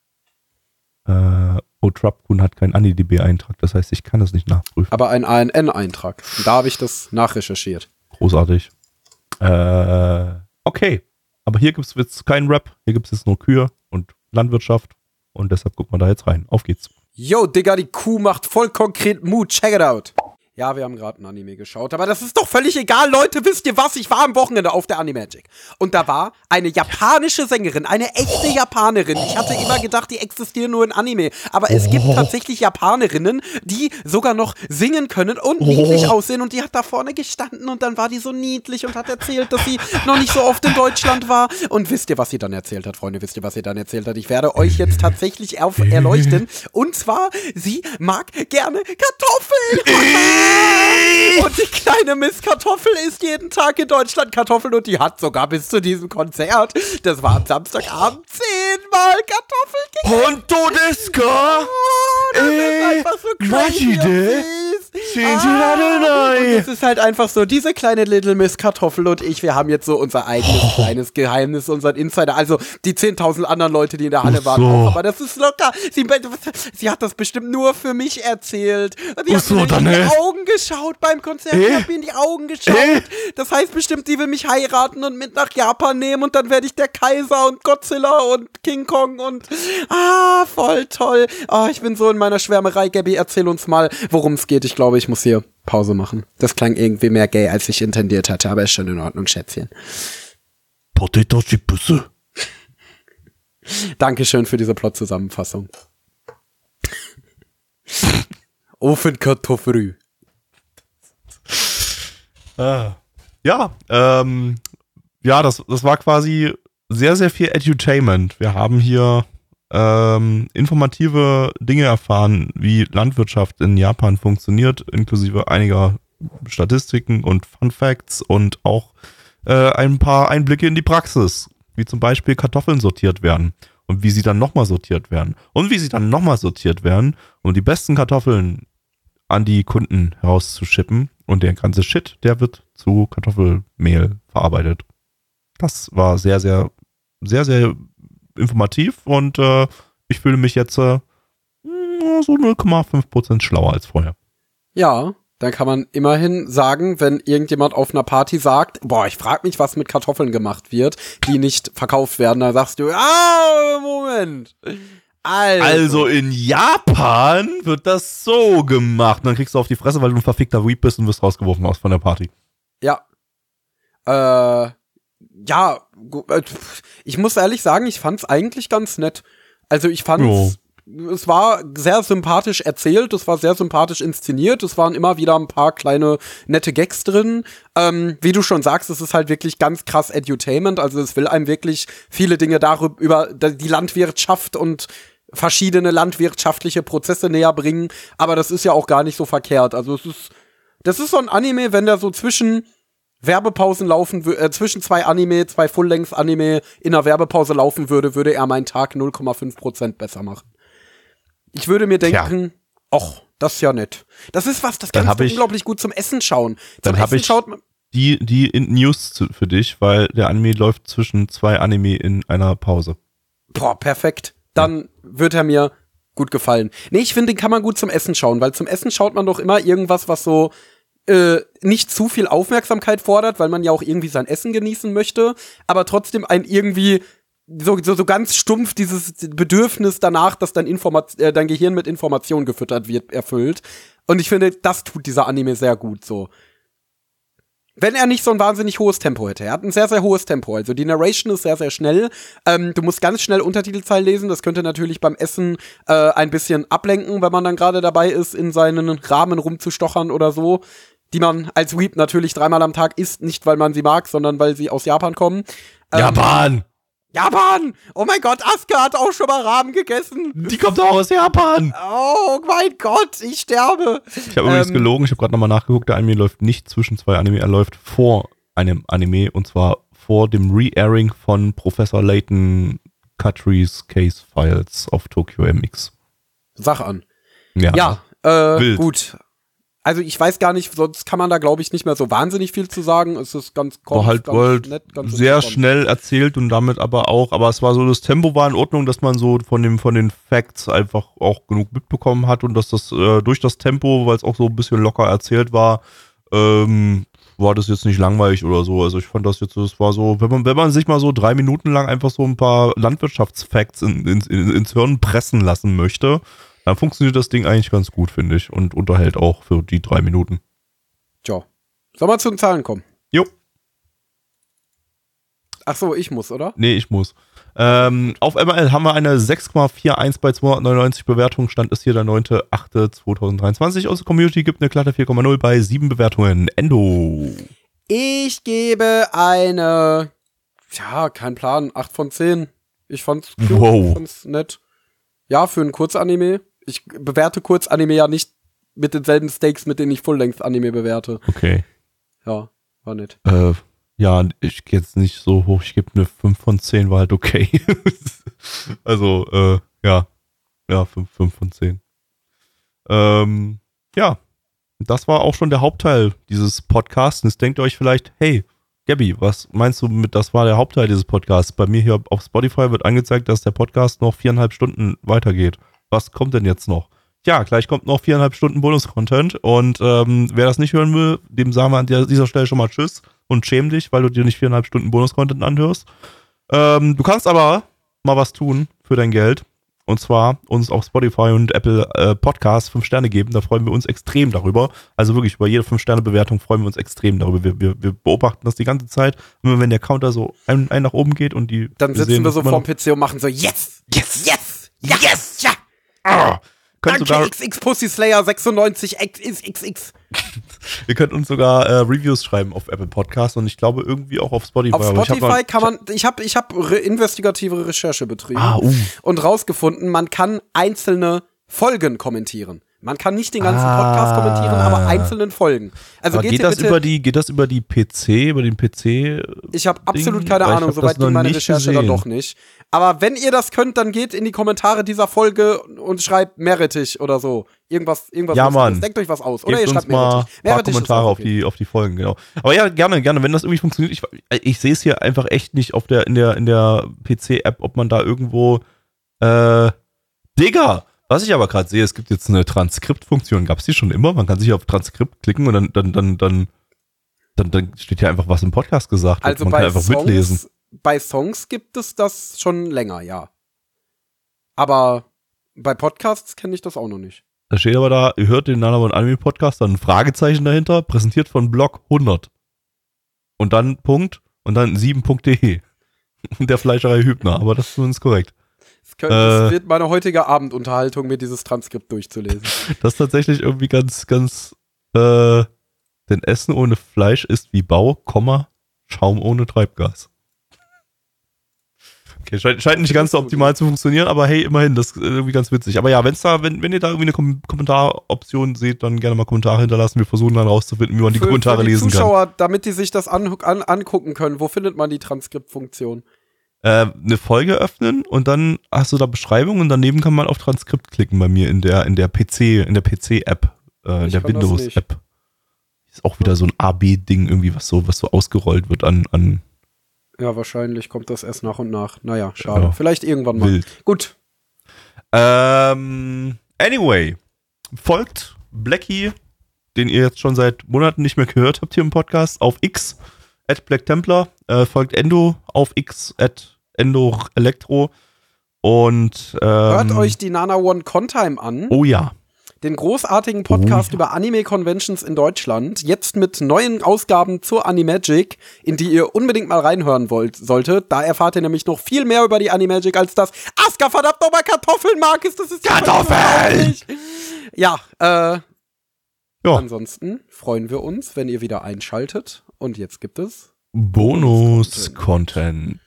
Äh, oh, Trapkun hat keinen AniDB-Eintrag, das heißt, ich kann das nicht nachprüfen. Aber ein A N N-Eintrag. Da habe ich das nachrecherchiert. Großartig. Äh, okay. Aber hier gibt es jetzt keinen Rap, hier gibt es jetzt nur Kühe und Landwirtschaft und deshalb gucken wir da jetzt rein. Auf geht's. Yo, Digga, die Kuh macht voll konkret Mut. Check it out. Ja, wir haben gerade ein Anime geschaut, aber das ist doch völlig egal, Leute, wisst ihr was? Ich war am Wochenende auf der Animagic und da war eine japanische Sängerin, eine echte Japanerin. Ich hatte immer gedacht, die existieren nur in Anime, aber es gibt tatsächlich Japanerinnen, die sogar noch singen können und niedlich aussehen und die hat da vorne gestanden und dann war die so niedlich und hat erzählt, dass sie noch nicht so oft in Deutschland war. Und wisst ihr, was sie dann erzählt hat, Freunde? Wisst ihr, was sie dann erzählt hat? Ich werde euch jetzt tatsächlich auf erleuchten. Und zwar, sie mag gerne Kartoffeln. Und die kleine Miss Kartoffel isst jeden Tag in Deutschland Kartoffeln und die hat sogar bis zu diesem Konzert, das war am Samstagabend, zehnmal Kartoffeln gegessen. Honto desu ka? Oh, das ist einfach so crazy und süß. Ah, und es ist halt einfach so, diese kleine Little Miss Kartoffel und ich, wir haben jetzt so unser eigenes kleines Geheimnis, unseren Insider. Also die zehntausend anderen Leute, die in der Halle waren so. auch, aber das ist locker. Sie, sie hat das bestimmt nur für mich erzählt. Sie hat so, mir dann in die äh? Augen geschaut beim Konzert. Äh? Ich hab mir in die Augen geschaut. Äh? Das heißt bestimmt, die will mich heiraten und mit nach Japan nehmen und dann werde ich der Kaiser und Godzilla und King Kong und ah, voll toll. Oh, ich bin so in meiner Schwärmerei. Gabby, erzähl uns mal, worum es geht. Ich glaube, ich muss hier Pause machen. Das klang irgendwie mehr gay, als ich intendiert hatte, aber ist schon in Ordnung, Schätzchen. Potato Chips. Dankeschön für diese Plot-Zusammenfassung. Ofenkartoffel. Ah. Ja, ähm, ja, das, das war quasi sehr, sehr viel Edutainment. Wir haben hier ähm, informative Dinge erfahren, wie Landwirtschaft in Japan funktioniert, inklusive einiger Statistiken und Fun Facts und auch äh, ein paar Einblicke in die Praxis, wie zum Beispiel Kartoffeln sortiert werden und wie sie dann nochmal sortiert werden und wie sie dann nochmal sortiert werden, um die besten Kartoffeln an die Kunden herauszuschippen und der ganze Shit, der wird zu Kartoffelmehl verarbeitet. Das war sehr, sehr, sehr, sehr informativ und äh, ich fühle mich jetzt äh, so null Komma fünf Prozent schlauer als vorher. Ja, Dann kann man immerhin sagen, wenn irgendjemand auf einer Party sagt, boah, ich frag mich, was mit Kartoffeln gemacht wird, die nicht verkauft werden, dann sagst du, ah, Moment. Also. also in Japan wird das so gemacht. Dann kriegst du auf die Fresse, weil du ein verfickter Weeb bist und wirst rausgeworfen aus von der Party. Ja. Äh, ja, ich muss ehrlich sagen, ich fand's eigentlich ganz nett. Also ich fand's, jo. Es war sehr sympathisch erzählt, es war sehr sympathisch inszeniert, es waren immer wieder ein paar kleine nette Gags drin. Ähm, wie du schon sagst, es ist halt wirklich ganz krass Edutainment, also es will einem wirklich viele Dinge darüber, über die Landwirtschaft und verschiedene landwirtschaftliche Prozesse näher bringen, aber das ist ja auch gar nicht so verkehrt. Also es ist, das ist so ein Anime, wenn der so zwischen Werbepausen laufen würde, äh, zwischen zwei Anime, zwei Full-Length-Anime in einer Werbepause laufen würde, würde er meinen Tag null Komma fünf Prozent besser machen. Ich würde mir denken, ach, das ist ja nett. Das ist was, das kannst du unglaublich gut zum Essen schauen. Zum dann habe ich schaut man die, die News zu, für dich, weil der Anime läuft zwischen zwei Anime in einer Pause. Boah, perfekt. Dann ja. wird er mir gut gefallen. Nee, ich finde, den kann man gut zum Essen schauen, weil zum Essen schaut man doch immer irgendwas, was so äh, nicht zu viel Aufmerksamkeit fordert, weil man ja auch irgendwie sein Essen genießen möchte, aber trotzdem ein irgendwie So, so, so ganz stumpf dieses Bedürfnis danach, dass dein, Informat- äh, dein Gehirn mit Informationen gefüttert wird, erfüllt. Und ich finde, das tut dieser Anime sehr gut so. Wenn er nicht so ein wahnsinnig hohes Tempo hätte. Er hat ein sehr, sehr hohes Tempo. Also die Narration ist sehr, sehr schnell. Ähm, du musst ganz schnell Untertitelzeilen lesen. Das könnte natürlich beim Essen äh, ein bisschen ablenken, wenn man dann gerade dabei ist, in seinen Rahmen rumzustochern oder so. Die man als Weeb natürlich dreimal am Tag isst. Nicht, weil man sie mag, sondern weil sie aus Japan kommen. Ähm, Japan! Japan! Oh mein Gott, Asuka hat auch schon mal Ramen gegessen. Die kommt auch aus Japan. Oh mein Gott, ich sterbe. Ich habe ähm, übrigens gelogen, ich habe gerade nochmal nachgeguckt, der Anime läuft nicht zwischen zwei Anime, er läuft vor einem Anime und zwar vor dem Re-Airing von Professor Layton Cutry's Case Files auf Tokyo M X. Sag an. Ja, ja äh, gut. Also ich weiß gar nicht, sonst kann man da, glaube ich, nicht mehr so wahnsinnig viel zu sagen. Es ist ganz war halt, ganz halt nett, ganz sehr schnell erzählt und damit aber auch, aber es war so, das Tempo war in Ordnung, dass man so von dem von den Facts einfach auch genug mitbekommen hat und dass das äh, durch das Tempo, weil es auch so ein bisschen locker erzählt war, ähm, war das jetzt nicht langweilig oder so. Also ich fand das jetzt, das war so, wenn man wenn man sich mal so drei Minuten lang einfach so ein paar Landwirtschaftsfacts in, in, in, ins Hirn pressen lassen möchte, dann funktioniert das Ding eigentlich ganz gut, finde ich. Und unterhält auch für die drei Minuten. Tja. Sollen wir zu den Zahlen kommen? Jo. Ach so, ich muss, oder? Nee, ich muss. Ähm, auf M R L haben wir eine sechs Komma einundvierzig bei zweihundertneunundneunzig Bewertungen. Stand ist hier der neunter achter zweitausenddreiundzwanzig. Aus der Community gibt eine glatte vier Komma null bei sieben Bewertungen. Endo. Ich gebe eine, ja, kein Plan, acht von zehn. Ich fand's cute, wow. Ich fand's nett. Ja, für ein Kurzanime. Ich bewerte Kurzanime ja nicht mit denselben Stakes, mit denen ich Full-Length-Anime bewerte. Okay. Ja, war nett. Äh, ja, ich gehe jetzt nicht so hoch. Ich gebe eine fünf von zehn, war halt okay. also, äh, ja. Ja, fünf von zehn. Ähm, ja. Das war auch schon der Hauptteil dieses Podcasts. Und jetzt denkt ihr euch vielleicht, hey, Gabby, was meinst du mit, das war der Hauptteil dieses Podcasts? Bei mir hier auf Spotify wird angezeigt, dass der Podcast noch viereinhalb Stunden weitergeht. Was kommt denn jetzt noch? Ja, gleich kommt noch viereinhalb Stunden Bonus-Content und ähm, wer das nicht hören will, dem sagen wir an der, dieser Stelle schon mal Tschüss und schäm dich, weil du dir nicht viereinhalb Stunden Bonus-Content anhörst. Ähm, du kannst aber mal was tun für dein Geld und zwar uns auf Spotify und Apple äh, Podcasts fünf Sterne geben, da freuen wir uns extrem darüber. Also wirklich, über jede fünf Sterne Bewertung freuen wir uns extrem darüber. Wir, wir, wir beobachten das die ganze Zeit, immer wenn der Counter so ein, ein nach oben geht und die... Dann sitzen wir, sehen, wir so vorm P C und machen so yes, yes, yes, yes, yes, ja. Ah, Danke sogar, X X Pussy Slayer sechsundneunzig X X X. Ihr könnt uns sogar äh, Reviews schreiben auf Apple Podcasts und ich glaube irgendwie auch auf Spotify. Auf Spotify ich hab, kann man, ich habe ich hab re- investigative Recherche betrieben ah, uh. und rausgefunden, man kann einzelne Folgen kommentieren. Man kann nicht den ganzen ah. Podcast kommentieren, aber einzelnen Folgen. Also aber geht, geht das bitte, über die, geht das über die P C, über den P C? Ich habe absolut keine Ahnung, soweit ging meine Recherche gesehen. Dann doch nicht. Aber wenn ihr das könnt, dann geht in die Kommentare dieser Folge und schreibt Meretich oder so. Irgendwas, irgendwas. Ja, Mann. Denkt euch was aus. Oder Gebt ihr schreibt uns mal Meretich. ein paar Kommentare okay. auf, die, auf die Folgen, genau. Aber ja, gerne, gerne, wenn das irgendwie funktioniert. Ich, ich sehe es hier einfach echt nicht auf der, in der, in der P C-App, ob man da irgendwo, äh, Digga! Was ich aber gerade sehe, es gibt jetzt eine Transkriptfunktion. Gab es die schon immer? Man kann sich auf Transkript klicken und dann, dann, dann, dann, dann, dann steht ja einfach was im Podcast gesagt. Also man bei kann einfach Songs, mitlesen. Bei Songs gibt es das schon länger, ja. Aber bei Podcasts kenne ich das auch noch nicht. Da steht aber da, ihr hört den Nana und Anime Podcast, dann ein Fragezeichen dahinter, präsentiert von Blog hundert. Und dann Punkt und dann sieben punkt de. Der Fleischerei Hübner, aber das ist zumindest korrekt. Das, könnte, äh, das wird meine heutige Abendunterhaltung, mir dieses Transkript durchzulesen. Das ist tatsächlich irgendwie ganz, ganz, äh, denn Essen ohne Fleisch ist wie Bau, Komma, Schaum ohne Treibgas. Okay, scheint, scheint nicht ganz so optimal zu funktionieren, aber hey, immerhin, das ist irgendwie ganz witzig. Aber ja, wenn's da, wenn, wenn ihr da irgendwie eine Kom- Kommentaroption seht, dann gerne mal Kommentare hinterlassen. Wir versuchen dann rauszufinden, wie man die für, Kommentare für die lesen Zuschauer, kann. Damit die sich das an, an, angucken können, wo findet man die Transkriptfunktion? Äh, eine Folge öffnen und dann hast du da Beschreibung und daneben kann man auf Transkript klicken bei mir in der, in der P C, in der P C-App, äh, in der Windows-App. Ist auch wieder so ein A B-Ding irgendwie, was so, was so ausgerollt wird an, an Ja, wahrscheinlich kommt das erst nach und nach. Naja, schade. Ja. Vielleicht irgendwann mal. Wild. Gut. Ähm, anyway, folgt Blackie, den ihr jetzt schon seit Monaten nicht mehr gehört habt hier im Podcast, auf X, at Black Templar. Äh, folgt Endo auf X, at Endo Elektro. Und ähm, hört euch die Nana One Contime an. Oh ja. Den großartigen Podcast oh, ja. über Anime-Conventions in Deutschland. Jetzt mit neuen Ausgaben zur Animagic, in die ihr unbedingt mal reinhören wollt, solltet. Da erfahrt ihr nämlich noch viel mehr über die Animagic als das Aska verdammt nochmal Kartoffeln, Markus. Das ist Kartoffeln! Ja, äh. Ja. Ansonsten freuen wir uns, wenn ihr wieder einschaltet. Und jetzt gibt es Bonus-Content.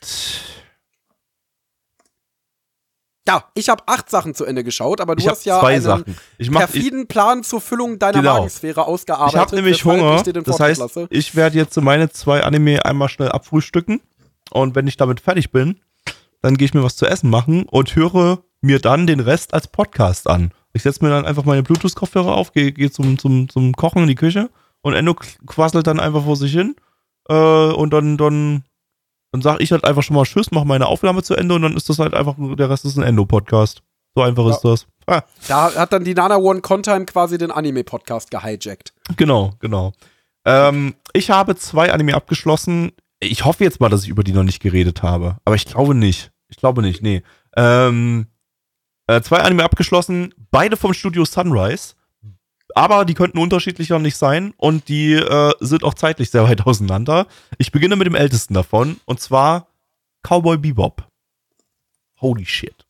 Ja, ich habe acht Sachen zu Ende geschaut, aber du ich hast ja zwei einen Sachen. Ich mach, perfiden ich, Plan zur Füllung deiner genau. Magensphäre ausgearbeitet. Ich habe nämlich Hunger, das heißt, lasse. ich werde jetzt meine zwei Anime einmal schnell abfrühstücken und wenn ich damit fertig bin, dann gehe ich mir was zu essen machen und höre mir dann den Rest als Podcast an. Ich setze mir dann einfach meine Bluetooth-Kopfhörer auf, gehe geh zum, zum, zum Kochen in die Küche und Endo quasselt dann einfach vor sich hin äh, und dann, dann Dann sage ich halt einfach schon mal Tschüss, mache meine Aufnahme zu Ende und dann ist das halt einfach, der Rest ist ein Endo-Podcast. So einfach ja. ist das. Ah. Da hat dann die Nana One Contime quasi den Anime-Podcast gehijackt. Genau, genau. Ähm, ich habe zwei Anime abgeschlossen. Ich hoffe jetzt mal, dass ich über die noch nicht geredet habe. Aber ich glaube nicht. Ich glaube nicht, nee. Ähm, äh, zwei Anime abgeschlossen, beide vom Studio Sunrise. Aber die könnten unterschiedlicher nicht sein und die äh, sind auch zeitlich sehr weit auseinander. Ich beginne mit dem ältesten davon und zwar Cowboy Bebop. Holy shit.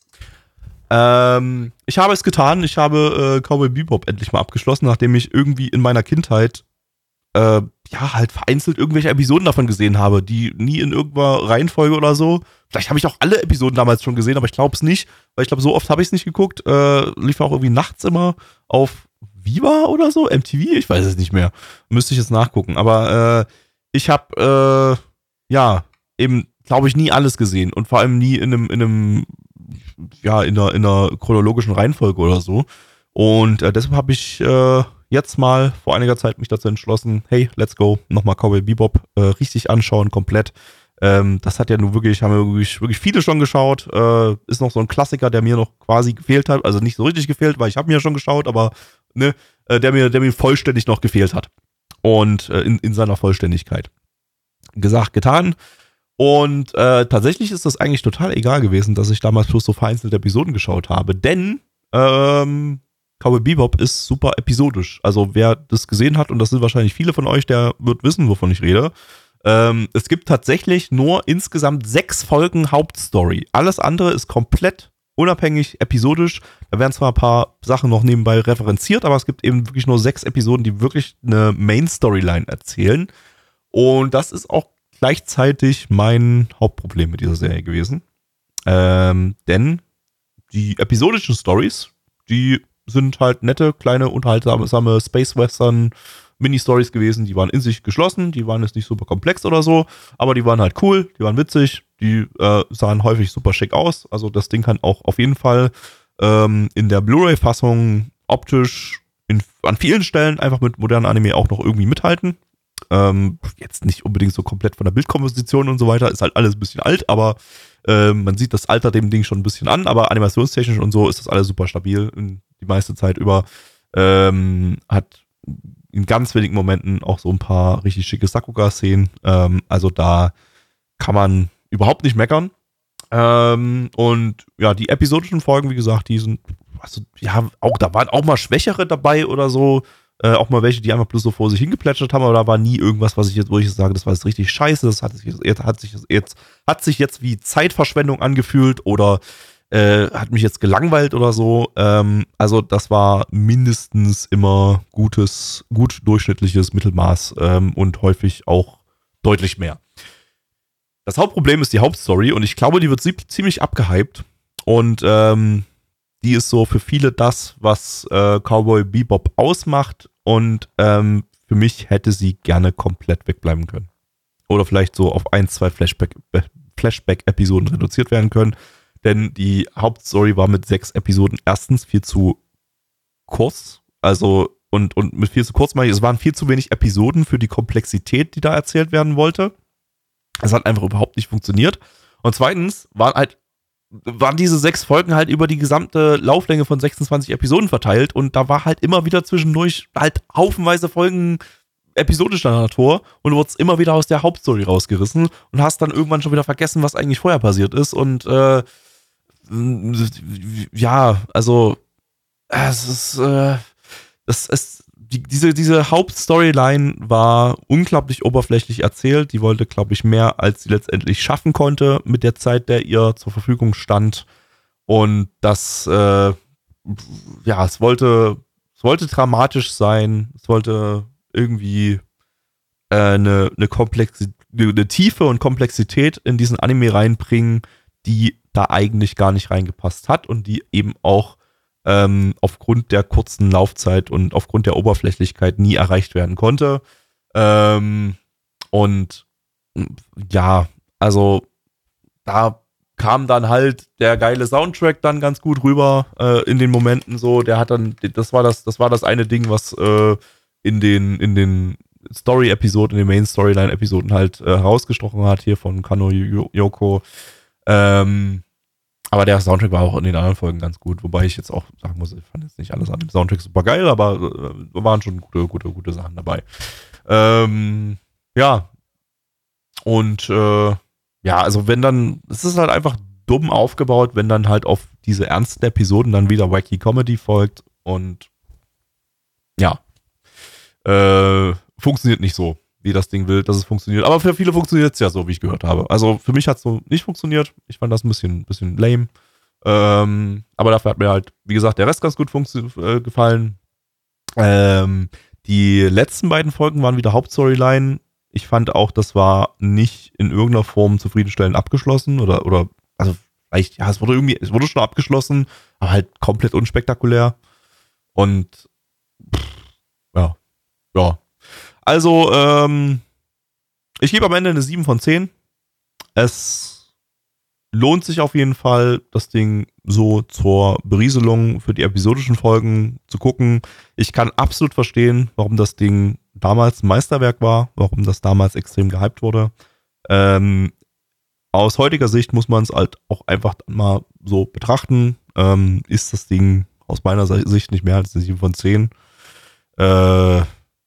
Ähm, ich habe es getan. Ich habe äh, Cowboy Bebop endlich mal abgeschlossen, nachdem ich irgendwie in meiner Kindheit äh, ja halt vereinzelt irgendwelche Episoden davon gesehen habe, die nie in irgendeiner Reihenfolge oder so. Vielleicht habe ich auch alle Episoden damals schon gesehen, aber ich glaube es nicht, weil ich glaube, so oft habe ich es nicht geguckt. Äh, lief auch irgendwie nachts immer auf Viva oder so? M T V? Ich weiß es nicht mehr. Müsste ich jetzt nachgucken. Aber äh, ich habe, äh, ja, eben, glaube ich, nie alles gesehen. Und vor allem nie in einem, in einem, ja, in einer, in einer chronologischen Reihenfolge oder so. Und äh, deshalb habe ich äh, jetzt mal vor einiger Zeit mich dazu entschlossen, hey, let's go, nochmal Cowboy Bebop äh, richtig anschauen, komplett. Ähm, das hat ja nun wirklich, haben wir wirklich, wirklich viele schon geschaut. Äh, ist noch so ein Klassiker, der mir noch quasi gefehlt hat. Also nicht so richtig gefehlt, weil ich habe mir ja schon geschaut, aber ne, äh, der mir, der mir vollständig noch gefehlt hat. Und äh, in, in seiner Vollständigkeit. Gesagt, getan. Und äh, tatsächlich ist das eigentlich total egal gewesen, dass ich damals bloß so vereinzelte Episoden geschaut habe. Denn ähm, Cowboy Bebop ist super episodisch. Also wer das gesehen hat, und das sind wahrscheinlich viele von euch, der wird wissen, wovon ich rede. Ähm, es gibt tatsächlich nur insgesamt sechs Folgen Hauptstory. Alles andere ist komplett unabhängig, episodisch. Da werden zwar ein paar Sachen noch nebenbei referenziert, aber es gibt eben wirklich nur sechs Episoden, die wirklich eine Main-Storyline erzählen. Und das ist auch gleichzeitig mein Hauptproblem mit dieser Serie gewesen. Ähm, denn die episodischen Stories, die sind halt nette, kleine, unterhaltsame Space-Western Mini-Stories gewesen, die waren in sich geschlossen, die waren jetzt nicht super komplex oder so, aber die waren halt cool, die waren witzig, die äh, sahen häufig super schick aus, also das Ding kann auch auf jeden Fall ähm, in der Blu-ray-Fassung optisch in, an vielen Stellen einfach mit modernen Anime auch noch irgendwie mithalten. Ähm, jetzt nicht unbedingt so komplett von der Bildkomposition und so weiter, ist halt alles ein bisschen alt, aber äh, man sieht das Alter dem Ding schon ein bisschen an, aber animationstechnisch und so ist das alles super stabil die meiste Zeit über. Ähm, hat in ganz wenigen Momenten auch so ein paar richtig schicke Sakuga-Szenen. Ähm, also da kann man überhaupt nicht meckern. Ähm, und ja, die episodischen Folgen, wie gesagt, die sind, also, ja, auch, da waren auch mal Schwächere dabei oder so. Äh, auch mal welche, die einfach bloß so vor sich hingeplätschert haben, aber da war nie irgendwas, was ich jetzt, wo ich jetzt sage, das war jetzt richtig scheiße, das hat sich jetzt, hat sich jetzt, hat sich jetzt wie Zeitverschwendung angefühlt oder äh, hat mich jetzt gelangweilt oder so. Ähm, also das war mindestens immer gutes, gut durchschnittliches Mittelmaß ähm, und häufig auch deutlich mehr. Das Hauptproblem ist die Hauptstory und ich glaube, die wird ziemlich abgehypt und ähm, die ist so für viele das, was äh, Cowboy Bebop ausmacht und ähm, für mich hätte sie gerne komplett wegbleiben können. Oder vielleicht so auf ein, zwei Flashback, Flashback-Episoden reduziert werden können, denn die Hauptstory war mit sechs Episoden erstens viel zu kurz, also und, und mit viel zu kurz meine ich, es waren viel zu wenig Episoden für die Komplexität, die da erzählt werden wollte. Es hat einfach überhaupt nicht funktioniert. Und zweitens waren halt, waren diese sechs Folgen halt über die gesamte Lauflänge von sechsundzwanzig Episoden verteilt und da war halt immer wieder zwischendurch halt haufenweise Folgen episodischer Natur und du wurdest immer wieder aus der Hauptstory rausgerissen und hast dann irgendwann schon wieder vergessen, was eigentlich vorher passiert ist und äh, ja, also es ist, äh, das ist Die, diese, diese Hauptstoryline war unglaublich oberflächlich erzählt. Die wollte, glaube ich, mehr, als sie letztendlich schaffen konnte mit der Zeit, der ihr zur Verfügung stand. Und das, äh, ja, es wollte, es wollte dramatisch sein. Es wollte irgendwie äh, eine, eine, Komplexi- eine Tiefe und Komplexität in diesen Anime reinbringen, die da eigentlich gar nicht reingepasst hat und die eben auch Ähm, aufgrund der kurzen Laufzeit und aufgrund der Oberflächlichkeit nie erreicht werden konnte. Ähm, und ja, also da kam dann halt der geile Soundtrack dann ganz gut rüber äh, in den Momenten so. Der hat dann, das war das, das war das eine Ding, was äh, in den in den Story-Episoden, in den Main-Storyline-Episoden halt äh, herausgestochen hat hier von Kano Yoko. Ähm, Aber der Soundtrack war auch in den anderen Folgen ganz gut, wobei ich jetzt auch sagen muss, ich fand jetzt nicht alles an dem Soundtrack super geil, aber äh, waren schon gute, gute, gute Sachen dabei. Ähm, ja. Und äh, ja, also wenn dann, es ist halt einfach dumm aufgebaut, wenn dann halt auf diese ernsten Episoden dann wieder Wacky Comedy folgt und ja, äh, funktioniert nicht so, wie das Ding will, dass es funktioniert. Aber für viele funktioniert es ja so, wie ich gehört habe. Also für mich hat es so nicht funktioniert. Ich fand das ein bisschen, bisschen lame. Ähm, aber dafür hat mir halt, wie gesagt, der Rest ganz gut funktio- äh, gefallen. Ähm, die letzten beiden Folgen waren wieder Hauptstoryline. Ich fand auch, das war nicht in irgendeiner Form zufriedenstellend abgeschlossen. Oder, oder also vielleicht, ja, es wurde irgendwie, es wurde schon abgeschlossen, aber halt komplett unspektakulär. Und pff, ja, ja. Also, ähm, ich gebe am Ende eine sieben von zehn. Es lohnt sich auf jeden Fall, das Ding so zur Berieselung für die episodischen Folgen zu gucken. Ich kann absolut verstehen, warum das Ding damals ein Meisterwerk war, warum das damals extrem gehypt wurde. Ähm, aus heutiger Sicht muss man es halt auch einfach mal so betrachten. Ähm, ist das Ding aus meiner Sicht nicht mehr als eine sieben von zehn. Äh,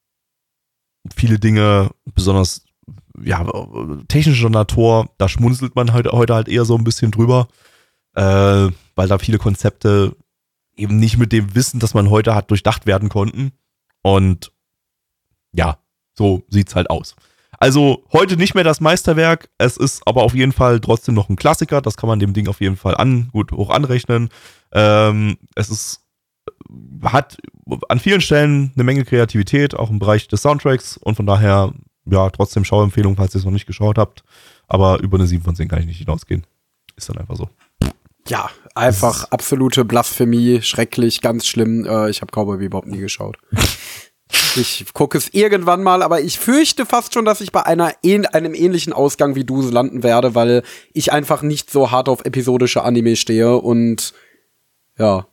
viele Dinge, besonders ja, technischer Natur, da schmunzelt man heute, heute halt eher so ein bisschen drüber, äh, weil da viele Konzepte eben nicht mit dem Wissen, das man heute hat, durchdacht werden konnten. Und ja, so sieht's halt aus. Also heute nicht mehr das Meisterwerk, es ist aber auf jeden Fall trotzdem noch ein Klassiker, das kann man dem Ding auf jeden Fall an, gut hoch anrechnen. Ähm, es ist hat an vielen Stellen eine Menge Kreativität, auch im Bereich des Soundtracks und von daher, ja, trotzdem Schauempfehlung, falls ihr es noch nicht geschaut habt, aber über eine sieben von zehn kann ich nicht hinausgehen. Ist dann einfach so. Ja, einfach absolute Blasphemie, schrecklich, ganz schlimm. Äh, ich habe Cowboy Bebop nie geschaut. Ich gucke es irgendwann mal, aber ich fürchte fast schon, dass ich bei einer einem ähnlichen Ausgang wie du landen werde, weil ich einfach nicht so hart auf episodische Anime stehe und ja,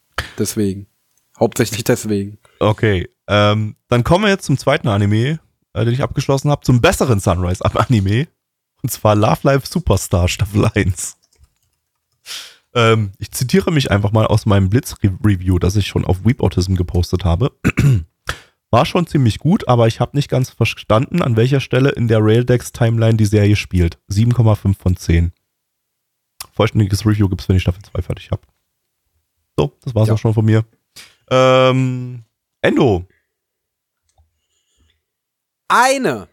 deswegen. Hauptsächlich deswegen. Okay, ähm, dann kommen wir jetzt zum zweiten Anime, äh, den ich abgeschlossen habe, zum besseren Sunrise-Anime. Und zwar Love Live Superstar Staffel eins. Ähm, ich zitiere mich einfach mal aus meinem Blitz-Review, das ich schon auf Weep Autism gepostet habe. War schon ziemlich gut, aber ich habe nicht ganz verstanden, an welcher Stelle in der Raildex-Timeline die Serie spielt. sieben Komma fünf von zehn. Vollständiges Review gibt's, wenn ich Staffel zwei fertig habe. So, das war's Ja. auch schon von mir. Ähm, Endo. Eine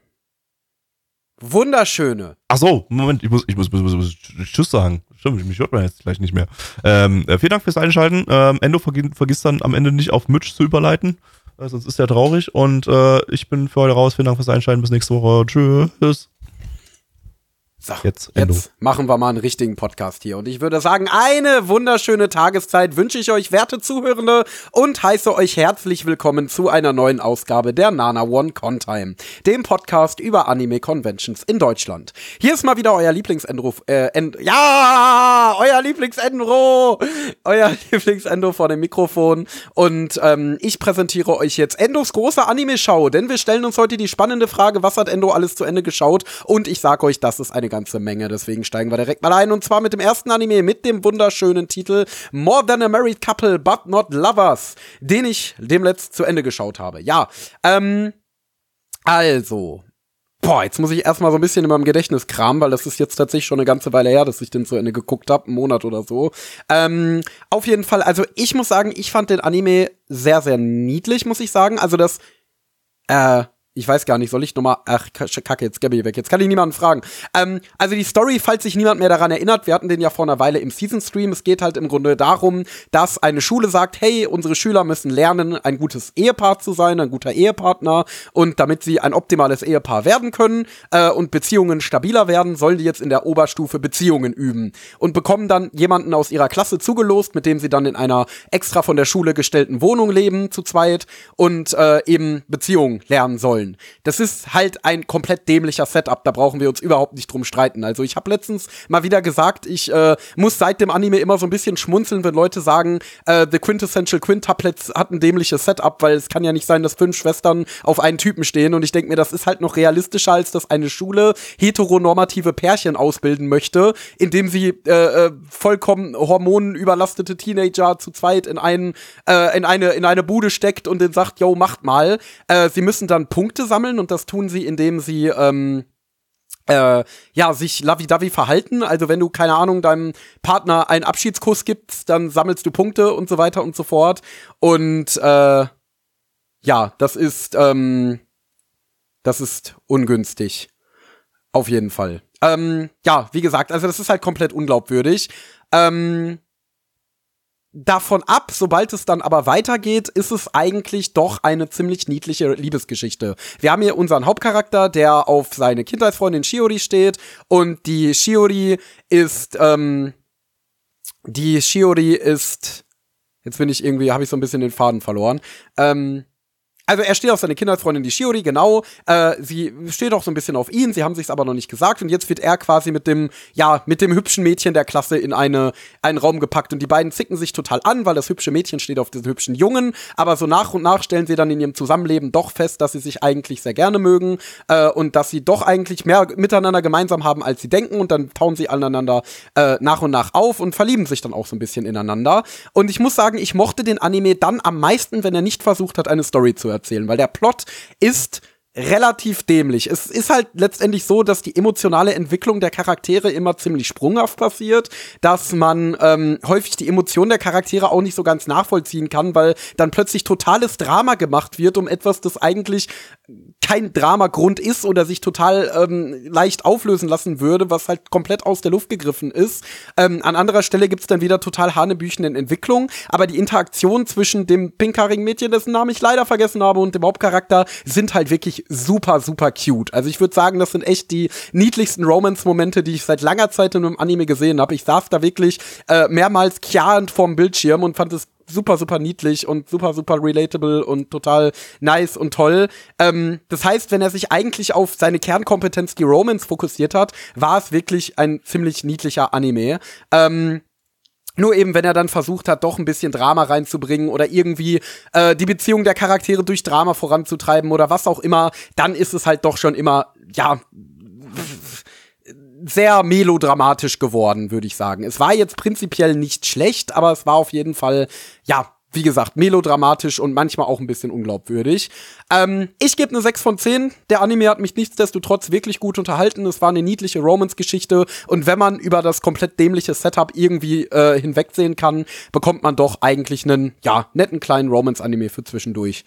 wunderschöne. Ach so, Moment, ich muss, ich muss, ich muss, ich muss Tschüss sagen. Stimmt, mich hört man jetzt gleich nicht mehr. Ähm, äh, vielen Dank fürs Einschalten. Ähm, Endo vergi- vergisst dann am Ende nicht auf Mitch zu überleiten. Äh, sonst ist er traurig. Und äh, ich bin für heute raus. Vielen Dank fürs Einschalten. Bis nächste Woche. Tschüss. So, Jetzt, Endo. jetzt machen wir mal einen richtigen Podcast hier. Und ich würde sagen, eine wunderschöne Tageszeit wünsche ich euch, werte Zuhörende, und heiße euch herzlich willkommen zu einer neuen Ausgabe der Nana One Contime, dem Podcast über Anime-Conventions in Deutschland. Hier ist mal wieder euer Lieblingsendro, äh, End, ja, euer Lieblingsendro, euer Lieblingsendo vor dem Mikrofon. Und ähm, ich präsentiere euch jetzt Endos große Anime-Schau, denn wir stellen uns heute die spannende Frage, was hat Endo alles zu Ende geschaut? Und ich sag euch, das ist eine ganze Menge, deswegen steigen wir direkt mal ein, und zwar mit dem ersten Anime mit dem wunderschönen Titel More Than a Married Couple But Not Lovers, den ich demnächst zu Ende geschaut habe. Ja, ähm, also, boah, jetzt muss ich erstmal so ein bisschen in meinem Gedächtnis kramen, weil das ist jetzt tatsächlich schon eine ganze Weile her, dass ich den zu Ende geguckt habe, einen Monat oder so. Ähm, auf jeden Fall, also ich muss sagen, ich fand den Anime sehr, sehr niedlich, muss ich sagen. Also das, äh, ich weiß gar nicht, soll ich nochmal, ach, kacke, jetzt Gabby weg, jetzt kann ich niemanden fragen. Ähm, also die Story, falls sich niemand mehr daran erinnert, wir hatten den ja vor einer Weile im Season-Stream, es geht halt im Grunde darum, dass eine Schule sagt, hey, unsere Schüler müssen lernen, ein gutes Ehepaar zu sein, ein guter Ehepartner, und damit sie ein optimales Ehepaar werden können äh, und Beziehungen stabiler werden, sollen die jetzt in der Oberstufe Beziehungen üben und bekommen dann jemanden aus ihrer Klasse zugelost, mit dem sie dann in einer extra von der Schule gestellten Wohnung leben, zu zweit, und äh, eben Beziehungen lernen sollen. Das ist halt ein komplett dämlicher Setup, da brauchen wir uns überhaupt nicht drum streiten. Also ich habe letztens mal wieder gesagt, ich äh, muss seit dem Anime immer so ein bisschen schmunzeln, wenn Leute sagen, äh, The Quintessential Quintuplets hat ein dämliches Setup, weil es kann ja nicht sein, dass fünf Schwestern auf einen Typen stehen, und ich denke mir, das ist halt noch realistischer, als dass eine Schule heteronormative Pärchen ausbilden möchte, indem sie äh, äh, vollkommen hormonüberlastete Teenager zu zweit in, einen, äh, in, eine, in eine Bude steckt und denen sagt, yo, macht mal. Äh, sie müssen dann Punkte sammeln, und das tun sie, indem sie ähm, äh, ja, sich lavi-davi verhalten. Also wenn du, keine Ahnung, deinem Partner einen Abschiedskuss gibst, dann sammelst du Punkte und so weiter und so fort. Und äh, ja, das ist ähm, das ist ungünstig. Auf jeden Fall. Ähm, ja, wie gesagt, also das ist halt komplett unglaubwürdig. Ähm, Davon ab, sobald es dann aber weitergeht, ist es eigentlich doch eine ziemlich niedliche Liebesgeschichte. Wir haben hier unseren Hauptcharakter, der auf seine Kindheitsfreundin Shiori steht, und die Shiori ist, ähm, die Shiori ist, jetzt bin ich irgendwie, habe ich so ein bisschen den Faden verloren, ähm, Also er steht auf seine Kindheitsfreundin, die Shiori, genau. Äh, sie steht auch so ein bisschen auf ihn, sie haben sich's aber noch nicht gesagt. Und jetzt wird er quasi mit dem, ja, mit dem hübschen Mädchen der Klasse in eine, einen Raum gepackt. Und die beiden zicken sich total an, weil das hübsche Mädchen steht auf diesen hübschen Jungen. Aber so nach und nach stellen sie dann in ihrem Zusammenleben doch fest, dass sie sich eigentlich sehr gerne mögen. Äh, und dass sie doch eigentlich mehr miteinander gemeinsam haben, als sie denken. Und dann tauen sie aneinander äh, nach und nach auf und verlieben sich dann auch so ein bisschen ineinander. Und ich muss sagen, ich mochte den Anime dann am meisten, wenn er nicht versucht hat, eine Story zu erzählen. Erzählen, weil der Plot ist relativ dämlich. Es ist halt letztendlich so, dass die emotionale Entwicklung der Charaktere immer ziemlich sprunghaft passiert, dass man ähm, häufig die Emotionen der Charaktere auch nicht so ganz nachvollziehen kann, weil dann plötzlich totales Drama gemacht wird um etwas, das eigentlich kein Dramagrund ist oder sich total ähm, leicht auflösen lassen würde, was halt komplett aus der Luft gegriffen ist. Ähm, an anderer Stelle gibt's dann wieder total hanebüchenden Entwicklungen, aber die Interaktion zwischen dem pinkhaarigen Mädchen, dessen Namen ich leider vergessen habe, und dem Hauptcharakter sind halt wirklich super, super cute. Also ich würde sagen, das sind echt die niedlichsten Romance-Momente, die ich seit langer Zeit in einem Anime gesehen habe. Ich saß da wirklich äh, mehrmals kichernd vorm Bildschirm und fand es super, super niedlich und super, super relatable und total nice und toll. Ähm, das heißt, wenn er sich eigentlich auf seine Kernkompetenz, die Romance, fokussiert hat, war es wirklich ein ziemlich niedlicher Anime. Ähm, Nur eben, wenn er dann versucht hat, doch ein bisschen Drama reinzubringen oder irgendwie äh, die Beziehung der Charaktere durch Drama voranzutreiben oder was auch immer, dann ist es halt doch schon immer, ja, sehr melodramatisch geworden, würde ich sagen. Es war jetzt prinzipiell nicht schlecht, aber es war auf jeden Fall, ja, wie gesagt, melodramatisch und manchmal auch ein bisschen unglaubwürdig. Ähm, ich gebe eine sechs von zehn. Der Anime hat mich nichtsdestotrotz wirklich gut unterhalten. Es war eine niedliche Romance-Geschichte. Und wenn man über das komplett dämliche Setup irgendwie äh, hinwegsehen kann, bekommt man doch eigentlich einen, ja, netten kleinen Romance-Anime für zwischendurch.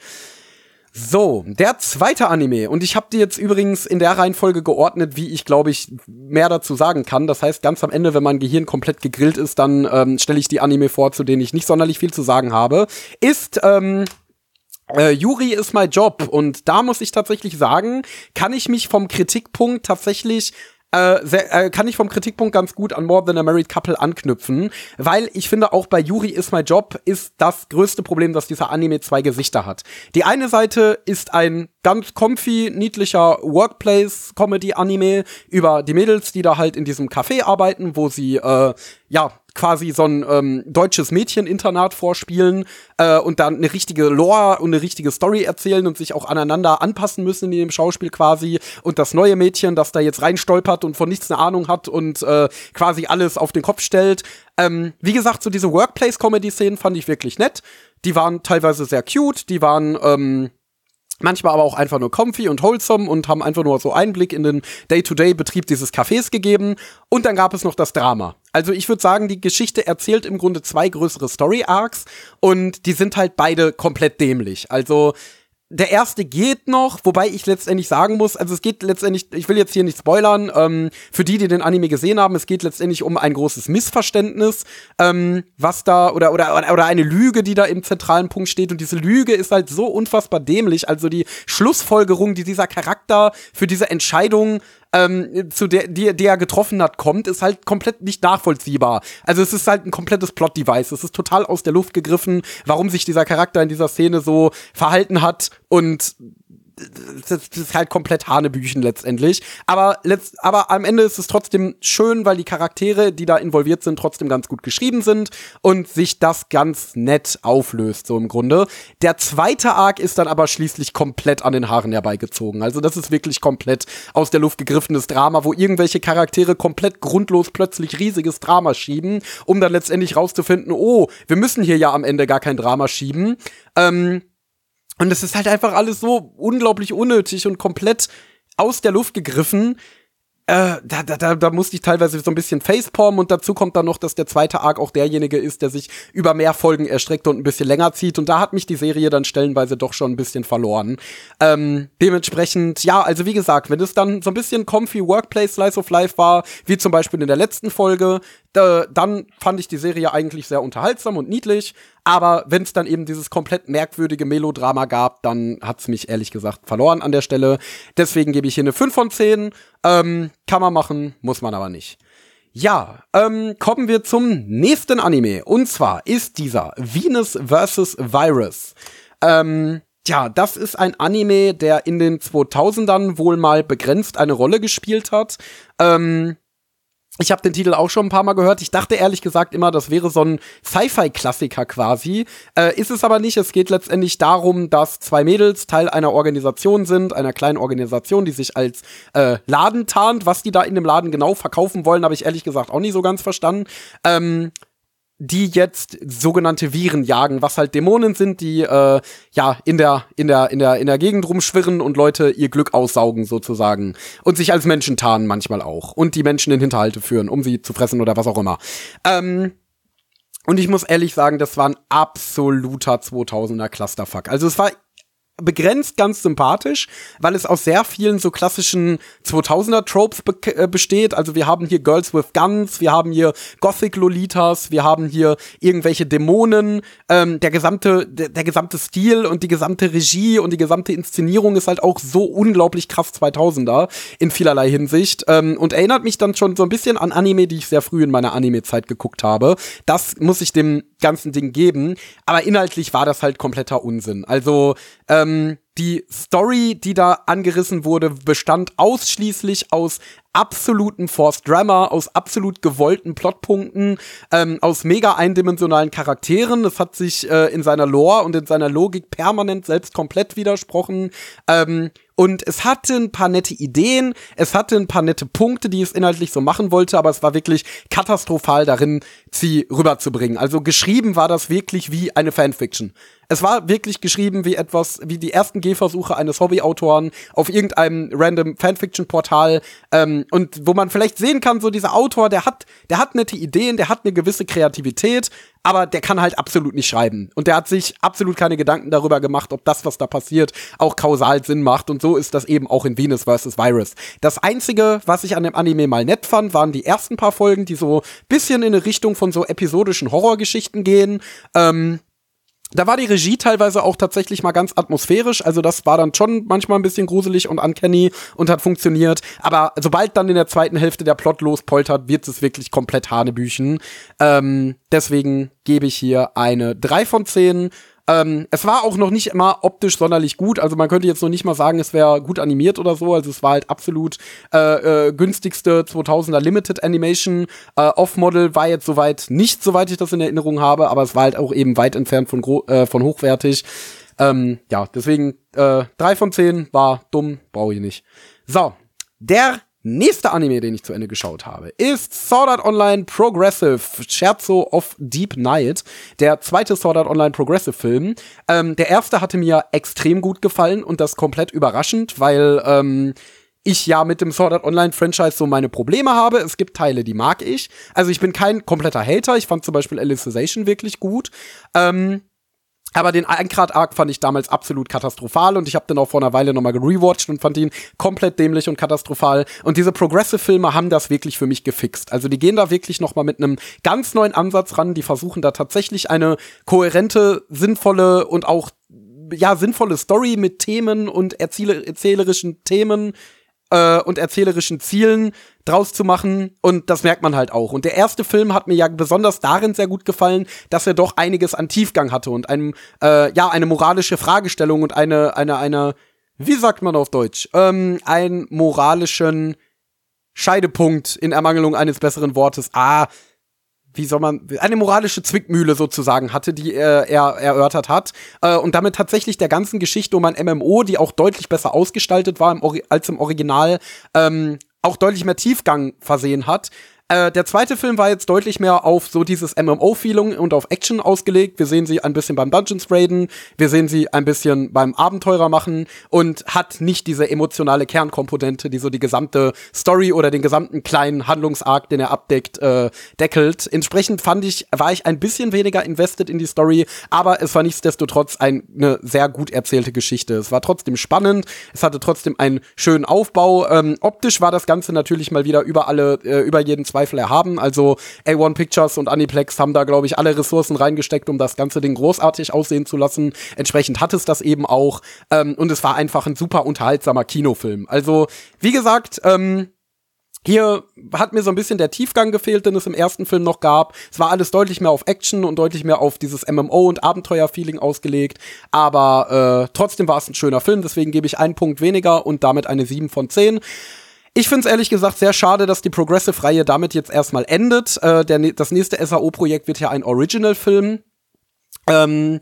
So, der zweite Anime. Und ich habe die jetzt übrigens in der Reihenfolge geordnet, wie ich, glaube ich, mehr dazu sagen kann. Das heißt, ganz am Ende, wenn mein Gehirn komplett gegrillt ist, dann ähm, stelle ich die Anime vor, zu denen ich nicht sonderlich viel zu sagen habe. Ist, ähm, äh, Yuri is my job. Und da muss ich tatsächlich sagen, kann ich mich vom Kritikpunkt tatsächlich Äh, sehr, äh, kann ich vom Kritikpunkt ganz gut an More Than a Married Couple anknüpfen, weil ich finde, auch bei Yuri is my job ist das größte Problem, dass dieser Anime zwei Gesichter hat. Die eine Seite ist ein ganz comfy, niedlicher Workplace-Comedy-Anime über die Mädels, die da halt in diesem Café arbeiten, wo sie, äh, ja, quasi so ein ähm, deutsches Mädcheninternat vorspielen äh, und dann eine richtige Lore und eine richtige Story erzählen und sich auch aneinander anpassen müssen in dem Schauspiel quasi. Und das neue Mädchen, das da jetzt reinstolpert und von nichts eine Ahnung hat und äh, quasi alles auf den Kopf stellt. Ähm, wie gesagt, so diese Workplace-Comedy-Szenen fand ich wirklich nett. Die waren teilweise sehr cute, die waren ähm, manchmal aber auch einfach nur comfy und wholesome und haben einfach nur so Einblick in den Day-to-Day-Betrieb dieses Cafés gegeben. Und dann gab es noch das Drama. Also ich würde sagen, die Geschichte erzählt im Grunde zwei größere Story-Arcs und die sind halt beide komplett dämlich. Also der erste geht noch, wobei ich letztendlich sagen muss, also es geht letztendlich, ich will jetzt hier nicht spoilern, ähm, für die, die den Anime gesehen haben, es geht letztendlich um ein großes Missverständnis, ähm, was da, oder, oder, oder eine Lüge, die da im zentralen Punkt steht, und diese Lüge ist halt so unfassbar dämlich, also die Schlussfolgerung, die dieser Charakter für diese Entscheidung Ähm, zu der, die, die er getroffen hat, kommt, ist halt komplett nicht nachvollziehbar. Also es ist halt ein komplettes Plot-Device. Es ist total aus der Luft gegriffen, warum sich dieser Charakter in dieser Szene so verhalten hat, und das ist halt komplett Hanebüchen letztendlich. Aber, letzt, aber am Ende ist es trotzdem schön, weil die Charaktere, die da involviert sind, trotzdem ganz gut geschrieben sind und sich das ganz nett auflöst, so im Grunde. Der zweite Arc ist dann aber schließlich komplett an den Haaren herbeigezogen. Also das ist wirklich komplett aus der Luft gegriffenes Drama, wo irgendwelche Charaktere komplett grundlos plötzlich riesiges Drama schieben, um dann letztendlich rauszufinden, oh, wir müssen hier ja am Ende gar kein Drama schieben. Ähm, Und es ist halt einfach alles so unglaublich unnötig und komplett aus der Luft gegriffen. Äh, da, da, da musste ich teilweise so ein bisschen facepalmen, und dazu kommt dann noch, dass der zweite Arc auch derjenige ist, der sich über mehr Folgen erstreckt und ein bisschen länger zieht, und da hat mich die Serie dann stellenweise doch schon ein bisschen verloren. Ähm, dementsprechend, ja, also wie gesagt, wenn es dann so ein bisschen comfy Workplace Slice of Life war, wie zum Beispiel in der letzten Folge, da, dann fand ich die Serie eigentlich sehr unterhaltsam und niedlich, aber wenn es dann eben dieses komplett merkwürdige Melodrama gab, dann hat's mich ehrlich gesagt verloren an der Stelle. Deswegen gebe ich hier eine fünf von zehn. Ähm, kann man machen, muss man aber nicht. Ja, ähm, kommen wir zum nächsten Anime. Und zwar ist dieser Venus versus. Virus. Ähm, ja, das ist ein Anime, der in den zweitausendern wohl mal begrenzt eine Rolle gespielt hat. Ähm, Ich habe den Titel auch schon ein paar Mal gehört. Ich dachte ehrlich gesagt immer, das wäre so ein Sci-Fi-Klassiker quasi. Äh, ist es aber nicht. Es geht letztendlich darum, dass zwei Mädels Teil einer Organisation sind, einer kleinen Organisation, die sich als äh, Laden tarnt. Was die da in dem Laden genau verkaufen wollen, habe ich ehrlich gesagt auch nicht so ganz verstanden. Ähm, die jetzt sogenannte Viren jagen, was halt Dämonen sind, die äh, ja in der in der in der in der Gegend rumschwirren und Leute ihr Glück aussaugen sozusagen und sich als Menschen tarnen manchmal auch und die Menschen in Hinterhalte führen, um sie zu fressen oder was auch immer. Ähm, und ich muss ehrlich sagen, das war ein absoluter zweitausender Clusterfuck. Also es war begrenzt ganz sympathisch, weil es aus sehr vielen so klassischen zweitausender-Tropes be- äh, besteht. Also wir haben hier Girls with Guns, wir haben hier Gothic-Lolitas, wir haben hier irgendwelche Dämonen. Ähm, der gesamte der, der gesamte Stil und die gesamte Regie und die gesamte Inszenierung ist halt auch so unglaublich krass zweitausender in vielerlei Hinsicht. Ähm, und erinnert mich dann schon so ein bisschen an Anime, die ich sehr früh in meiner Anime-Zeit geguckt habe. Das muss ich dem ganzen Ding geben. Aber inhaltlich war das halt kompletter Unsinn. Also Ähm, die Story, die da angerissen wurde, bestand ausschließlich aus absoluten Forced Drama, aus absolut gewollten Plotpunkten, ähm, aus mega eindimensionalen Charakteren. Es hat sich äh, in seiner Lore und in seiner Logik permanent selbst komplett widersprochen. Ähm, Und es hatte ein paar nette Ideen, es hatte ein paar nette Punkte, die es inhaltlich so machen wollte, aber es war wirklich katastrophal darin, sie rüberzubringen. Also geschrieben war das wirklich wie eine Fanfiction. Es war wirklich geschrieben wie etwas, wie die ersten Gehversuche eines Hobbyautoren auf irgendeinem random Fanfiction-Portal, ähm, und wo man vielleicht sehen kann, so dieser Autor, der hat, der hat nette Ideen, der hat eine gewisse Kreativität, aber der kann halt absolut nicht schreiben. Und der hat sich absolut keine Gedanken darüber gemacht, ob das, was da passiert, auch kausal Sinn macht. Und so ist das eben auch in Venus versus. Virus. Das Einzige, was ich an dem Anime mal nett fand, waren die ersten paar Folgen, die so bisschen in eine Richtung von so episodischen Horrorgeschichten gehen. Ähm, Da war die Regie teilweise auch tatsächlich mal ganz atmosphärisch, also das war dann schon manchmal ein bisschen gruselig und uncanny und hat funktioniert, aber sobald dann in der zweiten Hälfte der Plot lospoltert, wird es wirklich komplett Hanebüchen. Ähm, deswegen gebe ich hier eine drei von zehn. Ähm, es war auch noch nicht immer optisch sonderlich gut, also man könnte jetzt noch nicht mal sagen, es wäre gut animiert oder so, also es war halt absolut äh, äh, günstigste zweitausender Limited Animation. Äh, Off-Model war jetzt soweit nicht, soweit ich das in Erinnerung habe, aber es war halt auch eben weit entfernt von, gro- äh, von hochwertig. Ähm, ja, deswegen äh, drei von zehn war dumm, brauche ich nicht. So, der nächste Anime, den ich zu Ende geschaut habe, ist Sword Art Online Progressive, Scherzo of Deep Night, der zweite Sword Art Online Progressive Film. Ähm, der erste hatte mir extrem gut gefallen und das komplett überraschend, weil ähm, ich ja mit dem Sword Art Online Franchise so meine Probleme habe. Es gibt Teile, die mag ich. Also ich bin kein kompletter Hater. Ich fand zum Beispiel Alicization wirklich gut. Ähm, Aber den Eingrad-Arc fand ich damals absolut katastrophal und ich habe den auch vor einer Weile nochmal gerewatcht und fand ihn komplett dämlich und katastrophal. Und diese Progressive-Filme haben das wirklich für mich gefixt. Also die gehen da wirklich nochmal mit einem ganz neuen Ansatz ran. Die versuchen da tatsächlich eine kohärente, sinnvolle und auch ja sinnvolle Story mit Themen und erzähle- erzählerischen Themen äh, und erzählerischen Zielen draus zu machen, und das merkt man halt auch. Und der erste Film hat mir ja besonders darin sehr gut gefallen, dass er doch einiges an Tiefgang hatte und einem, äh, ja, eine moralische Fragestellung und eine, eine, eine, wie sagt man auf Deutsch, ähm, einen moralischen Scheidepunkt in Ermangelung eines besseren Wortes. Ah, wie soll man, eine moralische Zwickmühle sozusagen hatte, die er, er erörtert hat, äh, und damit tatsächlich der ganzen Geschichte um ein M M O, die auch deutlich besser ausgestaltet war im Ori- als im Original, ähm, auch deutlich mehr Tiefgang versehen hat. Äh, der zweite Film war jetzt deutlich mehr auf so dieses M M O-Feeling und auf Action ausgelegt. Wir sehen sie ein bisschen beim Dungeons raiden, wir sehen sie ein bisschen beim Abenteurer machen und hat nicht diese emotionale Kernkomponente, die so die gesamte Story oder den gesamten kleinen Handlungsarc, den er abdeckt, äh, deckelt. Entsprechend fand ich, war ich ein bisschen weniger invested in die Story, aber es war nichtsdestotrotz eine sehr gut erzählte Geschichte. Es war trotzdem spannend, es hatte trotzdem einen schönen Aufbau. Ähm, optisch war das Ganze natürlich mal wieder über alle, äh, über jeden Zweifel erhaben. Also A eins Pictures und Aniplex haben da, glaube ich, alle Ressourcen reingesteckt, um das ganze Ding großartig aussehen zu lassen. Entsprechend hat es das eben auch. Ähm, und es war einfach ein super unterhaltsamer Kinofilm. Also, wie gesagt, ähm, hier hat mir so ein bisschen der Tiefgang gefehlt, den es im ersten Film noch gab. Es war alles deutlich mehr auf Action und deutlich mehr auf dieses M M O- und Abenteuer-Feeling ausgelegt. Aber äh, trotzdem war es ein schöner Film, deswegen gebe ich einen Punkt weniger und damit eine sieben von zehn. Ich find's ehrlich gesagt sehr schade, dass die Progressive-Reihe damit jetzt erstmal endet. Äh, der, das nächste S A O-Projekt wird ja ein Original-Film. Ähm,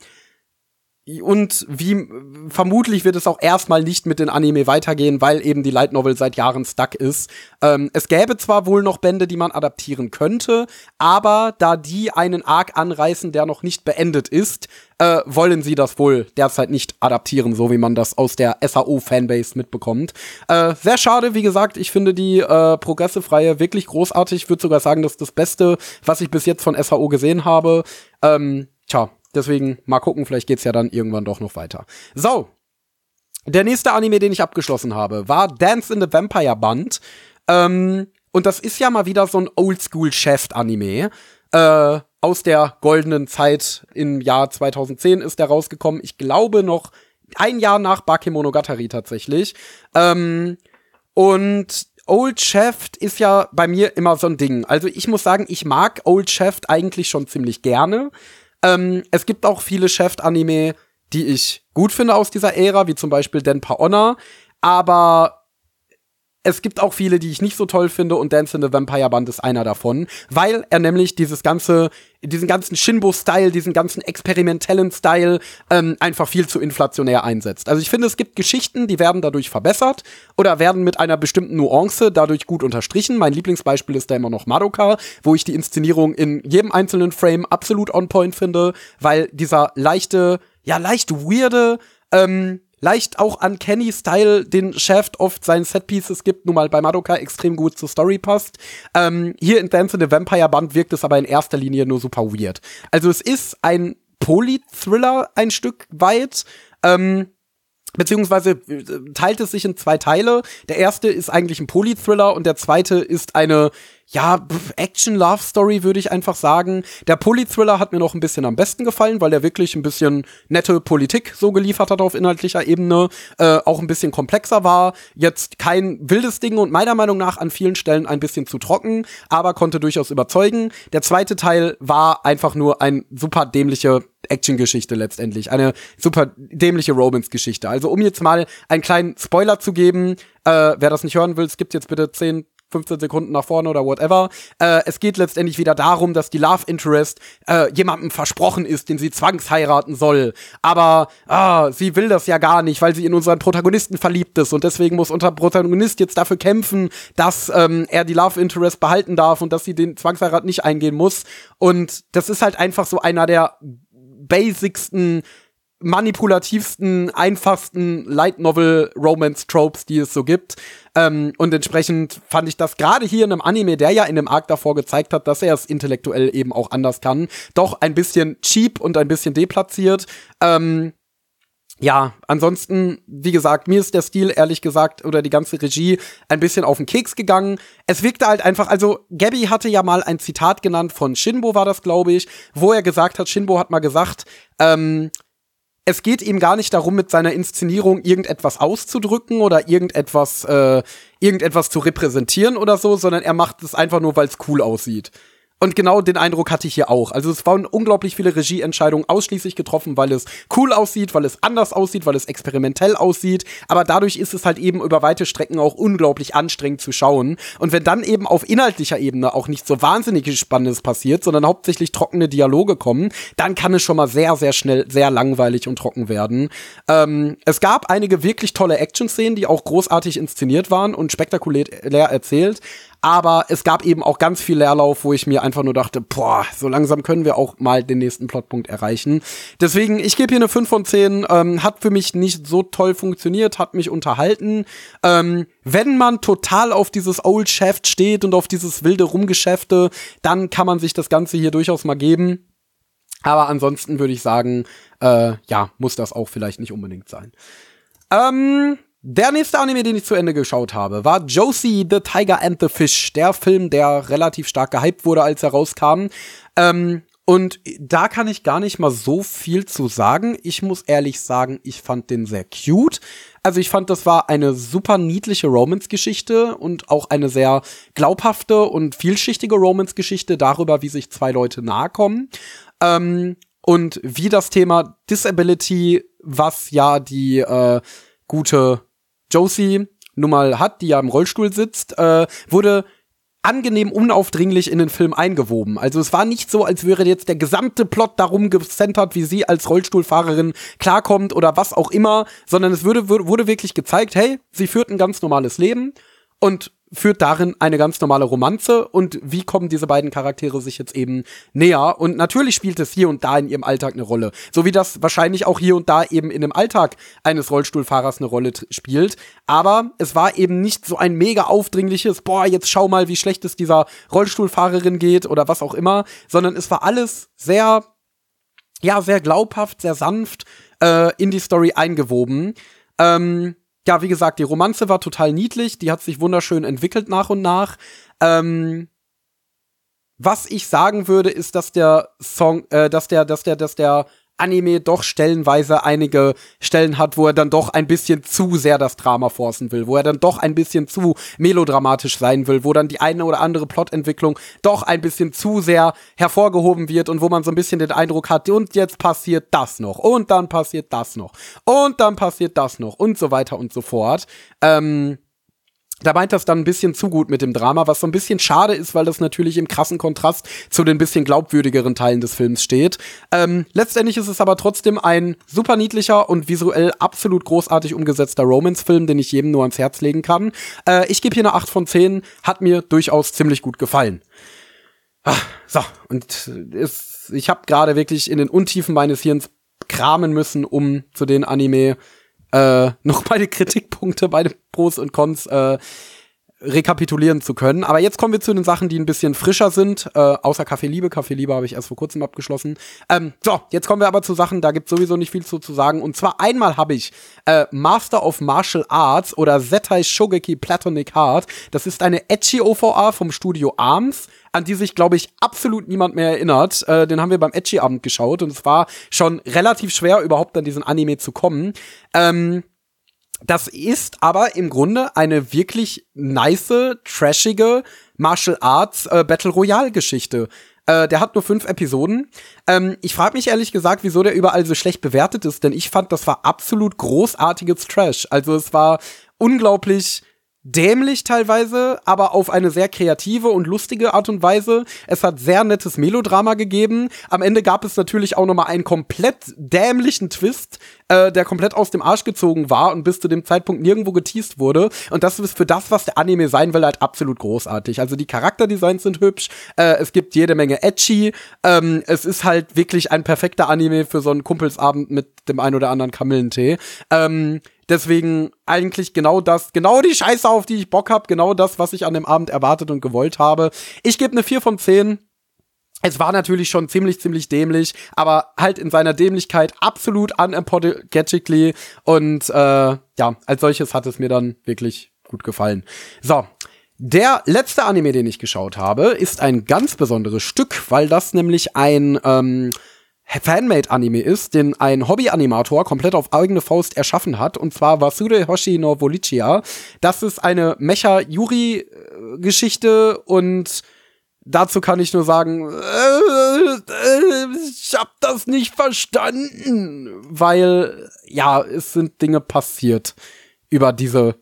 und wie vermutlich wird es auch erstmal nicht mit den Anime weitergehen, weil eben die Light Novel seit Jahren stuck ist. Ähm, es gäbe zwar wohl noch Bände, die man adaptieren könnte, aber da die einen Arc anreißen, der noch nicht beendet ist, äh, wollen sie das wohl derzeit nicht adaptieren, so wie man das aus der S A O-Fanbase mitbekommt. Äh, sehr schade, wie gesagt, ich finde die äh, Progressive-Reihe wirklich großartig. Ich würde sogar sagen, das ist das Beste, was ich bis jetzt von S A O gesehen habe. Ähm, tja. Deswegen mal gucken, vielleicht geht's ja dann irgendwann doch noch weiter. So, der nächste Anime, den ich abgeschlossen habe, war Dance in the Vampire Band. Ähm, und das ist ja mal wieder so ein Oldschool-Chef-Anime. Äh, aus der goldenen Zeit im Jahr zweitausendzehn ist der rausgekommen. Ich glaube noch ein Jahr nach Bakemonogatari tatsächlich. Ähm, und Old Shaft ist ja bei mir immer so ein Ding. Also ich muss sagen, ich mag Old Shaft eigentlich schon ziemlich gerne. Ähm, es gibt auch viele Shaft-Anime, die ich gut finde aus dieser Ära, wie zum Beispiel Denpa Honor, aber es gibt auch viele, die ich nicht so toll finde und Dance in the Vampire Band ist einer davon, weil er nämlich dieses ganze, diesen ganzen Shinbo-Style, diesen ganzen experimentellen Style ähm, einfach viel zu inflationär einsetzt. Also ich finde, es gibt Geschichten, die werden dadurch verbessert oder werden mit einer bestimmten Nuance dadurch gut unterstrichen. Mein Lieblingsbeispiel ist da immer noch Madoka, wo ich die Inszenierung in jedem einzelnen Frame absolut on point finde, weil dieser leichte, ja leicht weirde, ähm, leicht auch uncanny Style, den Shaft oft seinen Setpieces gibt, nun mal bei Madoka extrem gut zur Story passt. Ähm, hier in Dance in the Vampire Band wirkt es aber in erster Linie nur super weird. Also es ist ein Poly-Thriller ein Stück weit, ähm, beziehungsweise teilt es sich in zwei Teile. Der erste ist eigentlich ein Poly-Thriller und der zweite ist eine, ja, Action-Love-Story, würde ich einfach sagen. Der Poly-Thriller hat mir noch ein bisschen am besten gefallen, weil er wirklich ein bisschen nette Politik so geliefert hat auf inhaltlicher Ebene, äh, auch ein bisschen komplexer war. Jetzt kein wildes Ding und meiner Meinung nach an vielen Stellen ein bisschen zu trocken, aber konnte durchaus überzeugen. Der zweite Teil war einfach nur ein super dämliche Action-Geschichte letztendlich. Eine super dämliche Romance-Geschichte. Also um jetzt mal einen kleinen Spoiler zu geben, äh, wer das nicht hören will, skippt jetzt bitte zehn, fünfzehn Sekunden nach vorne oder whatever. Äh, es geht letztendlich wieder darum, dass die Love Interest äh, jemandem versprochen ist, den sie zwangsheiraten soll. Aber ah, sie will das ja gar nicht, weil sie in unseren Protagonisten verliebt ist. Und deswegen muss unser Protagonist jetzt dafür kämpfen, dass ähm, er die Love Interest behalten darf und dass sie den Zwangsheirat nicht eingehen muss. Und das ist halt einfach so einer der basicsten, manipulativsten, einfachsten Light-Novel-Romance-Tropes, die es so gibt. Ähm, und entsprechend fand ich das gerade hier in einem Anime, der ja in dem Arc davor gezeigt hat, dass er es intellektuell eben auch anders kann, doch ein bisschen cheap und ein bisschen deplatziert. Ähm, ja, ansonsten, wie gesagt, mir ist der Stil, ehrlich gesagt, oder die ganze Regie ein bisschen auf den Keks gegangen. Es wirkte halt einfach, also Gabby hatte ja mal ein Zitat genannt von Shinbo, war das, glaube ich, wo er gesagt hat, Shinbo hat mal gesagt, ähm, es geht ihm gar nicht darum, mit seiner Inszenierung irgendetwas auszudrücken oder irgendetwas, äh, irgendetwas zu repräsentieren oder so, sondern er macht es einfach nur, weil es cool aussieht. Und genau den Eindruck hatte ich hier auch. Also es waren unglaublich viele Regieentscheidungen ausschließlich getroffen, weil es cool aussieht, weil es anders aussieht, weil es experimentell aussieht. Aber dadurch ist es halt eben über weite Strecken auch unglaublich anstrengend zu schauen. Und wenn dann eben auf inhaltlicher Ebene auch nicht so wahnsinnig Spannendes passiert, sondern hauptsächlich trockene Dialoge kommen, dann kann es schon mal sehr, sehr schnell sehr langweilig und trocken werden. Ähm, es gab einige wirklich tolle Action-Szenen, die auch großartig inszeniert waren und spektakulär erzählt. Aber es gab eben auch ganz viel Leerlauf, wo ich mir einfach nur dachte, boah, so langsam können wir auch mal den nächsten Plotpunkt erreichen. Deswegen, ich gebe hier eine fünf von zehn, ähm, hat für mich nicht so toll funktioniert, hat mich unterhalten. Ähm, wenn man total auf dieses Old Shaft steht und auf dieses wilde Rumgeschäfte, dann kann man sich das Ganze hier durchaus mal geben. Aber ansonsten würde ich sagen, äh, ja, muss das auch vielleicht nicht unbedingt sein. Ähm, Der nächste Anime, den ich zu Ende geschaut habe, war Josie the Tiger and the Fish. Der Film, der relativ stark gehypt wurde, als er rauskam. Ähm, und da kann ich gar nicht mal so viel zu sagen. Ich muss ehrlich sagen, ich fand den sehr cute. Also ich fand, das war eine super niedliche Romance-Geschichte und auch eine sehr glaubhafte und vielschichtige Romance-Geschichte darüber, wie sich zwei Leute nahe kommen. Ähm, und wie das Thema Disability, was ja die äh, gute Josie nun mal hat, die ja im Rollstuhl sitzt, äh, wurde angenehm unaufdringlich in den Film eingewoben. Also es war nicht so, als wäre jetzt der gesamte Plot darum gecentert, wie sie als Rollstuhlfahrerin klarkommt oder was auch immer, sondern es wurde, wurde wirklich gezeigt, hey, sie führt ein ganz normales Leben und führt darin eine ganz normale Romanze und wie kommen diese beiden Charaktere sich jetzt eben näher und natürlich spielt es hier und da in ihrem Alltag eine Rolle, so wie das wahrscheinlich auch hier und da eben in dem Alltag eines Rollstuhlfahrers eine Rolle t- spielt, aber es war eben nicht so ein mega aufdringliches, boah, jetzt schau mal, wie schlecht es dieser Rollstuhlfahrerin geht oder was auch immer, sondern es war alles sehr, ja, sehr glaubhaft, sehr sanft äh, in die Story eingewoben. Ähm, Ja, wie gesagt, die Romanze war total niedlich, die hat sich wunderschön entwickelt nach und nach. Ähm, was ich sagen würde, ist, dass der Song, äh, dass der, dass der, dass der Anime doch stellenweise einige Stellen hat, wo er dann doch ein bisschen zu sehr das Drama forcen will, wo er dann doch ein bisschen zu melodramatisch sein will, wo dann die eine oder andere Plotentwicklung doch ein bisschen zu sehr hervorgehoben wird und wo man so ein bisschen den Eindruck hat, und jetzt passiert das noch und dann passiert das noch und dann passiert das noch und so weiter und so fort. Ähm Da meint das dann ein bisschen zu gut mit dem Drama, was so ein bisschen schade ist, weil das natürlich im krassen Kontrast zu den bisschen glaubwürdigeren Teilen des Films steht. Ähm, letztendlich ist es aber trotzdem ein super niedlicher und visuell absolut großartig umgesetzter Romance-Film, den ich jedem nur ans Herz legen kann. Äh, ich gebe hier eine acht von zehn, hat mir durchaus ziemlich gut gefallen. Ach, so, und ist, ich habe gerade wirklich in den Untiefen meines Hirns kramen müssen, um zu den Anime Äh, noch meine Kritikpunkte, meine Pros und Cons äh, rekapitulieren zu können. Aber jetzt kommen wir zu den Sachen, die ein bisschen frischer sind, äh, außer Café Liebe. Café Liebe habe ich erst vor kurzem abgeschlossen. Ähm, so, jetzt kommen wir aber zu Sachen, da gibt's sowieso nicht viel zu, zu sagen. Und zwar einmal habe ich äh, Master of Martial Arts oder Zettai Shogeki Platonic Heart. Das ist eine Ecchi O V A vom Studio Arms, an die sich, glaube ich, absolut niemand mehr erinnert. Äh, den haben wir beim Ecchi-Abend geschaut und es war schon relativ schwer, überhaupt an diesen Anime zu kommen. Ähm, das ist aber im Grunde eine wirklich nice, trashige Martial Arts äh, Battle Royale Geschichte. Äh, der hat nur fünf Episoden. Ähm, ich frage mich ehrlich gesagt, wieso der überall so schlecht bewertet ist, denn ich fand, das war absolut großartiges Trash. Also es war unglaublich dämlich teilweise, aber auf eine sehr kreative und lustige Art und Weise. Es hat sehr nettes Melodrama gegeben. Am Ende gab es natürlich auch noch mal einen komplett dämlichen Twist, äh, der komplett aus dem Arsch gezogen war und bis zu dem Zeitpunkt nirgendwo geteased wurde. Und das ist für das, was der Anime sein will, halt absolut großartig. Also die Charakterdesigns sind hübsch, äh, es gibt jede Menge Ecchi, ähm, es ist halt wirklich ein perfekter Anime für so einen Kumpelsabend mit dem ein oder anderen Kamillentee. Ähm, Deswegen eigentlich genau das, genau die Scheiße, auf die ich Bock hab, genau das, was ich an dem Abend erwartet und gewollt habe. Ich gebe eine vier von zehn. Es war natürlich schon ziemlich, ziemlich dämlich, aber halt in seiner Dämlichkeit absolut unapologetically und äh, ja, als solches hat es mir dann wirklich gut gefallen. So, der letzte Anime, den ich geschaut habe, ist ein ganz besonderes Stück, weil das nämlich ein ähm, Fanmade-Anime ist, den ein Hobby-Animator komplett auf eigene Faust erschaffen hat, und zwar Wasure Hoshi no Volichia. Das ist eine Mecha-Yuri-Geschichte und dazu kann ich nur sagen, äh, äh, ich hab das nicht verstanden, weil, ja, es sind Dinge passiert über diese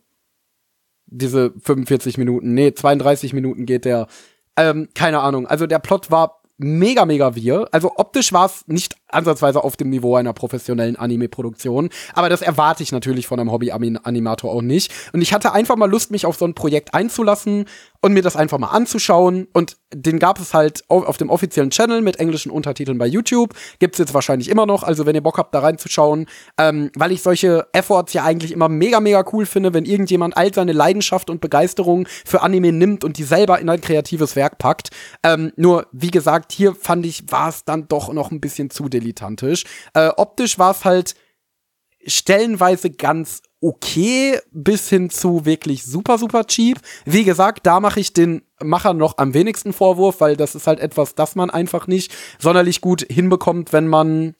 diese fünfundvierzig Minuten, nee, zweiunddreißig Minuten geht der, ähm, keine Ahnung, also der Plot war mega, mega wir. Also optisch war es nicht ansatzweise auf dem Niveau einer professionellen Anime-Produktion, aber das erwarte ich natürlich von einem Hobby-Animator auch nicht. Und ich hatte einfach mal Lust, mich auf so ein Projekt einzulassen und mir das einfach mal anzuschauen. Und den gab es halt auf, auf dem offiziellen Channel mit englischen Untertiteln bei YouTube. Gibt's jetzt wahrscheinlich immer noch, also wenn ihr Bock habt, da reinzuschauen, ähm, weil ich solche Efforts ja eigentlich immer mega, mega cool finde, wenn irgendjemand all seine Leidenschaft und Begeisterung für Anime nimmt und die selber in ein kreatives Werk packt. Ähm, nur, wie gesagt, hier fand ich, war es dann doch noch ein bisschen zu dilettantisch. Äh, optisch war es halt stellenweise ganz okay, bis hin zu wirklich super, super cheap. Wie gesagt, da mache ich den Machern noch am wenigsten Vorwurf, weil das ist halt etwas, das man einfach nicht sonderlich gut hinbekommt, wenn man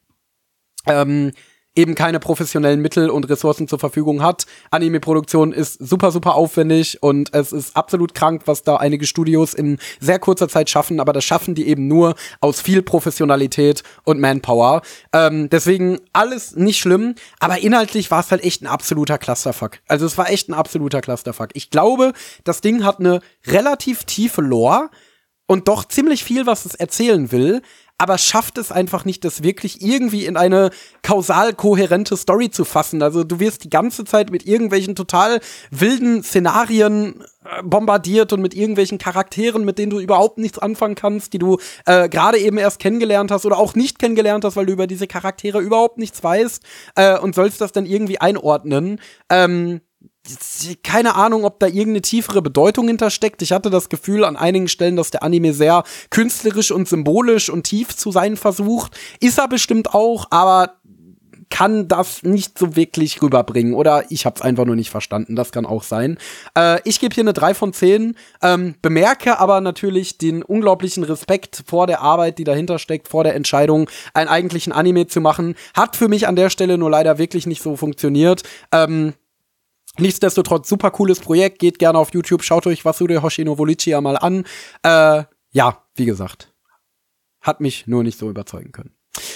ähm, eben keine professionellen Mittel und Ressourcen zur Verfügung hat. Anime-Produktion ist super, super aufwendig und es ist absolut krank, was da einige Studios in sehr kurzer Zeit schaffen, aber das schaffen die eben nur aus viel Professionalität und Manpower. Ähm, deswegen alles nicht schlimm, aber inhaltlich war es halt echt ein absoluter Clusterfuck. Also es war echt ein absoluter Clusterfuck. Ich glaube, das Ding hat eine relativ tiefe Lore und doch ziemlich viel, was es erzählen will, aber schafft es einfach nicht, das wirklich irgendwie in eine kausal kohärente Story zu fassen. Also du wirst die ganze Zeit mit irgendwelchen total wilden Szenarien äh, bombardiert und mit irgendwelchen Charakteren, mit denen du überhaupt nichts anfangen kannst, die du äh, gerade eben erst kennengelernt hast oder auch nicht kennengelernt hast, weil du über diese Charaktere überhaupt nichts weißt äh, und sollst das dann irgendwie einordnen. Ähm, Keine Ahnung, ob da irgendeine tiefere Bedeutung hintersteckt. Ich hatte das Gefühl an einigen Stellen, dass der Anime sehr künstlerisch und symbolisch und tief zu sein versucht. Ist er bestimmt auch, aber kann das nicht so wirklich rüberbringen. Oder ich hab's einfach nur nicht verstanden. Das kann auch sein. Äh, ich gebe hier eine drei von zehn. Ähm, bemerke aber natürlich den unglaublichen Respekt vor der Arbeit, die dahinter steckt, vor der Entscheidung, einen eigentlichen Anime zu machen. Hat für mich an der Stelle nur leider wirklich nicht so funktioniert. Ähm, Nichtsdestotrotz, super cooles Projekt. Geht gerne auf YouTube, schaut euch Wasure Hoshi no Volichia mal an. Äh, ja, wie gesagt, hat mich nur nicht so überzeugen können.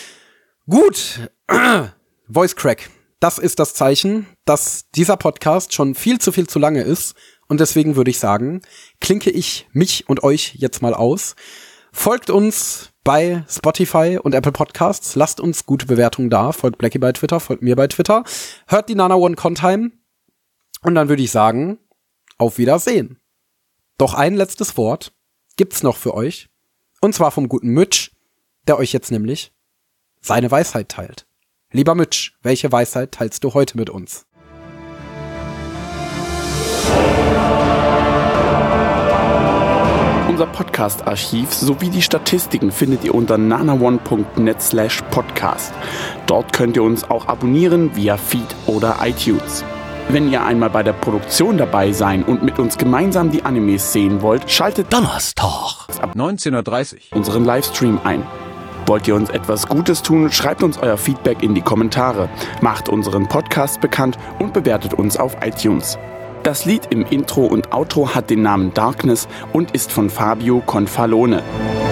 Gut, Voice Crack. Das ist das Zeichen, dass dieser Podcast schon viel zu viel zu lange ist Und deswegen würde ich sagen, klinke ich mich und euch jetzt mal aus. Folgt uns bei Spotify und Apple Podcasts. Lasst uns gute Bewertungen da. Folgt Blackie bei Twitter, folgt mir bei Twitter. Hört die Nana One Contime. Und dann würde ich sagen, auf Wiedersehen. Doch ein letztes Wort gibt's noch für euch. Und zwar vom guten Mitch, der euch jetzt nämlich seine Weisheit teilt. Lieber Mitch, welche Weisheit teilst du heute mit uns? Unser Podcast-Archiv sowie die Statistiken findet ihr unter nanaone punkt net slash podcast. Dort könnt ihr uns auch abonnieren via Feed oder iTunes. Wenn ihr einmal bei der Produktion dabei sein und mit uns gemeinsam die Animes sehen wollt, schaltet Donnerstag ab neunzehn Uhr dreißig unseren Livestream ein. Wollt ihr uns etwas Gutes tun, schreibt uns euer Feedback in die Kommentare, macht unseren Podcast bekannt und bewertet uns auf iTunes. Das Lied im Intro und Outro hat den Namen Darkness und ist von Fabio Confalone.